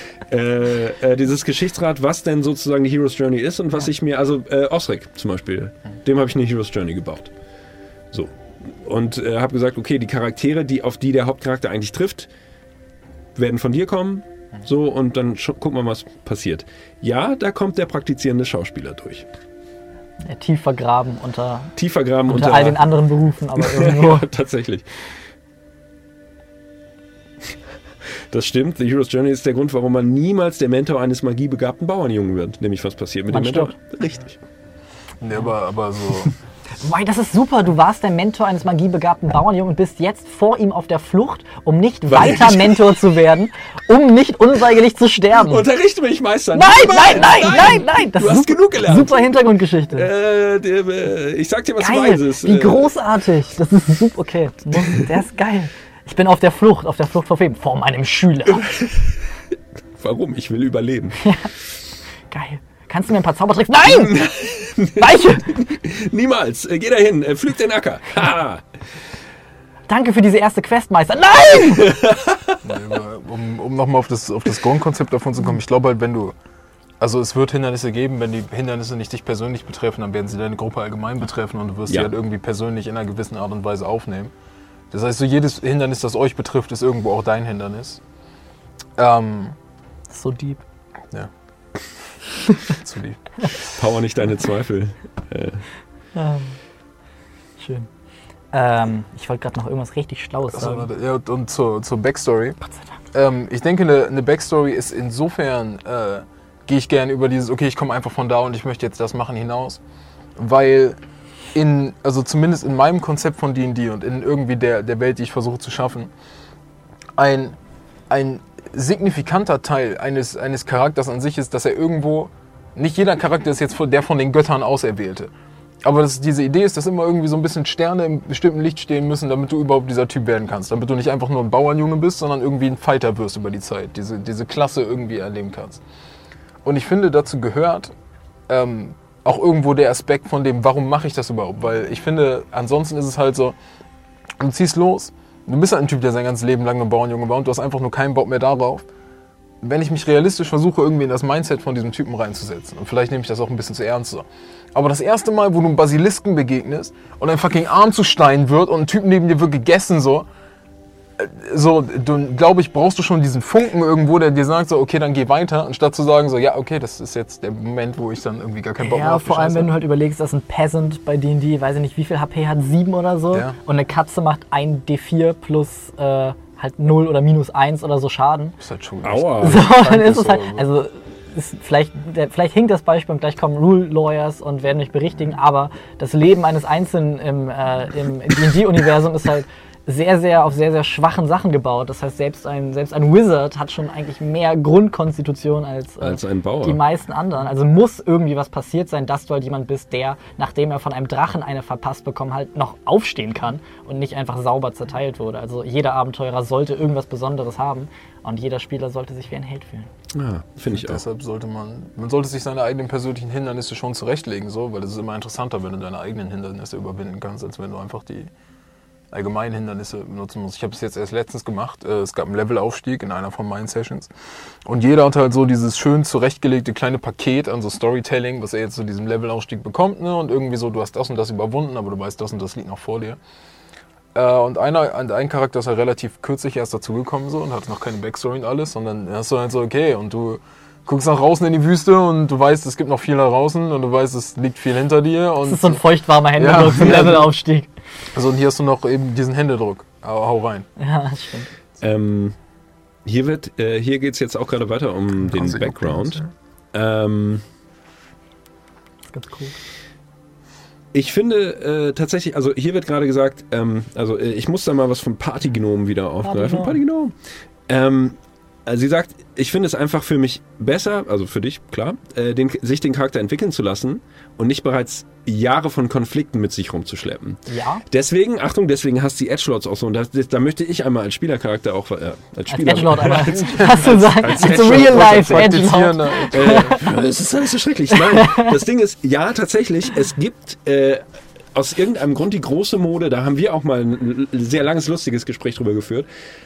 Dieses Geschichtsrad, was denn sozusagen die Hero's Journey ist und was ich mir, also Osric zum Beispiel, dem habe ich eine Hero's Journey gebaut. So. Und habe gesagt, okay, die Charaktere, auf die der Hauptcharakter eigentlich trifft, werden von dir kommen. So, und dann gucken wir mal, was passiert. Ja, da kommt der praktizierende Schauspieler durch. tief vergraben unter Unter all den anderen Berufen, aber irgendwo. Ja, tatsächlich. Das stimmt. The Hero's Journey ist der Grund, warum man niemals der Mentor eines magiebegabten Bauernjungen wird. Nämlich, was passiert mit Man dem Mentor? Richtig. Nee, aber so. Wobei, das ist super. Du warst der Mentor eines magiebegabten Bauernjungen und bist jetzt vor ihm auf der Flucht, um nicht Weil weiter ich- Mentor zu werden, um nicht unweigerlich zu sterben. Unterrichte mich, Meister. Nein. Das Du ist hast genug gelernt. Super Hintergrundgeschichte. Ich sag dir was Geil. Weises. Wie großartig. Das ist super. Okay, der ist geil. Ich bin auf der Flucht vor wem? Vor meinem Schüler. Warum? Ich will überleben. Geil. kannst du mir ein paar Zaubertricks... Nein! Weiche! Niemals! Geh da hin, pflüg den Acker! Ha! Danke für diese erste Questmeister. Nein! Um nochmal auf das Grundkonzept davon zu kommen, ich glaube halt, wenn du... Also es wird Hindernisse geben, wenn die Hindernisse nicht dich persönlich betreffen, dann werden sie deine Gruppe allgemein betreffen und du wirst sie halt irgendwie persönlich in einer gewissen Art und Weise aufnehmen. Das heißt, so jedes Hindernis, das euch betrifft, ist irgendwo auch dein Hindernis. So deep. Ja. Zu lieb. Power nicht deine Zweifel. Schön. Ich wollte gerade noch irgendwas richtig Schlaues sagen. Also, ja, und zur Backstory. Gott sei Dank. Ich denke, eine Backstory ist insofern, gehe ich gerne über dieses, okay, ich komme einfach von da und ich möchte jetzt das machen hinaus. Weil also zumindest in meinem Konzept von D&D und in irgendwie der Welt, die ich versuche zu schaffen, ein signifikanter Teil eines Charakters an sich ist, dass er irgendwo, nicht jeder Charakter ist jetzt der von den Göttern Auserwählte. Aber diese Idee ist, dass immer irgendwie so ein bisschen Sterne im bestimmten Licht stehen müssen, damit du überhaupt dieser Typ werden kannst. Damit du nicht einfach nur ein Bauernjunge bist, sondern irgendwie ein Fighter wirst über die Zeit. Diese Klasse irgendwie erleben kannst. Und ich finde, dazu gehört auch irgendwo der Aspekt von dem, warum mache ich das überhaupt? Weil ich finde, ansonsten ist es halt so, du ziehst los, du bist halt ein Typ, der sein ganzes Leben lang ein Bauernjunge war und du hast einfach nur keinen Bock mehr darauf. Wenn ich mich realistisch versuche, irgendwie in das Mindset von diesem Typen reinzusetzen, und vielleicht nehme ich das auch ein bisschen zu ernst so, aber das erste Mal, wo du einem Basilisken begegnest und ein fucking Arm zu Stein wird und ein Typ neben dir wird gegessen glaube ich, brauchst du schon diesen Funken irgendwo, der dir sagt, so, okay, dann geh weiter, anstatt zu sagen, so, ja, okay, das ist jetzt der Moment, wo ich dann irgendwie gar keinen Bock mehr Ja, auf die vor allem, Scheiße wenn du habe. halt überlegst, dass ein Peasant bei D&D, weiß ich nicht, wie viel HP hat, 7 oder so, Ja. und eine Katze macht 1 D4 plus halt 0 oder minus 1 oder so Schaden. Das ist halt schon Aua. So, dann ist es so, halt, also vielleicht hinkt das Beispiel und gleich kommen Rule Lawyers und werden mich berichtigen, aber das Leben eines Einzelnen im D&D-Universum ist halt auf sehr, sehr schwachen Sachen gebaut. Das heißt, selbst ein Wizard hat schon eigentlich mehr Grundkonstitution als ein Bauer. die meisten anderen. Also muss irgendwie was passiert sein, dass du halt jemand bist, der, nachdem er von einem Drachen eine verpasst bekommen, halt noch aufstehen kann und nicht einfach sauber zerteilt wurde. Also jeder Abenteurer sollte irgendwas Besonderes haben und jeder Spieler sollte sich wie ein Held fühlen. Ja, finde ich auch. Deshalb sollte man sollte sich seine eigenen persönlichen Hindernisse schon zurechtlegen, so, weil es ist immer interessanter, wenn du deine eigenen Hindernisse überwinden kannst, als wenn du einfach die allgemeinen Hindernisse benutzen musst. Ich habe es jetzt erst letztens gemacht. Es gab einen Levelaufstieg in einer von meinen Sessions. Und jeder hat halt so dieses schön zurechtgelegte kleine Paket an so Storytelling, was er jetzt zu diesem Levelaufstieg bekommt. Ne? Und irgendwie so, du hast das und das überwunden, aber du weißt, das und das liegt noch vor dir. Und ein Charakter ist halt relativ kürzlich erst dazugekommen so, und hat noch keine Backstory und alles, sondern hast du halt so, okay, und du guckst nach draußen in die Wüste und du weißt, es gibt noch viel da draußen und du weißt, es liegt viel hinter dir. Und Das ist so ein feuchtwarmer Händedruck zum Levelaufstieg. also, und hier hast du noch eben diesen Händedruck. Hau rein. Ja, das stimmt. Hier geht es jetzt auch gerade weiter um den Background. Das ist ganz cool. Ich finde tatsächlich, also hier wird gerade gesagt, ich muss da mal was von Partygnomen wieder aufgreifen. Partygnomen. Sie sagt, ich finde es einfach für mich besser, also für dich, klar, sich den Charakter entwickeln zu lassen und nicht bereits Jahre von Konflikten mit sich rumzuschleppen. Ja. Deswegen hasst die Edgelords auch so. Und da möchte ich einmal als Spielercharakter auch, als Spieler... Edgelord einmal. Hast du gesagt, als als Edgelord Real-Life Edgelord. Es ist alles so schrecklich. Nein, das Ding ist, ja, tatsächlich, es gibt aus irgendeinem Grund die große Mode, da haben wir auch mal ein sehr langes, lustiges Gespräch drüber geführt,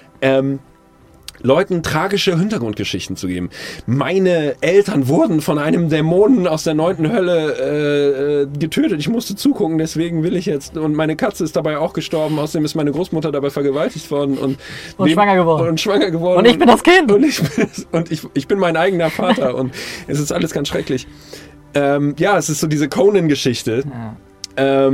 Leuten tragische Hintergrundgeschichten zu geben. Meine Eltern wurden von einem Dämonen aus der 9. Hölle getötet. Ich musste zugucken, deswegen will ich jetzt. Und meine Katze ist dabei auch gestorben. Außerdem ist meine Großmutter dabei vergewaltigt worden. Und schwanger geworden. Und ich bin das Kind. Und ich bin mein eigener Vater. Und es ist alles ganz schrecklich. Es ist so diese Conan-Geschichte. Ja.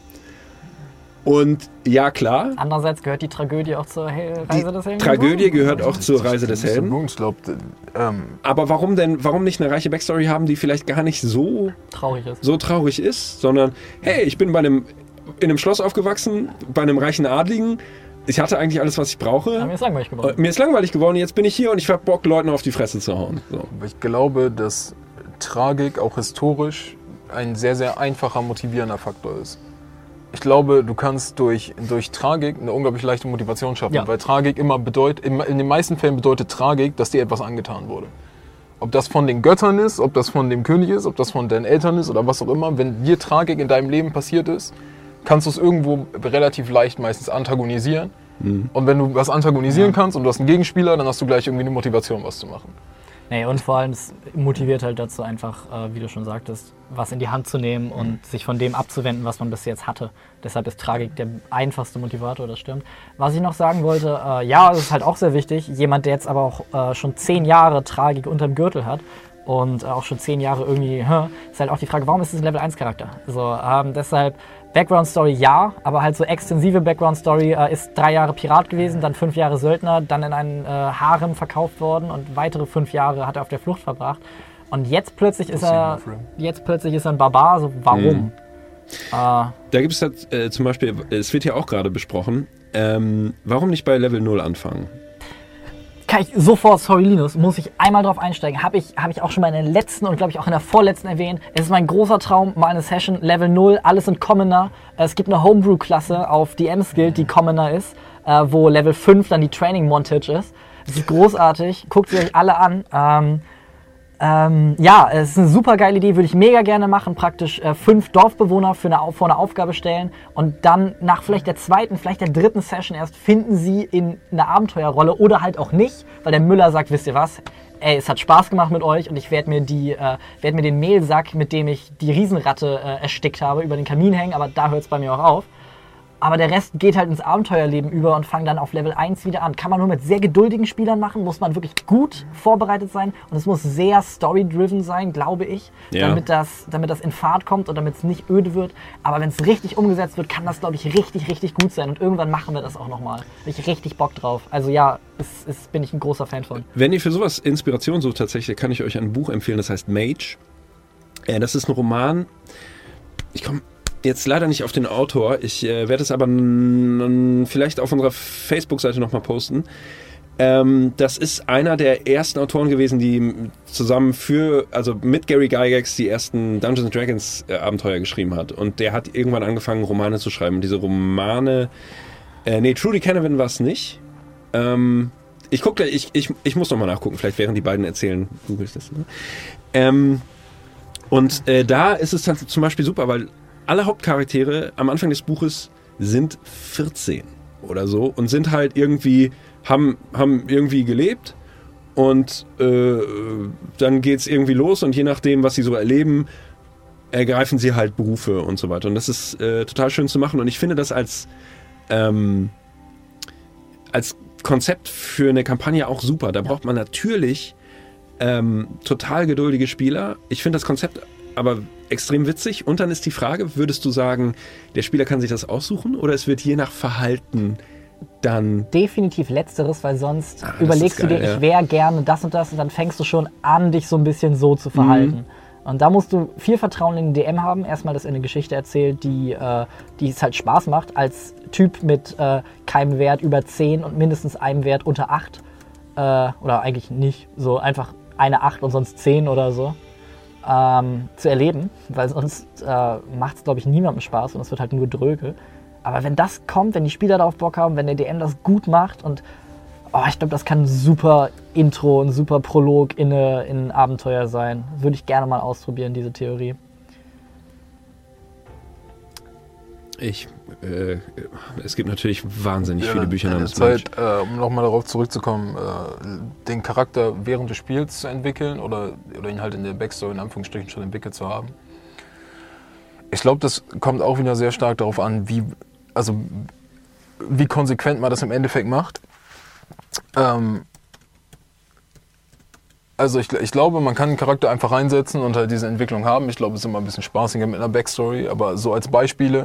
Und ja, klar. Andererseits gehört die Tragödie auch zur Reise des Helden. Tragödie gehört auch zur Reise des Helden. Ich glaube, aber warum nicht eine reiche Backstory haben, die vielleicht gar nicht so traurig ist, sondern hey, ich bin in einem Schloss aufgewachsen, bei einem reichen Adligen. Ich hatte eigentlich alles, was ich brauche. Aber mir ist langweilig geworden. Jetzt bin ich hier und ich hab Bock, Leuten auf die Fresse zu hauen. So. Ich glaube, dass Tragik auch historisch ein sehr, sehr einfacher motivierender Faktor ist. Ich glaube, du kannst durch Tragik eine unglaublich leichte Motivation schaffen, weil Tragik in den meisten Fällen bedeutet Tragik, dass dir etwas angetan wurde. Ob das von den Göttern ist, ob das von dem König ist, ob das von deinen Eltern ist oder was auch immer. Wenn dir Tragik in deinem Leben passiert ist, kannst du es irgendwo relativ leicht meistens antagonisieren. Und wenn du was antagonisieren kannst und du hast einen Gegenspieler, dann hast du gleich irgendwie eine Motivation, was zu machen. Nee, und vor allem, es motiviert halt dazu einfach, wie du schon sagtest, was in die Hand zu nehmen und sich von dem abzuwenden, was man bis jetzt hatte. Deshalb ist Tragik der einfachste Motivator, das stimmt. Was ich noch sagen wollte, ja, das ist halt auch sehr wichtig. Jemand, der jetzt aber auch schon 10 Jahre Tragik unterm Gürtel hat und auch schon 10 Jahre irgendwie, ist halt auch die Frage, warum ist es ein Level 1 Charakter? Also deshalb Background Story ja, aber halt so extensive Background Story, ist 3 Jahre Pirat gewesen, dann 5 Jahre Söldner, dann in einen Harem verkauft worden und weitere 5 Jahre hat er auf der Flucht verbracht. Und jetzt plötzlich ist er ein Barbar, so warum? Da gibt es halt, zum Beispiel, es wird ja auch gerade besprochen, warum nicht bei Level 0 anfangen? Kann ich sofort, sorry Linus, muss ich einmal drauf einsteigen. Hab ich auch schon mal in der letzten und glaube ich auch in der vorletzten erwähnt. Es ist mein großer Traum, mal eine Session, Level 0, alles sind Commoner. Es gibt eine Homebrew-Klasse auf DM's Guild, die Commoner ist, wo Level 5 dann die Training Montage ist. Das ist großartig, guckt sie euch alle an. Ja, es ist eine super geile Idee, würde ich mega gerne machen, praktisch 5 Dorfbewohner vor eine Aufgabe stellen und dann nach vielleicht der zweiten, vielleicht der dritten Session erst finden sie in eine Abenteuerrolle oder halt auch nicht, weil der Müller sagt, wisst ihr was, ey, es hat Spaß gemacht mit euch und ich werde mir den Mehlsack, mit dem ich die Riesenratte erstickt habe, über den Kamin hängen, aber da hört es bei mir auch auf. Aber der Rest geht halt ins Abenteuerleben über und fangt dann auf Level 1 wieder an. Kann man nur mit sehr geduldigen Spielern machen, muss man wirklich gut vorbereitet sein und es muss sehr story-driven sein, glaube ich, damit das in Fahrt kommt und damit es nicht öde wird. Aber wenn es richtig umgesetzt wird, kann das, glaube ich, richtig, richtig gut sein und irgendwann machen wir das auch nochmal. Da habe ich richtig Bock drauf. Also ja, bin ich ein großer Fan von. Wenn ihr für sowas Inspiration sucht, tatsächlich, kann ich euch ein Buch empfehlen, das heißt Mage. Das ist ein Roman. Ich komme jetzt leider nicht auf den Autor. Ich werde es aber vielleicht auf unserer Facebook-Seite nochmal posten. Das ist einer der ersten Autoren gewesen, die zusammen mit Gary Gygax die ersten Dungeons & Dragons Abenteuer geschrieben hat. Und der hat irgendwann angefangen, Romane zu schreiben. Diese Romane... Trudy Canavan war es nicht. Ich muss nochmal nachgucken. Vielleicht während die beiden erzählen, google ich das. Da ist es dann zum Beispiel super, weil alle Hauptcharaktere am Anfang des Buches sind 14 oder so und sind halt irgendwie, haben irgendwie gelebt und dann geht's irgendwie los und je nachdem, was sie so erleben, ergreifen sie halt Berufe und so weiter. Und das ist total schön zu machen und ich finde das als Konzept für eine Kampagne auch super. Da braucht man natürlich total geduldige Spieler. Ich finde das Konzept aber extrem witzig. Und dann ist die Frage, würdest du sagen, der Spieler kann sich das aussuchen oder es wird je nach Verhalten dann... Definitiv Letzteres, weil sonst überlegst du dir, ich wäre gerne das und das und dann fängst du schon an, dich so ein bisschen so zu verhalten. Und da musst du viel Vertrauen in den DM haben. Erstmal, dass er eine Geschichte erzählt, die es halt Spaß macht. Als Typ mit keinem Wert über 10 und mindestens einem Wert unter 8. Oder eigentlich nicht. So einfach eine 8 und sonst 10 oder so. Zu erleben. Weil sonst macht es, glaube ich, niemandem Spaß und es wird halt nur dröge. Aber wenn das kommt, wenn die Spieler darauf Bock haben, wenn der DM das gut macht und ich glaube, das kann ein super Intro, ein super Prolog in ein Abenteuer sein. Würde ich gerne mal ausprobieren, diese Theorie. Es gibt natürlich wahnsinnig viele Bücher namens Zeit, um nochmal darauf zurückzukommen, den Charakter während des Spiels zu entwickeln oder ihn halt in der Backstory in Anführungsstrichen schon entwickelt zu haben. Ich glaube, das kommt auch wieder sehr stark darauf an, wie konsequent man das im Endeffekt macht. Also ich glaube, man kann einen Charakter einfach reinsetzen und halt diese Entwicklung haben. Ich glaube, es ist immer ein bisschen spaßiger mit einer Backstory, aber so als Beispiele,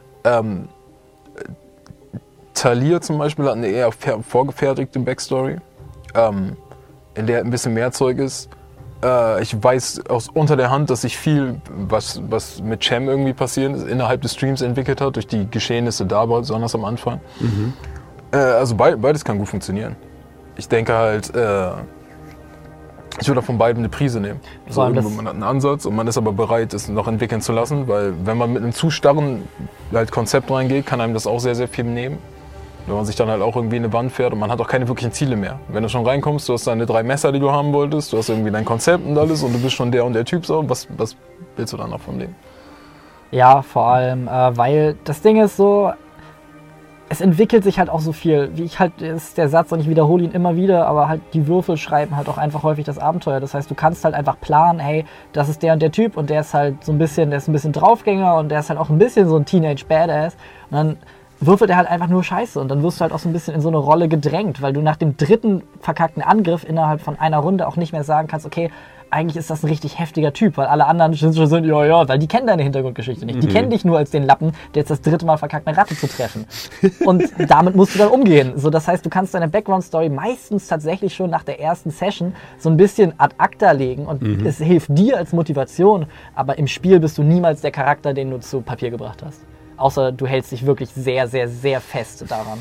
Talir zum Beispiel hat eine eher vorgefertigte Backstory, in der ein bisschen mehr Zeug ist. Ich weiß unter der Hand, dass sich viel, was mit Cem irgendwie passiert ist, innerhalb des Streams entwickelt hat, durch die Geschehnisse da, besonders am Anfang. Also beides kann gut funktionieren. Ich denke halt, ich würde von beidem eine Prise nehmen. So irgendwo, man hat einen Ansatz und man ist aber bereit, es noch entwickeln zu lassen, weil wenn man mit einem zu starren Konzept reingeht, kann einem das auch sehr, sehr viel nehmen. Wenn man sich dann halt auch irgendwie in eine Wand fährt und man hat auch keine wirklichen Ziele mehr. Wenn du schon reinkommst, du hast deine 3 Messer, die du haben wolltest, du hast irgendwie dein Konzept und alles und du bist schon der und der Typ so, was willst du dann noch von dem? Ja, vor allem, weil das Ding ist so, es entwickelt sich halt auch so viel. Wie ich halt, ist der Satz und ich wiederhole ihn immer wieder, aber halt die Würfel schreiben halt auch einfach häufig das Abenteuer. Das heißt, du kannst halt einfach planen, hey, das ist der und der Typ und der ist halt so ein bisschen, der ist ein bisschen Draufgänger und der ist halt auch ein bisschen so ein Teenage Badass. Und dann würfelt er halt einfach nur Scheiße und dann wirst du halt auch so ein bisschen in so eine Rolle gedrängt, weil du nach dem 3. verkackten Angriff innerhalb von einer Runde auch nicht mehr sagen kannst, okay, eigentlich ist das ein richtig heftiger Typ, weil alle anderen sind, ja, weil die kennen deine Hintergrundgeschichte nicht. Die kennen dich nur als den Lappen, der jetzt das 3. Mal verkackt, eine Ratte zu treffen. Und damit musst du dann umgehen. So, das heißt, du kannst deine Background-Story meistens tatsächlich schon nach der ersten Session so ein bisschen ad acta legen und es hilft dir als Motivation, aber im Spiel bist du niemals der Charakter, den du zu Papier gebracht hast. Außer du hältst dich wirklich sehr, sehr, sehr fest daran.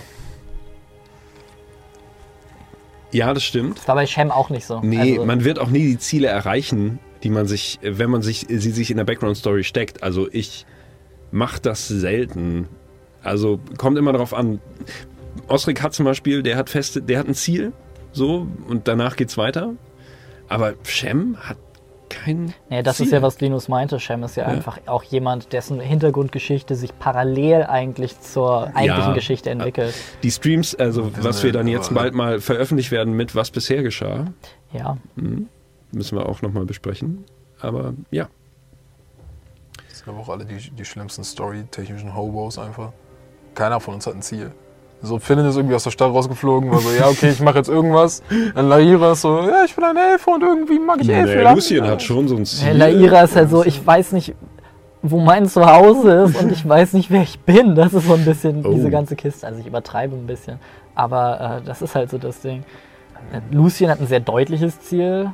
Ja, das stimmt. Das war bei Shem auch nicht so. Nee, Also, man wird auch nie die Ziele erreichen, die man sich, wenn man sie sich in der Background-Story steckt. Also ich mache das selten. Also kommt immer darauf an. Osric hat zum Beispiel, der hat ein Ziel, so, und danach geht's weiter. Aber Shem hat kein nee, das Ziel. ist ja, was Linus meinte. Shem ist ja einfach auch jemand, dessen Hintergrundgeschichte sich parallel eigentlich zur eigentlichen Geschichte entwickelt. Die Streams, also was wir dann jetzt bald mal veröffentlicht werden mit was bisher geschah, Ja. müssen wir auch nochmal besprechen. Aber ja. Das sind aber auch alle die schlimmsten storytechnischen Hobos einfach. Keiner von uns hat ein Ziel. So, Finn ist irgendwie aus der Stadt rausgeflogen, war so, ja, okay, ich mache jetzt irgendwas. Dann Laira ist so, ja, ich bin ein Elfe und irgendwie mag ich Elfe. Lucien hat schon so ein Ziel. Laira ist halt so, ich weiß nicht, wo mein Zuhause ist und ich weiß nicht, wer ich bin. Das ist so ein bisschen diese ganze Kiste. Also ich übertreibe ein bisschen. Aber das ist halt so das Ding. Lucien hat ein sehr deutliches Ziel.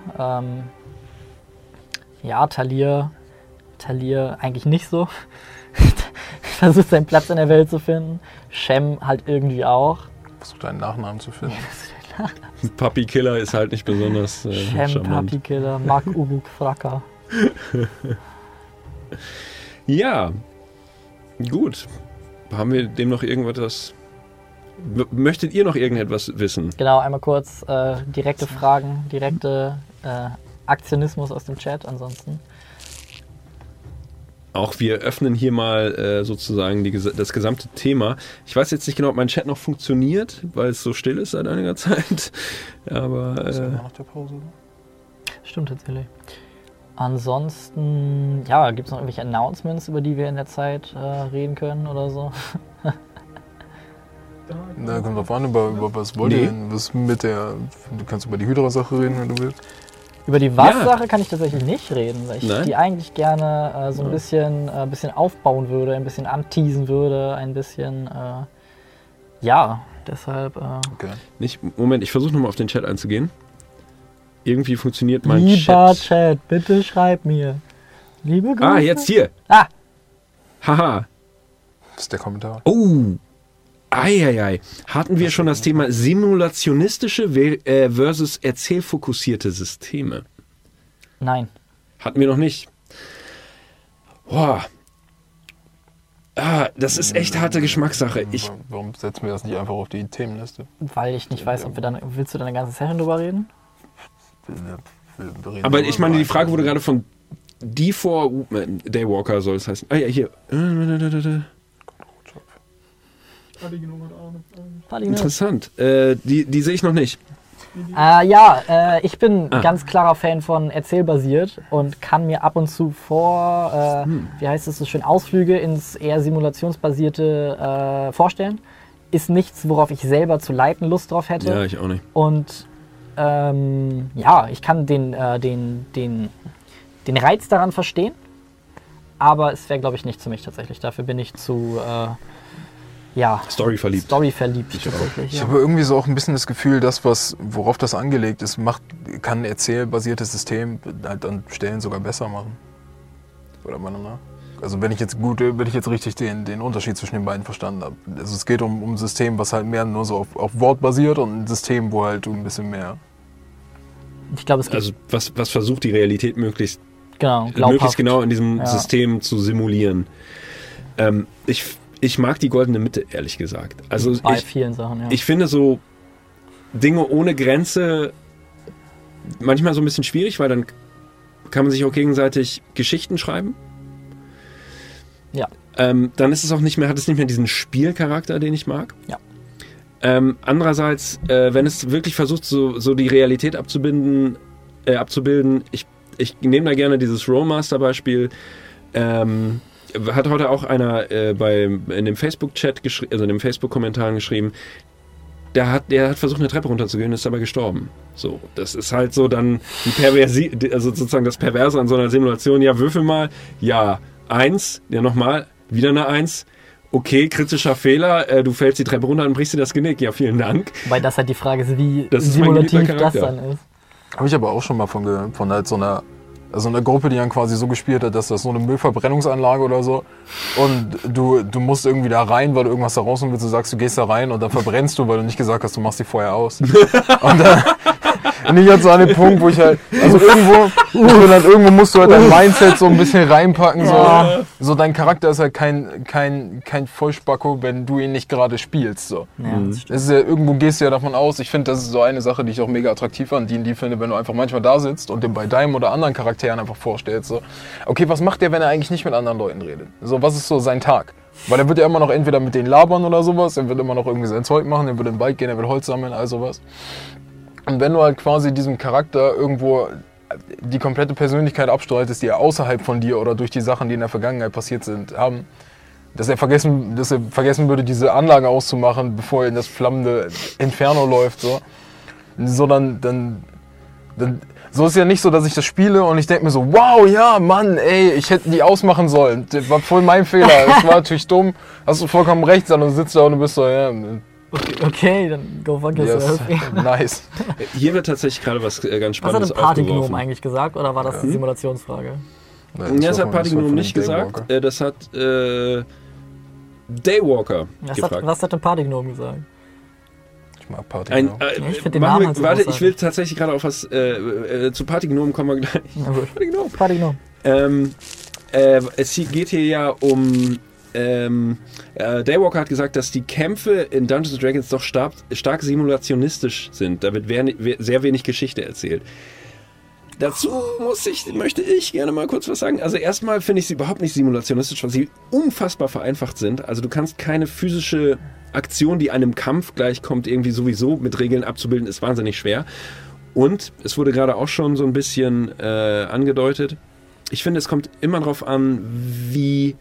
Ja, Talir eigentlich nicht so. Versucht seinen Platz in der Welt zu finden. Shem halt irgendwie auch. Versucht deinen Nachnamen zu finden. Puppy Killer ist halt nicht besonders Shem, charmant. Puppy Killer, Mark Uruk Fracker. Ja, gut. Haben wir dem noch irgendwas... Möchtet ihr noch irgendetwas wissen? Genau, einmal kurz direkte Fragen, direkte Aktionismus aus dem Chat ansonsten. Auch wir öffnen hier mal sozusagen das gesamte Thema. Ich weiß jetzt nicht genau, ob mein Chat noch funktioniert, weil es so still ist seit einiger Zeit. Aber Ist immer nach der Pause. Stimmt tatsächlich. Ansonsten, ja, gibt es noch irgendwelche Announcements, über die wir in der Zeit reden können oder so? Na, kommt drauf an, über was wollt ihr denn? Was mit der. Du kannst über die Hydra-Sache reden, wenn du willst. Über die Was-Sache kann ich tatsächlich nicht reden, weil ich Nein? die eigentlich gerne so ein bisschen aufbauen würde, ein bisschen anteasen würde, ein bisschen, ja, deshalb... Okay. Moment, ich versuche nochmal auf den Chat einzugehen. Irgendwie funktioniert mein Lieber Chat. Chat, bitte schreib mir. Liebe Grüße. Ah, jetzt hier. Ah, Haha. Das ist der Kommentar. Oh. Eieiei. Hatten wir schon das Thema simulationistische versus erzählfokussierte Systeme? nein. Hatten wir noch nicht. Boah. Das ist echt harte Geschmackssache. Warum setzen wir das nicht einfach auf die Themenliste? Weil ich nicht weiß, ob wir dann... Willst du dann eine ganze Session drüber reden? Wir reden Aber darüber, ich meine, die einfach. Frage wurde gerade von D4 Daywalker soll es heißen. Ah ja, hier. Interessant. Die sehe ich noch nicht. Ich bin ganz klarer Fan von erzählbasiert und kann mir ab und zu wie heißt es so schön, Ausflüge ins eher simulationsbasierte vorstellen. Ist nichts, worauf ich selber zu leiten Lust drauf hätte. Ja, ich auch nicht. Und ich kann den Reiz daran verstehen, aber es wäre, glaube ich, nicht für mich tatsächlich. Dafür bin ich zu Story verliebt. tatsächlich. Ich habe irgendwie so auch ein bisschen das Gefühl, worauf das angelegt ist, kann ein erzählbasiertes System halt an Stellen sogar besser machen. Oder meiner Meinung nach. Also wenn ich jetzt richtig den Unterschied zwischen den beiden verstanden habe. Also es geht um ein System, was halt mehr nur so auf Wort basiert und ein System, wo halt du ein bisschen mehr... Ich glaube, es geht Also was versucht die Realität möglichst glaubhaft. genau in diesem System zu simulieren. ich mag die goldene Mitte, ehrlich gesagt. Also Bei vielen Sachen, ja. ich finde so Dinge ohne Grenze manchmal so ein bisschen schwierig, weil dann kann man sich auch gegenseitig Geschichten schreiben. Ja. Dann ist es auch nicht mehr, hat es nicht mehr diesen Spielcharakter, den ich mag. Ja. Andererseits, wenn es wirklich versucht, so die Realität abzubilden, ich nehme da gerne dieses Rollmaster-Beispiel. Hat heute auch einer in dem Facebook-Chat, also in dem Facebook-Kommentaren geschrieben, der hat versucht, eine Treppe runterzugehen, ist aber gestorben. So, das ist halt so dann also sozusagen das Perverse an so einer Simulation. Ja, würfel mal. Ja, 1. Ja, nochmal. Wieder eine 1. Okay, kritischer Fehler. Du fällst die Treppe runter und brichst dir das Genick. Ja, vielen Dank. Weil das halt die Frage ist, wie Das ist mein simulativ geliebter das Charakter. dann ist. Habe ich aber auch schon mal von halt so einer Gruppe, die dann quasi so gespielt hat, dass das so eine Müllverbrennungsanlage oder so und du musst irgendwie da rein, weil du irgendwas da rausholen willst, du sagst, du gehst da rein und dann verbrennst du, weil du nicht gesagt hast, du machst die vorher aus. Und dann bin ich halt so an dem Punkt, wo ich halt, also irgendwo musst du halt dein Mindset so ein bisschen reinpacken, so dein Charakter ist halt kein Vollspacko, wenn du ihn nicht gerade spielst, so. Ja, das stimmt. Es ist ja, irgendwo gehst du ja davon aus, ich finde, das ist so eine Sache, die ich auch mega attraktiv an D&D finde, wenn du einfach manchmal da sitzt und dir bei deinem oder anderen Charakteren einfach vorstellst, so, okay, was macht der, wenn er eigentlich nicht mit anderen Leuten redet? So, was ist so sein Tag? Weil er wird ja immer noch entweder mit denen labern oder sowas, er wird immer noch irgendwie sein Zeug machen, er wird in den Wald gehen, er will Holz sammeln, all sowas. Und wenn du halt quasi diesem Charakter irgendwo die komplette Persönlichkeit abstreitest, die er außerhalb von dir oder durch die Sachen, die in der Vergangenheit passiert sind, haben, dass er vergessen würde, diese Anlage auszumachen, bevor er in das flammende Inferno läuft, so dann so ist ja nicht so, dass ich das spiele und ich denke mir so, wow, ja, Mann, ey, ich hätte die ausmachen sollen. Das war voll mein Fehler. Das war natürlich dumm. Hast du vollkommen recht, sondern du sitzt da und du bist so, ja. Okay, dann go fuck yourself. Yes, nice. Hier wird tatsächlich gerade was ganz Was hat Spannendes denn Partygnom aufgeworfen. eigentlich gesagt oder war das die Simulationsfrage? Ja, das hat Partygnom nicht gesagt. Das hat Daywalker gefragt. Was hat denn Partygnom gesagt? Ich mag Partygnom. Ich finde den Namen halt so warte, ich großartig. will tatsächlich gerade auf was zu Partygnom kommen wir gleich. Na gut. Partygnom. Partygnom. Es geht hier ja um Daywalker hat gesagt, dass die Kämpfe in Dungeons & Dragons doch stark simulationistisch sind. Da wird sehr wenig Geschichte erzählt. Dazu möchte ich gerne mal kurz was sagen. Also erstmal finde ich sie überhaupt nicht simulationistisch, weil sie unfassbar vereinfacht sind. Also du kannst keine physische Aktion, die einem Kampf gleichkommt, irgendwie sowieso mit Regeln abzubilden, ist wahnsinnig schwer. Und es wurde gerade auch schon so ein bisschen angedeutet. Ich finde, es kommt immer darauf an, wie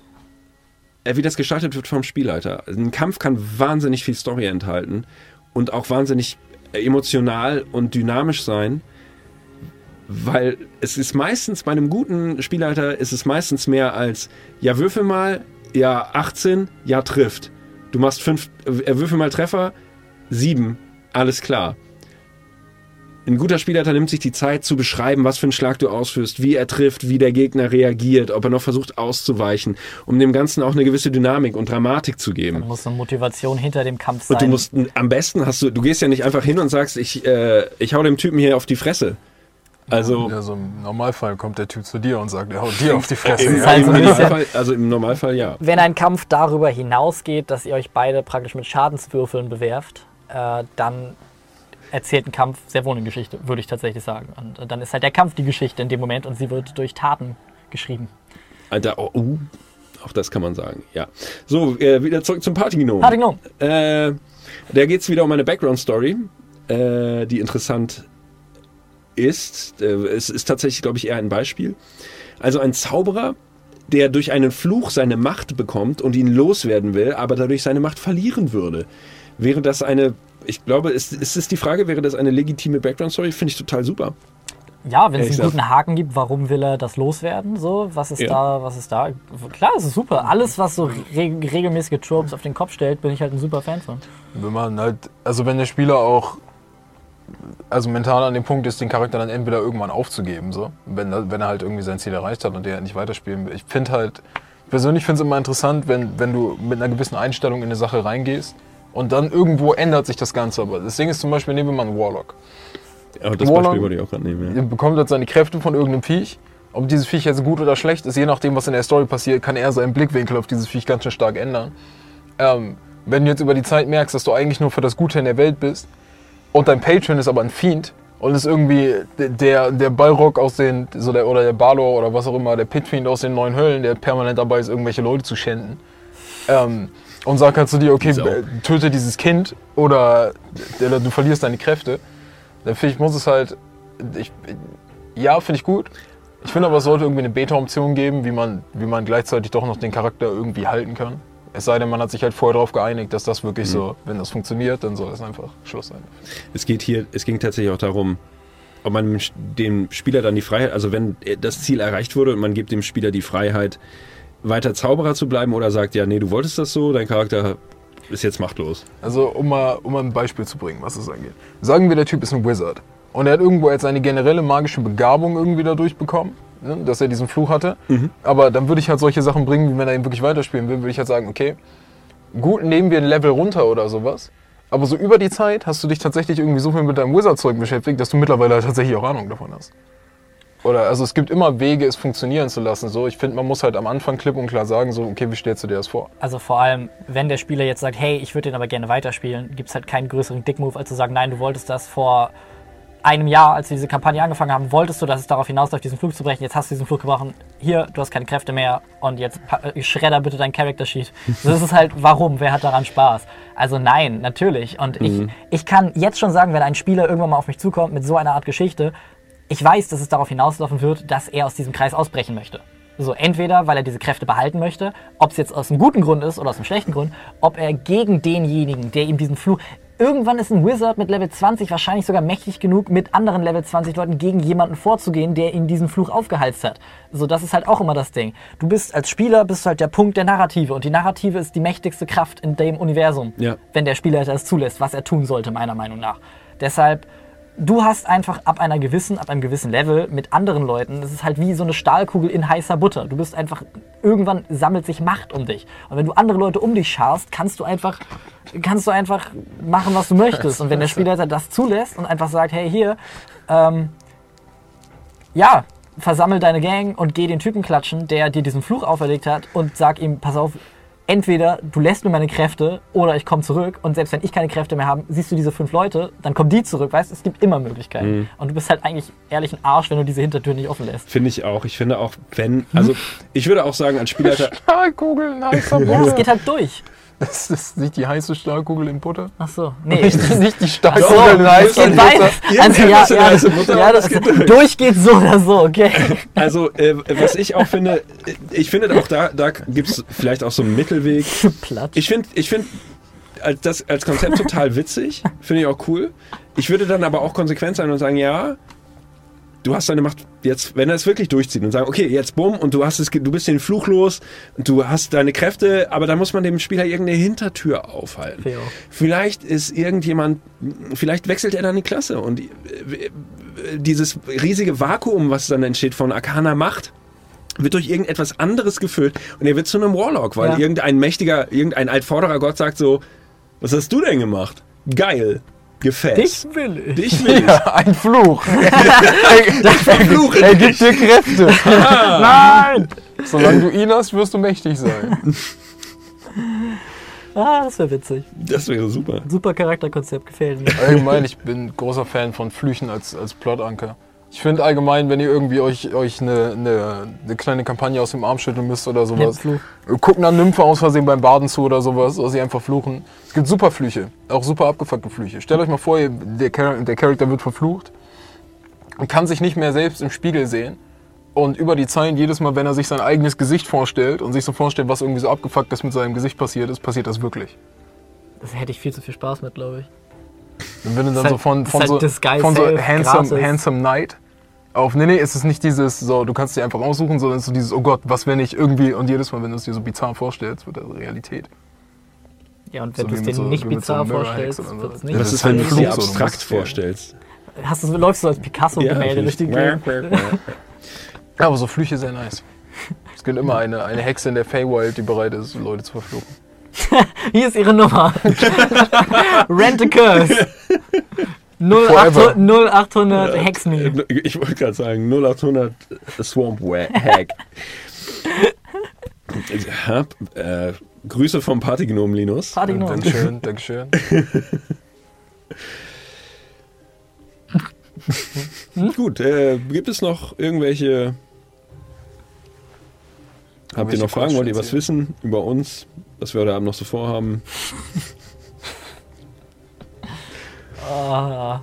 das gestaltet wird vom Spielleiter. Also ein Kampf kann wahnsinnig viel Story enthalten und auch wahnsinnig emotional und dynamisch sein, weil es ist meistens, bei einem guten Spielleiter ist es meistens mehr als, ja, würfel mal, ja, 18, ja, trifft. Du machst 5, würfel mal Treffer, 7, alles klar. Ein guter Spielleiter nimmt sich die Zeit zu beschreiben, was für einen Schlag du ausführst, wie er trifft, wie der Gegner reagiert, ob er noch versucht auszuweichen, um dem Ganzen auch eine gewisse Dynamik und Dramatik zu geben. Da muss eine Motivation hinter dem Kampf sein. Und du musst, am besten du gehst ja nicht einfach hin und sagst, ich hau dem Typen hier auf die Fresse. Also, Ja, so im Normalfall kommt der Typ zu dir und sagt, er haut dir auf die Fresse. ist Ja. halt so ein bisschen- im Normalfall ja. Wenn ein Kampf darüber hinausgeht, dass ihr euch beide praktisch mit Schadenswürfeln bewerft, dann erzählt ein Kampf sehr wohl eine Geschichte, würde ich tatsächlich sagen. Und dann ist halt der Kampf die Geschichte in dem Moment und sie wird durch Taten geschrieben. Alter, auch das kann man sagen, ja. So, wieder zurück zum Partygnom. Partygnom. Da geht es wieder um eine Background-Story, die interessant ist. Es ist tatsächlich, glaube ich, eher ein Beispiel. Also ein Zauberer, der durch einen Fluch seine Macht bekommt und ihn loswerden will, aber dadurch seine Macht verlieren würde. Wäre das ich glaube, ist es die Frage, wäre das eine legitime Background-Story? Finde ich total super. Ja, wenn es Ehrlich einen guten Haken gibt, warum will er das loswerden? So, was ist da? Klar, es ist super. Alles, was so regelmäßige Tropes auf den Kopf stellt, bin ich halt ein super Fan von. Wenn man halt, also wenn der Spieler auch mental an dem Punkt ist, den Charakter dann entweder irgendwann aufzugeben, so, wenn er halt irgendwie sein Ziel erreicht hat und der halt nicht weiterspielen will. Ich persönlich finde es immer interessant, wenn du mit einer gewissen Einstellung in eine Sache reingehst und dann irgendwo ändert sich das Ganze. Aber das Ding ist zum Beispiel, nehmen wir mal einen Warlock. Aber das Warlock- Beispiel wollte ich auch gerade nehmen. Ja. Er bekommt halt seine Kräfte von irgendeinem Viech Ob dieses Viech jetzt gut oder schlecht ist, je nachdem, was in der Story passiert, kann er seinen Blickwinkel auf dieses Viech ganz schön stark ändern. Wenn du jetzt über die Zeit merkst, dass du eigentlich nur für das Gute in der Welt bist und dein Patron ist aber ein Fiend und ist irgendwie der Balrog aus den, oder der Balor oder was auch immer, der Pitfiend aus den 9 Höllen, der permanent dabei ist, irgendwelche Leute zu schänden. Und sagt halt zu dir, okay, töte dieses Kind oder du verlierst deine Kräfte. Dann finde ich, muss es halt, finde ich gut. Ich finde aber, es sollte irgendwie eine Beta-Option geben, wie man gleichzeitig doch noch den Charakter irgendwie halten kann. Es sei denn, man hat sich halt vorher darauf geeinigt, dass das wirklich so, wenn das funktioniert, dann soll es einfach Schluss sein. Es ging tatsächlich auch darum, ob man dem Spieler dann die Freiheit, also wenn das Ziel erreicht wurde und man gibt dem Spieler die Freiheit, weiter Zauberer zu bleiben oder sagt, ja, nee, du wolltest das so, dein Charakter ist jetzt machtlos. Also, um mal ein Beispiel zu bringen, was das angeht. Sagen wir, der Typ ist ein Wizard und er hat irgendwo jetzt eine generelle magische Begabung irgendwie dadurch bekommen, ne, dass er diesen Fluch hatte. Aber dann würde ich halt solche Sachen bringen, wie wenn er ihn wirklich weiterspielen will, würde ich halt sagen, okay, gut, nehmen wir ein Level runter oder sowas. Aber so über die Zeit hast du dich tatsächlich irgendwie so viel mit deinem Wizard-Zeug beschäftigt, dass du mittlerweile halt tatsächlich auch Ahnung davon hast. Oder, also es gibt immer Wege, es funktionieren zu lassen. So, ich finde, man muss halt am Anfang klipp und klar sagen, so, okay, wie stellst du dir das vor? Also vor allem, wenn der Spieler jetzt sagt, hey, ich würde den aber gerne weiterspielen, gibt es halt keinen größeren Dick-Move, als zu sagen, nein, du wolltest das vor einem Jahr, als wir diese Kampagne angefangen haben, wolltest du, dass es darauf hinausläuft, diesen Flug zu brechen. Jetzt hast du diesen Flug gebrochen. Hier, du hast keine Kräfte mehr und jetzt schredder bitte dein Character-Sheet. Das ist halt, warum? Wer hat daran Spaß? Also nein, natürlich. Und ich kann jetzt schon sagen, wenn ein Spieler irgendwann mal auf mich zukommt mit so einer Art Geschichte, ich weiß, dass es darauf hinauslaufen wird, dass er aus diesem Kreis ausbrechen möchte. So, entweder, weil er diese Kräfte behalten möchte, ob es jetzt aus einem guten Grund ist oder aus einem schlechten Grund, ob er gegen denjenigen, der ihm diesen Fluch... Irgendwann ist ein Wizard mit Level 20 wahrscheinlich sogar mächtig genug, mit anderen Level 20 Leuten gegen jemanden vorzugehen, der ihm diesen Fluch aufgehalst hat. So, das ist halt auch immer das Ding. Du bist als Spieler halt der Punkt der Narrative und die Narrative ist die mächtigste Kraft in dem Universum, wenn der Spieler das zulässt, was er tun sollte, meiner Meinung nach. Deshalb... Du hast einfach ab einem gewissen Level mit anderen Leuten, das ist halt wie so eine Stahlkugel in heißer Butter. Du bist einfach, irgendwann sammelt sich Macht um dich. Und wenn du andere Leute um dich scharst, kannst du einfach machen, was du möchtest. Und wenn der Spielleiter das zulässt und einfach sagt, hey, hier, versammel deine Gang und geh den Typen klatschen, der dir diesen Fluch auferlegt hat und sag ihm, pass auf, entweder du lässt mir meine Kräfte oder ich komme zurück und selbst wenn ich keine Kräfte mehr habe, siehst du diese 5 Leute, dann kommen die zurück, weißt du, es gibt immer Möglichkeiten. Und du bist halt eigentlich ehrlich ein Arsch, wenn du diese Hintertür nicht offen lässt. Finde ich auch. Ich finde auch, ich würde auch sagen, als Spielleiter... Stahlkugel in heißer Butter. Ja, es geht halt durch. Das ist nicht die heiße Stahlkugel in Butter? Ach so, nee. Nicht die Stahlkugel in heißer Butter. Also durch geht so oder so, okay. Also, was ich auch finde, auch da gibt es vielleicht auch so einen Mittelweg. Ich finde das als Konzept total witzig, finde ich auch cool. Ich würde dann aber auch konsequent sein und sagen, ja, du hast deine Macht jetzt, wenn er es wirklich durchzieht und sagen, okay, jetzt bumm, und du bist den Fluch los und du hast deine Kräfte, aber da muss man dem Spieler irgendeine Hintertür aufhalten. Ja. Vielleicht wechselt er dann die Klasse und dieses riesige Vakuum, was dann entsteht von Arcana Macht, wird durch irgendetwas anderes gefüllt und er wird zu einem Warlock, weil irgendein altvorderer Gott sagt so, was hast du denn gemacht? Geil. Gefäß. Dich will ich. Ja, ein Fluch. Er gibt dir Kräfte. Nein! Solange du ihn hast, wirst du mächtig sein. Das wäre witzig. Das wäre super. Super Charakterkonzept, gefällt mir. Allgemein, ich bin großer Fan von Flüchen als Plotanker. Ich finde allgemein, wenn ihr irgendwie euch eine kleine Kampagne aus dem Arm schütteln müsst oder sowas, guckt einer Nymphe aus Versehen beim Baden zu oder sowas, oder sie einfach fluchen. Es gibt super Flüche, auch super abgefuckte Flüche. Stellt euch mal vor, der Charakter wird verflucht und kann sich nicht mehr selbst im Spiegel sehen. Und über die Zeit, jedes Mal, wenn er sich sein eigenes Gesicht vorstellt und sich so vorstellt, was irgendwie so abgefuckt ist mit seinem Gesicht passiert ist, passiert das wirklich. Das hätte ich viel zu viel Spaß mit, glaube ich. Und wenn du dann so von so Handsome Knight auf, nee, es ist nicht dieses, so, du kannst dir einfach aussuchen, sondern es ist so dieses, oh Gott, was wenn ich irgendwie, und jedes Mal, wenn du es dir so bizarr vorstellst, wird das Realität. Ja, und wenn du es dir nicht bizarr vorstellst, wird es nicht. Das ist, wenn du es dir abstrakt vorstellst. Läufst du als Picasso-Gemälde durch die Gegend. Ja, aber so Flüche sehr nice. Es gibt immer eine Hexe in der Feywild, die bereit ist, Leute zu verfluchen. Hier ist ihre Nummer. Rent a Curse. 0800 Hexme. Ich wollte gerade sagen, 0800 Swamp Hack. Grüße vom Partygnom Linus. Partygnom. Dankeschön. Gut, gibt es noch irgendwelche... Habt ihr noch Fragen? Wollt ihr was wissen über uns? Was wir heute Abend noch so vorhaben? Ah.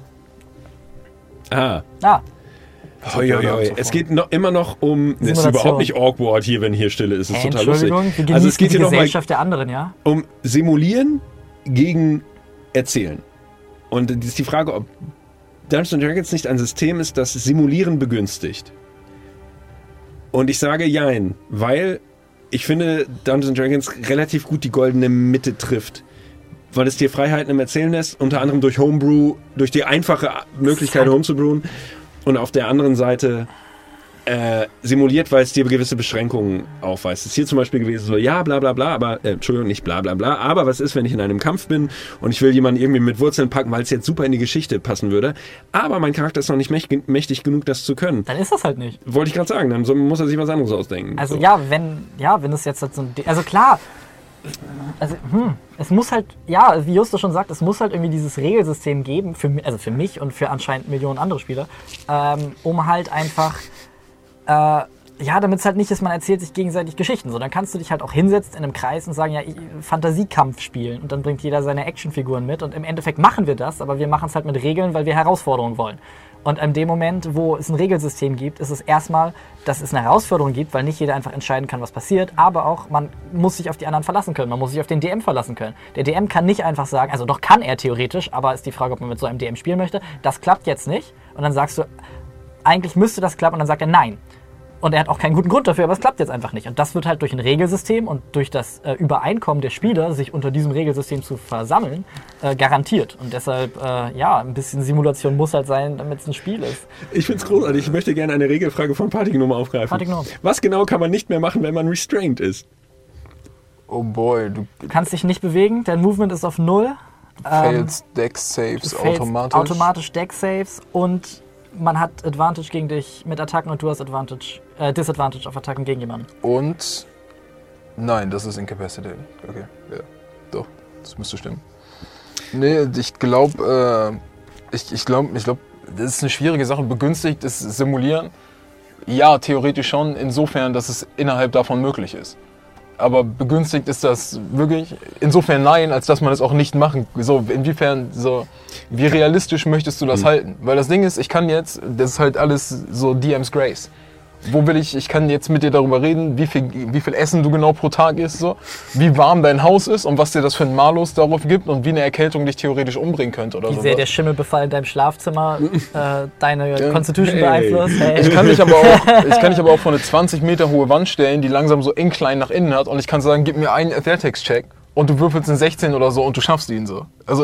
Es geht immer noch um... Es ist Simulation. überhaupt nicht awkward hier, wenn hier Stille ist. Es ist total lustig. Entschuldigung, wir genießen Also es geht die hier noch mal Gesellschaft der anderen, ja? um Simulieren gegen Erzählen. Und es ist die Frage, ob Dungeons & Dragons nicht ein System ist, das Simulieren begünstigt. Und ich sage jein, weil ich finde, Dungeons & Dragons relativ gut die goldene Mitte trifft. Weil es dir Freiheiten im Erzählen lässt, unter anderem durch Homebrew, durch die einfache Möglichkeit homezubrewen. Und auf der anderen Seite simuliert, weil es dir gewisse Beschränkungen aufweist. Es ist hier zum Beispiel gewesen so, ja, bla bla bla, aber, Entschuldigung, nicht bla bla bla, aber was ist, wenn ich in einem Kampf bin und ich will jemanden irgendwie mit Wurzeln packen, weil es jetzt super in die Geschichte passen würde, aber mein Charakter ist noch nicht mächtig genug, das zu können. Dann ist das halt nicht. Wollte ich gerade sagen, dann muss er sich was anderes ausdenken. Also so. wenn es jetzt halt so ein... Also klar, also, es muss halt, ja, wie Justus schon sagt, es muss halt irgendwie dieses Regelsystem geben, für mich und für anscheinend Millionen andere Spieler, um halt einfach... damit es halt nicht ist, man erzählt sich gegenseitig Geschichten. So, dann kannst du dich halt auch hinsetzen in einem Kreis und sagen, ja, Fantasiekampf spielen. Und dann bringt jeder seine Actionfiguren mit. Und im Endeffekt machen wir das, aber wir machen es halt mit Regeln, weil wir Herausforderungen wollen. Und in dem Moment, wo es ein Regelsystem gibt, ist es erstmal, dass es eine Herausforderung gibt, weil nicht jeder einfach entscheiden kann, was passiert. Aber auch, man muss sich auf die anderen verlassen können. Man muss sich auf den DM verlassen können. Der DM kann nicht einfach sagen, also doch kann er theoretisch, aber ist die Frage, ob man mit so einem DM spielen möchte. Das klappt jetzt nicht. Und dann sagst du, eigentlich müsste das klappen. Und dann sagt er nein. Und er hat auch keinen guten Grund dafür, aber es klappt jetzt einfach nicht. Und das wird halt durch ein Regelsystem und durch das Übereinkommen der Spieler, sich unter diesem Regelsystem zu versammeln, garantiert. Und deshalb, ein bisschen Simulation muss halt sein, damit es ein Spiel ist. Ich finde es großartig. Ich möchte gerne eine Regelfrage von Partygnom aufgreifen. Partygnom. Was genau kann man nicht mehr machen, wenn man restrained ist? Oh boy, du Kannst dich nicht bewegen, dein Movement ist auf 0. failst Dex-Saves automatisch. Automatisch Dex-Saves und man hat Advantage gegen dich mit Attacken und du hast Disadvantage auf Attacken gegen jemanden. Und nein, das ist Incapacitated. Okay, ja, doch, das müsste stimmen. Nee, ich glaube, das ist eine schwierige Sache. Begünstigt ist Simulieren. Ja, theoretisch schon, insofern, dass es innerhalb davon möglich ist. Aber begünstigt ist das wirklich? Insofern nein, als dass man es auch nicht machen. So, inwiefern, so, wie realistisch möchtest du das halten? Weil das Ding ist, ich kann jetzt, das ist halt alles so DM's Grace. Wo will ich kann jetzt mit dir darüber reden, wie viel Essen du genau pro Tag isst, so, wie warm dein Haus ist und was dir das für ein Malus darauf gibt und wie eine Erkältung dich theoretisch umbringen könnte oder so. Wie sehr der Schimmelbefall in deinem Schlafzimmer deine Constitution beeinflusst. Hey. Ich kann dich aber auch vor eine 20 Meter hohe Wand stellen, die langsam so incline nach innen hat und ich kann sagen, gib mir einen Athletics-Check und du würfelst einen 16 oder so und du schaffst ihn so. Also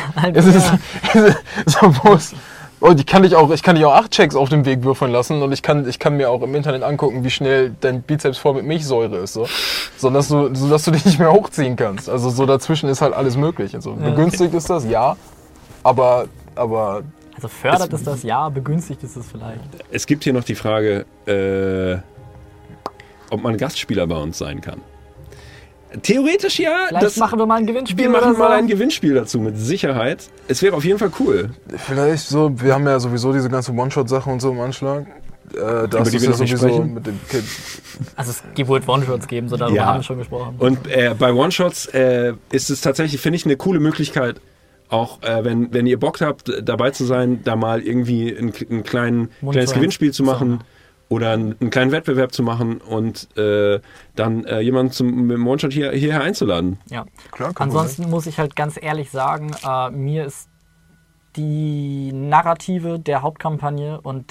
Und ich kann dich auch 8 Checks auf dem Weg würfeln lassen und ich kann mir auch im Internet angucken, wie schnell dein Bizeps voll mit Milchsäure ist, so dass du dich nicht mehr hochziehen kannst. Also so dazwischen ist halt alles möglich. Also begünstigt ist das, ja, aber also fördert es das, ja, begünstigt ist es vielleicht. Es gibt hier noch die Frage, ob man Gastspieler bei uns sein kann. Theoretisch ja. Vielleicht machen wir mal ein Gewinnspiel. Wir machen mal ein Gewinnspiel dazu, mit Sicherheit. Es wäre auf jeden Fall cool. Vielleicht so, wir haben ja sowieso diese ganze One-Shot-Sache und so im Anschlag. Über die wir noch nicht sprechen. Mit dem Kid. Also es wird One-Shots geben, so darüber haben wir schon gesprochen. Und bei One-Shots ist es tatsächlich, finde ich, eine coole Möglichkeit, auch wenn ihr Bock habt, dabei zu sein, da mal irgendwie ein kleines Gewinnspiel zu machen. Oder einen kleinen Wettbewerb zu machen und dann jemanden mit dem One-Shot hierher einzuladen. Ja, klar. Ansonsten muss ich halt ganz ehrlich sagen, mir ist die Narrative der Hauptkampagne und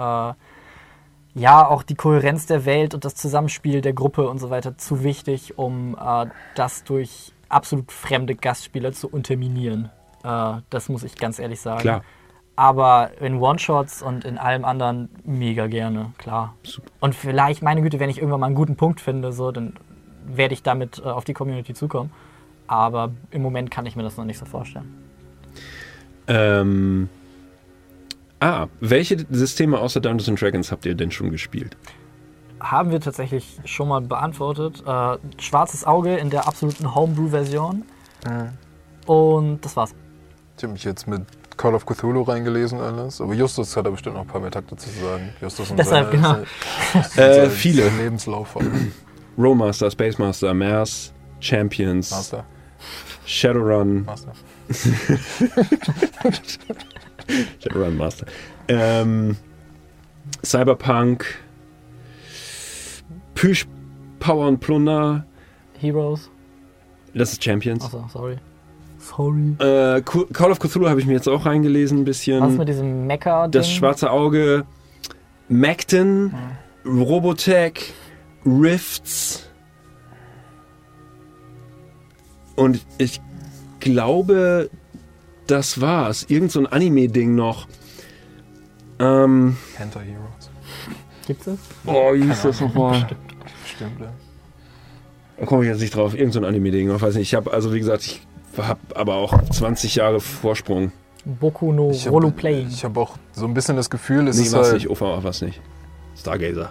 auch die Kohärenz der Welt und das Zusammenspiel der Gruppe und so weiter zu wichtig, um das durch absolut fremde Gastspieler zu unterminieren. Das muss ich ganz ehrlich sagen. Klar. Aber in One-Shots und in allem anderen mega gerne, klar. Super. Und vielleicht, meine Güte, wenn ich irgendwann mal einen guten Punkt finde, so, dann werde ich damit auf die Community zukommen. Aber im Moment kann ich mir das noch nicht so vorstellen. Welche Systeme außer Dungeons & Dragons habt ihr denn schon gespielt? Haben wir tatsächlich schon mal beantwortet. Schwarzes Auge in der absoluten Homebrew-Version. Und das war's. Ich habe mich jetzt mit Call of Cthulhu reingelesen alles, aber Justus hat da bestimmt noch ein paar mehr Takte zu sagen. Justus und Deshalb, genau. Viele. Lebenslauf. Rollmaster, Space Master, Mers, Champions, Master. Shadowrun. Master. Shadowrun Master. Cyberpunk, Plüsch, Power und Plunder. Heroes. Das ist Champions. Achso, sorry. Sorry. Call of Cthulhu habe ich mir jetzt auch reingelesen ein bisschen. Was mit diesem Mecha-Ding? Das schwarze Auge, Macton, Robotech, Rifts. Und ich glaube, das war's. Irgend so ein Anime-Ding noch. Enter Heroes. Gibt's das? Boah, wie hieß das nochmal? Stimmt, ja. Da komme ich jetzt nicht drauf. Irgend so ein Anime-Ding. Ich weiß nicht. Ich habe, also wie gesagt, ich habe aber auch 20 Jahre Vorsprung. Boku no Rolo Playing. Ich habe auch so ein bisschen das Gefühl, es Nee, ist was halt... nicht. OVA was nicht. Stargazer.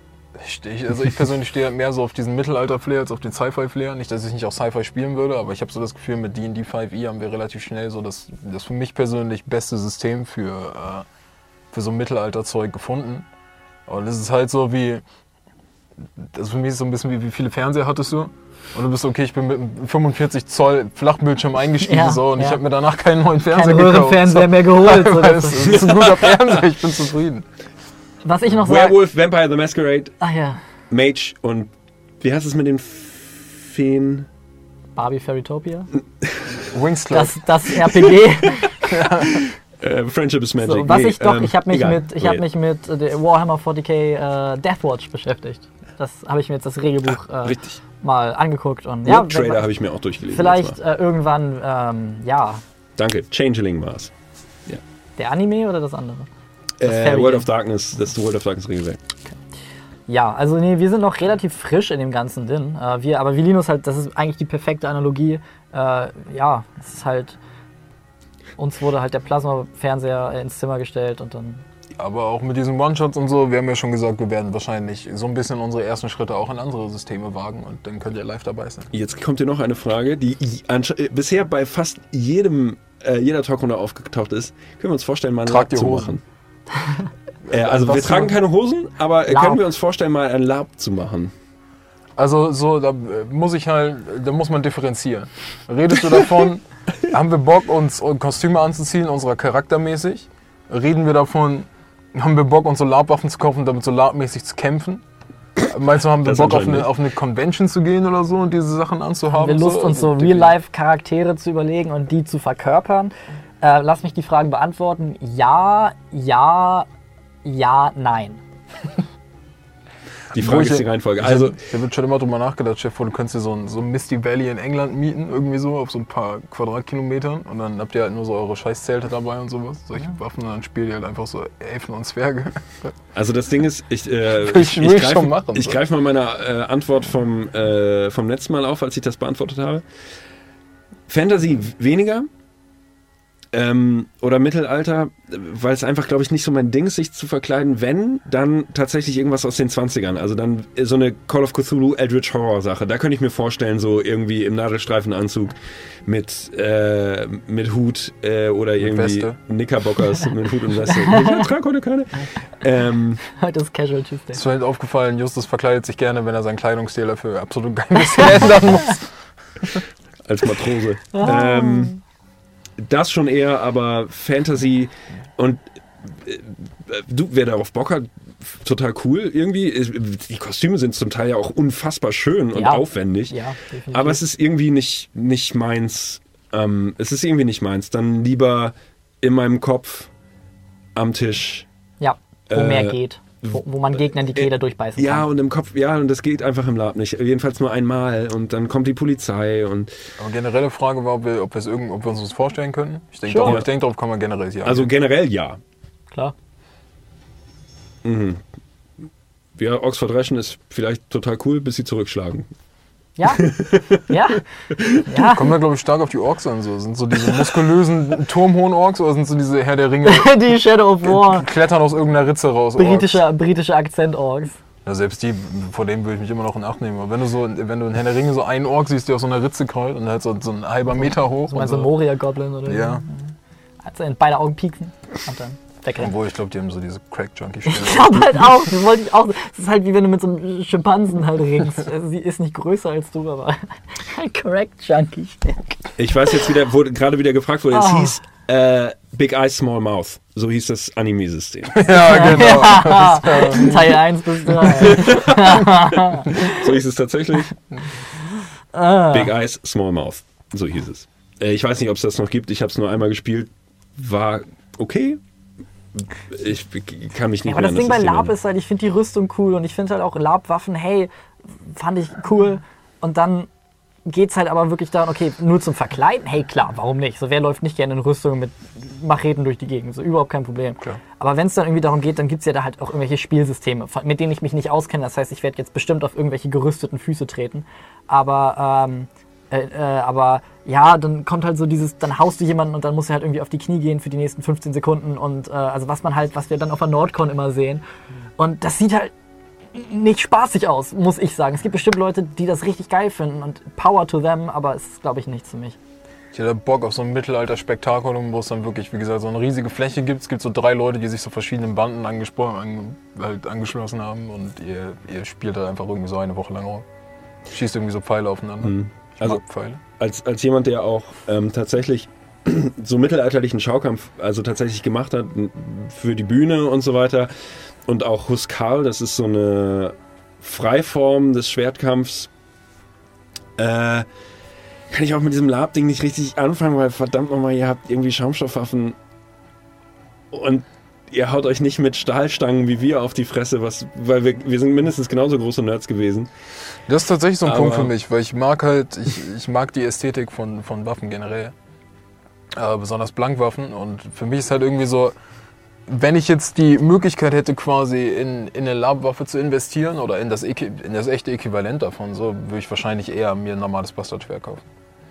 Ich persönlich stehe mehr so auf diesen Mittelalter-Flair als auf den Sci-Fi-Flair. Nicht, dass ich nicht auch Sci-Fi spielen würde, aber ich habe so das Gefühl, mit D&D 5e haben wir relativ schnell so das für mich persönlich beste System für so Mittelalter-Zeug gefunden. Und es ist halt so wie... Das für mich ist so ein bisschen wie viele Fernseher hattest du? Und du bist okay, ich bin mit einem 45 Zoll Flachbildschirm eingestiegen und ich habe mir danach keinen neuen Fernseher gekauft. Keinen Fernseher mehr geholt. So, es ist ein guter Fernseher, ich bin zufrieden. Was ich noch sage... Werewolf, Vampire the Masquerade, Ach ja. Mage und wie heißt es mit den Feen? Barbie Fairytopia. Wings Club. Das RPG. Friendship is Magic. So, was ich doch, ich habe mich egal. mit der Warhammer 40k Deathwatch beschäftigt. Das habe ich mir jetzt das Regelbuch Richtig. mal angeguckt und Rogue Trader habe ich mir auch durchgelesen. vielleicht irgendwann Danke. Changeling war's. der Anime oder das andere? World of Darkness, das World of Darkness Regelwerk. Ja, also nee, wir sind noch relativ frisch in dem Ganzen drin. Aber wie Linus halt, das ist eigentlich die perfekte Analogie. Es ist halt, uns wurde halt der Plasma-Fernseher ins Zimmer gestellt und dann... Aber auch mit diesen One-Shots und so, wir haben ja schon gesagt, wir werden wahrscheinlich so ein bisschen unsere ersten Schritte auch in andere Systeme wagen und dann könnt ihr live dabei sein. Jetzt kommt hier noch eine Frage, die bisher bei fast jeder Talkrunde aufgetaucht ist. Können wir uns vorstellen, mal ein Tragt Lab ihr zu Hosen? machen? Also wir tragen keine Hosen, aber Lab. können wir uns vorstellen, mal ein Lab zu machen? Also so, da muss man differenzieren. Redest du davon, haben wir Bock, uns Kostüme anzuziehen, unserer charaktermäßig? Reden wir davon, haben wir Bock, uns Solarwaffen zu kaufen, damit solarmäßig zu kämpfen? Meinst du, haben wir Das Bock, anscheinend auf eine Convention zu gehen oder so und diese Sachen anzuhaben? Haben wir Lust, uns so Real-Life-Charaktere zu überlegen und die zu verkörpern? Lass mich die Fragen beantworten. Ja, nein. Die Frage ist die Reihenfolge. Also, da wird schon immer drüber nachgedacht, Chef, du könntest dir so ein Misty Valley in England mieten, irgendwie so, auf so ein paar Quadratkilometern und dann habt ihr halt nur so eure Scheißzelte dabei und sowas, solche Waffen und dann spielt ihr halt einfach so Elfen und Zwerge. Also das Ding ist, ich greife mal meine Antwort vom letzten Mal auf, als ich das beantwortet habe. Fantasy weniger oder Mittelalter, weil es einfach, glaube ich, nicht so mein Ding ist, sich zu verkleiden. Wenn, dann tatsächlich irgendwas aus den 20ern. Also dann so eine Call of Cthulhu Eldritch Horror Sache. Da könnte ich mir vorstellen, so irgendwie im Nadelstreifenanzug mit Hut oder irgendwie Weste. Knickerbockers mit Hut und Weste. Ich trage heute keine. Heute ist Casual Tuesday. Es ist mir halt aufgefallen, Justus verkleidet sich gerne, wenn er seinen Kleidungsstil dafür absolut kein bisschen ändern muss. Als Matrose. Das schon eher, aber Fantasy und wer darauf Bock hat, total cool irgendwie. Die Kostüme sind zum Teil ja auch unfassbar schön und aufwendig. Ja, definitiv. Aber es ist irgendwie nicht meins. Es ist irgendwie nicht meins. Dann lieber in meinem Kopf am Tisch. Ja, wo mehr geht. Wo man Gegnern die Kleider durchbeißen kann. Ja, und im Kopf, und das geht einfach im Lab nicht. Jedenfalls nur einmal und dann kommt die Polizei und... Aber generelle Frage war, ob wir uns das vorstellen können. Ich denke, darauf kann man generell ja. Also generell ja. Klar. Mhm. Ja, Oxford Ration ist vielleicht total cool, bis sie zurückschlagen. Ja. Ja. Kommt da, glaube ich, stark auf die Orks an. So. Sind so diese muskulösen, turmhohen Orks oder sind so diese Herr der Ringe, Die Shadow of War. klettern aus irgendeiner Ritze raus? Britische Akzent-Orks. Ja, selbst die, vor denen würde ich mich immer noch in Acht nehmen. Aber wenn du in Herr der Ringe so einen Ork siehst, der aus so einer Ritze krault und halt so ein halber Meter hoch. Du meinst so ein Moria-Goblin oder Ja. so? Also in beide Augen pieksen und dann wegrennen. Obwohl, ich glaube, die haben so diese crack-junkie Ich glaube halt auch, das wollte ich auch. Es ist halt wie wenn du mit so einem Schimpansen halt ringst. Also sie ist nicht größer als du, aber Correct-Junkie stärker. Ich weiß jetzt wieder, wo gerade wieder gefragt wurde, es hieß Big Eyes, Small Mouth. So hieß das Anime-System. Ja, genau. Teil 1 bis 3. So hieß es tatsächlich. Big Eyes, Small Mouth. So hieß es. Ich weiß nicht, ob es das noch gibt. Ich habe es nur einmal gespielt. War okay. Ich kann mich nicht Aber mehr das an Ding bei System Lab ist halt, ich finde die Rüstung cool und ich finde halt auch Lab-Waffen, hey, fand ich cool. Und dann geht's halt aber wirklich darum, okay, nur zum Verkleiden, hey klar, warum nicht? So, wer läuft nicht gerne in Rüstung mit Macheten durch die Gegend? So, überhaupt kein Problem. Klar. Aber wenn es dann irgendwie darum geht, dann gibt's ja da halt auch irgendwelche Spielsysteme, mit denen ich mich nicht auskenne. Das heißt, ich werde jetzt bestimmt auf irgendwelche gerüsteten Füße treten. Aber ja, dann kommt halt so dieses, dann haust du jemanden und dann musst du halt irgendwie auf die Knie gehen für die nächsten 15 Sekunden und also was wir dann auf der Nordcon immer sehen. Und das sieht halt nicht spaßig aus, muss ich sagen. Es gibt bestimmt Leute, die das richtig geil finden und Power to them, aber es ist, glaube ich, nichts für mich. Ich hätte Bock auf so ein Mittelalter-Spektakel, wo es dann wirklich, wie gesagt, so eine riesige Fläche gibt. Es gibt so 3 Leute, die sich so verschiedenen Banden angeschlossen haben und ihr spielt da einfach irgendwie so eine Woche lang rum. Schießt irgendwie so Pfeile aufeinander. Ich Also- mag Pfeile. Als jemand, der auch tatsächlich so mittelalterlichen Schaukampf also tatsächlich gemacht hat für die Bühne und so weiter und auch Huskarl, das ist so eine Freiform des Schwertkampfs, kann ich auch mit diesem Lab-Ding nicht richtig anfangen, weil verdammt nochmal, ihr habt irgendwie Schaumstoffwaffen und ihr haut euch nicht mit Stahlstangen wie wir auf die Fresse, weil wir sind mindestens genauso große Nerds gewesen. Das ist tatsächlich so ein Aber- Punkt für mich, weil ich mag halt, ich mag die Ästhetik von Waffen generell. Besonders Blankwaffen. Und für mich ist halt irgendwie so, wenn ich jetzt die Möglichkeit hätte, quasi in eine Labwaffe zu investieren oder in das echte Äquivalent davon, so würde ich wahrscheinlich eher mir ein normales Bastardschwert kaufen.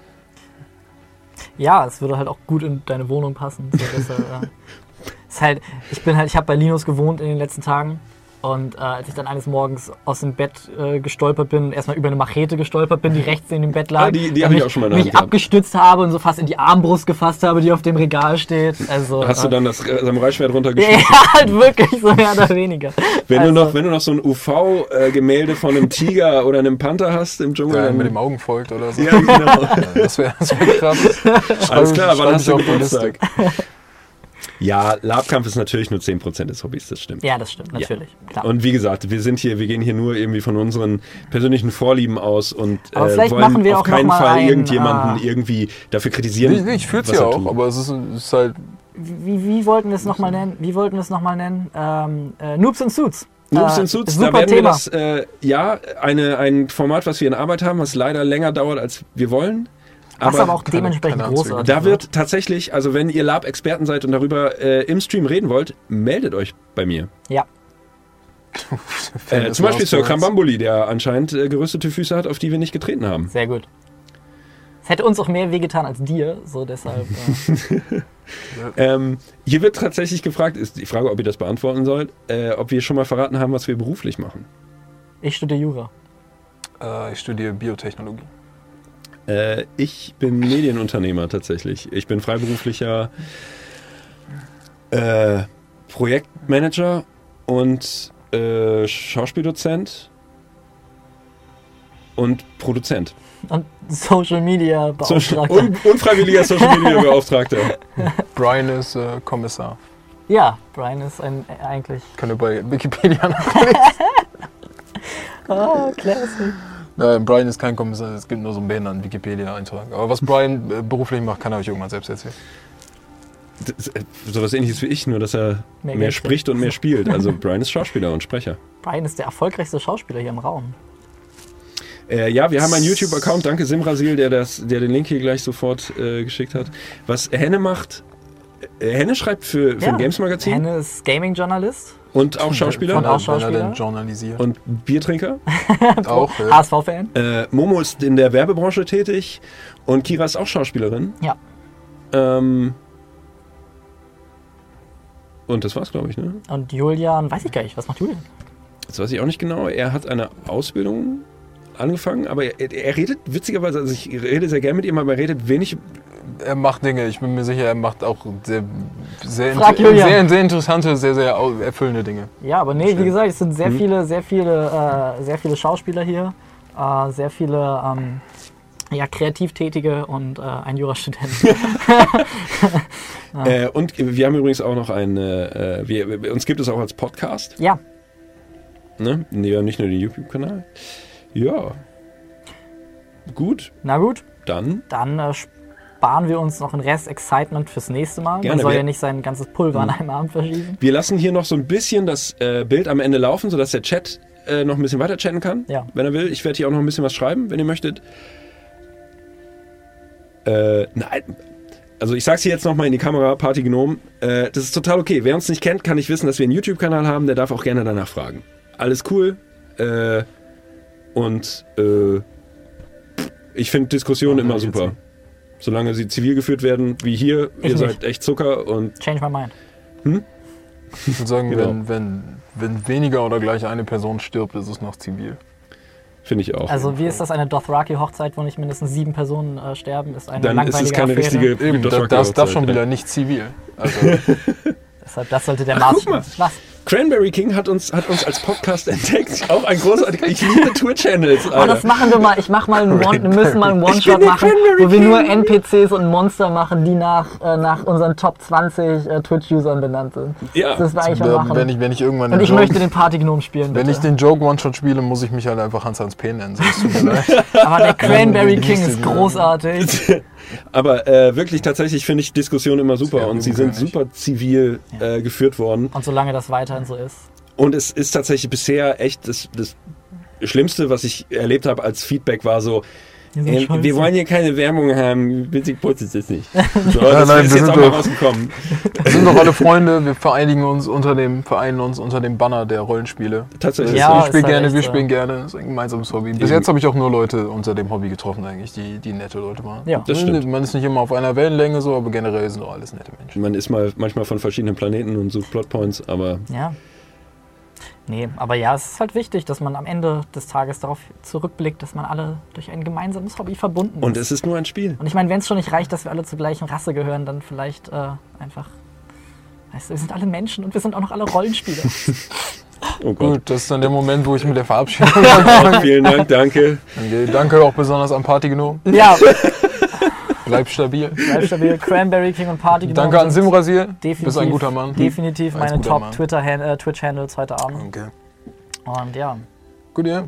Ja, es würde halt auch gut in deine Wohnung passen. So, deshalb, ich habe bei Linus gewohnt in den letzten Tagen. Und als ich dann eines Morgens aus dem Bett gestolpert bin, erstmal über eine Machete gestolpert bin, die rechts in dem Bett lag. Ah, die dann habe ich auch schon mal in der mich Hand gehabt. abgestützt habe und so fast in die Armbrust gefasst habe, die auf dem Regal steht. Also, Hast du dann das Samurai-Schwert ja, runtergeschmissen? halt wirklich, so mehr oder weniger. Wenn Also- du noch so ein UV-Gemälde von einem Tiger oder einem Panther hast im Dschungel, Der dann mit dem Augen folgt oder so. ja, genau. Das wäre krass. Alles klar, aber dann hast du Schreib ich auf die Geburtstag. Ja, Labkampf ist natürlich nur 10% des Hobbys, das stimmt. Ja, das stimmt, natürlich. Klar. Und wie gesagt, wir gehen hier nur irgendwie von unseren persönlichen Vorlieben aus und Aber vielleicht wollen machen wir auf auch noch keinen mal Fall ein, irgendjemanden irgendwie dafür kritisieren. Ich fühle es was ja er auch, tut. aber es ist halt. Wie wollten wir es nochmal nennen? Noobs and Suits. Noobs and Suits, da super werden Thema. wir das, ein Format, was wir in Arbeit haben, was leider länger dauert, als wir wollen. Was aber auch keine dementsprechend Anzüge. großartig Da wird tatsächlich, also wenn ihr Lab-Experten seid und darüber im Stream reden wollt, meldet euch bei mir. Ja. Zum Beispiel Sir Krambambuli, der anscheinend gerüstete Füße hat, auf die wir nicht getreten haben. Sehr gut. Es hätte uns auch mehr wehgetan als dir, so deshalb. Hier wird tatsächlich gefragt, ist die Frage, ob ihr das beantworten sollt, ob wir schon mal verraten haben, was wir beruflich machen. Ich studiere Jura. Ich studiere Biotechnologie. Ich bin Medienunternehmer tatsächlich. Ich bin freiberuflicher Projektmanager und Schauspieldozent und Produzent. Und Social Media Beauftragter. Unfreiwilliger Social Media Beauftragter. Brian ist Kommissar. Ja, Brian ist eigentlich. Könnt ihr bei Wikipedia nachlesen. Oh, classic. Nein, Brian ist kein Kommissar, es gibt nur so einen behinderten Wikipedia-Eintrag. Aber was Brian beruflich macht, kann er euch irgendwann selbst erzählen. So was Ähnliches wie ich, nur dass er Mehr mehr Geld spricht und mehr spielt. Also Brian ist Schauspieler und Sprecher. Brian ist der erfolgreichste Schauspieler hier im Raum. Ja, wir haben einen YouTube-Account, danke Simrasil, der den Link hier gleich sofort geschickt hat. Was Henne macht, Henne schreibt für ein Games-Magazin. Henne ist Gaming-Journalist. Und auch Schauspieler. Und auch Wenn er Schauspieler. denn journalisiert. Und Biertrinker. auch, ja. HSV-Fan. Momo ist in der Werbebranche tätig. Und Kira ist auch Schauspielerin. Ja. Und das war's, glaube ich, ne? Und Julian, weiß ich gar nicht, was macht Julian? Das weiß ich auch nicht genau. Er hat eine Ausbildung angefangen, aber er redet witzigerweise, also ich rede sehr gerne mit ihm, aber er redet wenig. Er macht Dinge, ich bin mir sicher, er macht auch sehr interessante, sehr erfüllende Dinge. Ja, aber nee, wie gesagt, es sind sehr viele Schauspieler hier, sehr viele kreativ Tätige und ein Jurastudent. Und wir haben übrigens auch noch uns gibt es auch als Podcast. Ja. Ne? Ja, nicht nur den YouTube-Kanal. Ja. Gut. Na gut. Dann sparen wir uns noch einen Rest Excitement fürs nächste Mal. Gerne. Man soll ja nicht sein ganzes Pulver an einem Abend verschießen. Wir lassen hier noch so ein bisschen das Bild am Ende laufen, sodass der Chat noch ein bisschen weiter chatten kann, wenn er will. Ich werde hier auch noch ein bisschen was schreiben, wenn ihr möchtet. Nein. Also ich sag's hier jetzt nochmal in die Kamera, Partygnom. Das ist total okay. Wer uns nicht kennt, kann nicht wissen, dass wir einen YouTube-Kanal haben. Der darf auch gerne danach fragen. Alles cool. Ich finde Diskussionen immer super. Solange sie zivil geführt werden, wie hier. Ihr seid echt Zucker und... Change my mind. Ich würde sagen, Genau. wenn weniger oder gleich eine Person stirbt, ist es noch zivil. Finde ich auch. Also wie ist das, eine Dothraki-Hochzeit, wo nicht mindestens 7 Personen sterben, ist eine Dann ist langweilige es keine Affäre. richtige... Eben, das Dothraki-Hochzeit, darf schon ja. wieder nicht zivil. Also, Deshalb, das sollte der Ach, guck mal. Maßstab. Was? Cranberry King hat uns als Podcast entdeckt. Auch ein großartiger... Ich liebe Twitch-Channels, Oh, Alter. das machen wir mal. Wir müssen mal einen Ich bin One-Shot der machen, Cranberry wo wir King. nur NPCs und Monster machen, die nach unseren Top 20 Twitch-Usern benannt sind. Ja. Das wir eigentlich mal machen. wenn ich irgendwann Und ich den möchte Joke, den Partygnom spielen, wenn bitte. ich den Joke One-Shot spiele, muss ich mich halt einfach Hans P. nennen. Sonst tut mir leid. Aber der Cranberry Ja, King die ist nächste- großartig. Aber wirklich, tatsächlich finde ich Diskussionen immer super Ja, und sie sind ungewöhnlich. super zivil geführt worden. Und solange das weiterhin so ist. Und es ist tatsächlich bisher echt das Schlimmste, was ich erlebt habe als Feedback, war so, wir wollen hier keine Werbung haben, witzig putzt es jetzt nicht. So, das nein, ist wir jetzt sind auch mal doch- rausgekommen. Wir sind doch alle Freunde, wir vereinen uns unter dem Banner der Rollenspiele. Tatsächlich. Ja, Ich spiele ist halt gerne, echt wir so. spielen gerne. Das ist ein gemeinsames Hobby. Bis jetzt habe ich auch nur Leute unter dem Hobby getroffen eigentlich, die nette Leute waren. Ja. Das stimmt. Man ist nicht immer auf einer Wellenlänge so, aber generell sind doch alles nette Menschen. Man ist manchmal von verschiedenen Planeten und sucht Plotpoints, aber Ja. Nee, aber ja, es ist halt wichtig, dass man am Ende des Tages darauf zurückblickt, dass man alle durch ein gemeinsames Hobby verbunden ist. und es ist nur ein Spiel. Und ich meine, wenn es schon nicht reicht, dass wir alle zur gleichen Rasse gehören, dann vielleicht einfach, weißt du, wir sind alle Menschen und wir sind auch noch alle Rollenspieler. Oh Gott. Gut, das ist dann der Moment, wo ich mit der Verabschiedung Oh, vielen Dank, danke. angehe. Danke auch besonders an Partygnom. Ja, Bleib stabil. bleib stabil. Cranberry King und Party. Danke an Simrasier. Definitiv, Bist ein guter Mann. Definitiv Ein meine guter Mann. Top-Twitch-Handles heute Abend. Okay. Und ja, Gut, ja.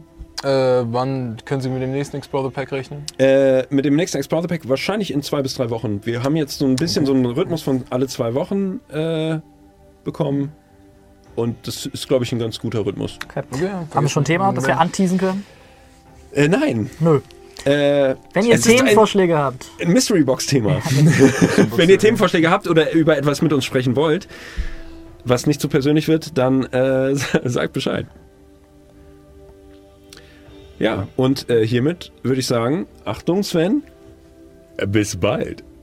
Wann können Sie mit dem nächsten Explore the Pack rechnen? Mit dem nächsten Explore the Pack wahrscheinlich in 2 bis 3 Wochen. Wir haben jetzt so ein bisschen so einen Rhythmus von alle 2 Wochen bekommen. Und das ist, glaube ich, ein ganz guter Rhythmus. okay. Okay, Haben wir schon ein Thema, das wir anteasen können? Nein. Nö. Wenn ihr es ist Themenvorschläge habt, ein Mystery-Box-Thema. Wenn ihr Themenvorschläge habt oder über etwas mit uns sprechen wollt, was nicht zu persönlich wird, dann sagt Bescheid. Ja, und hiermit würde ich sagen, Achtung Sven, bis bald.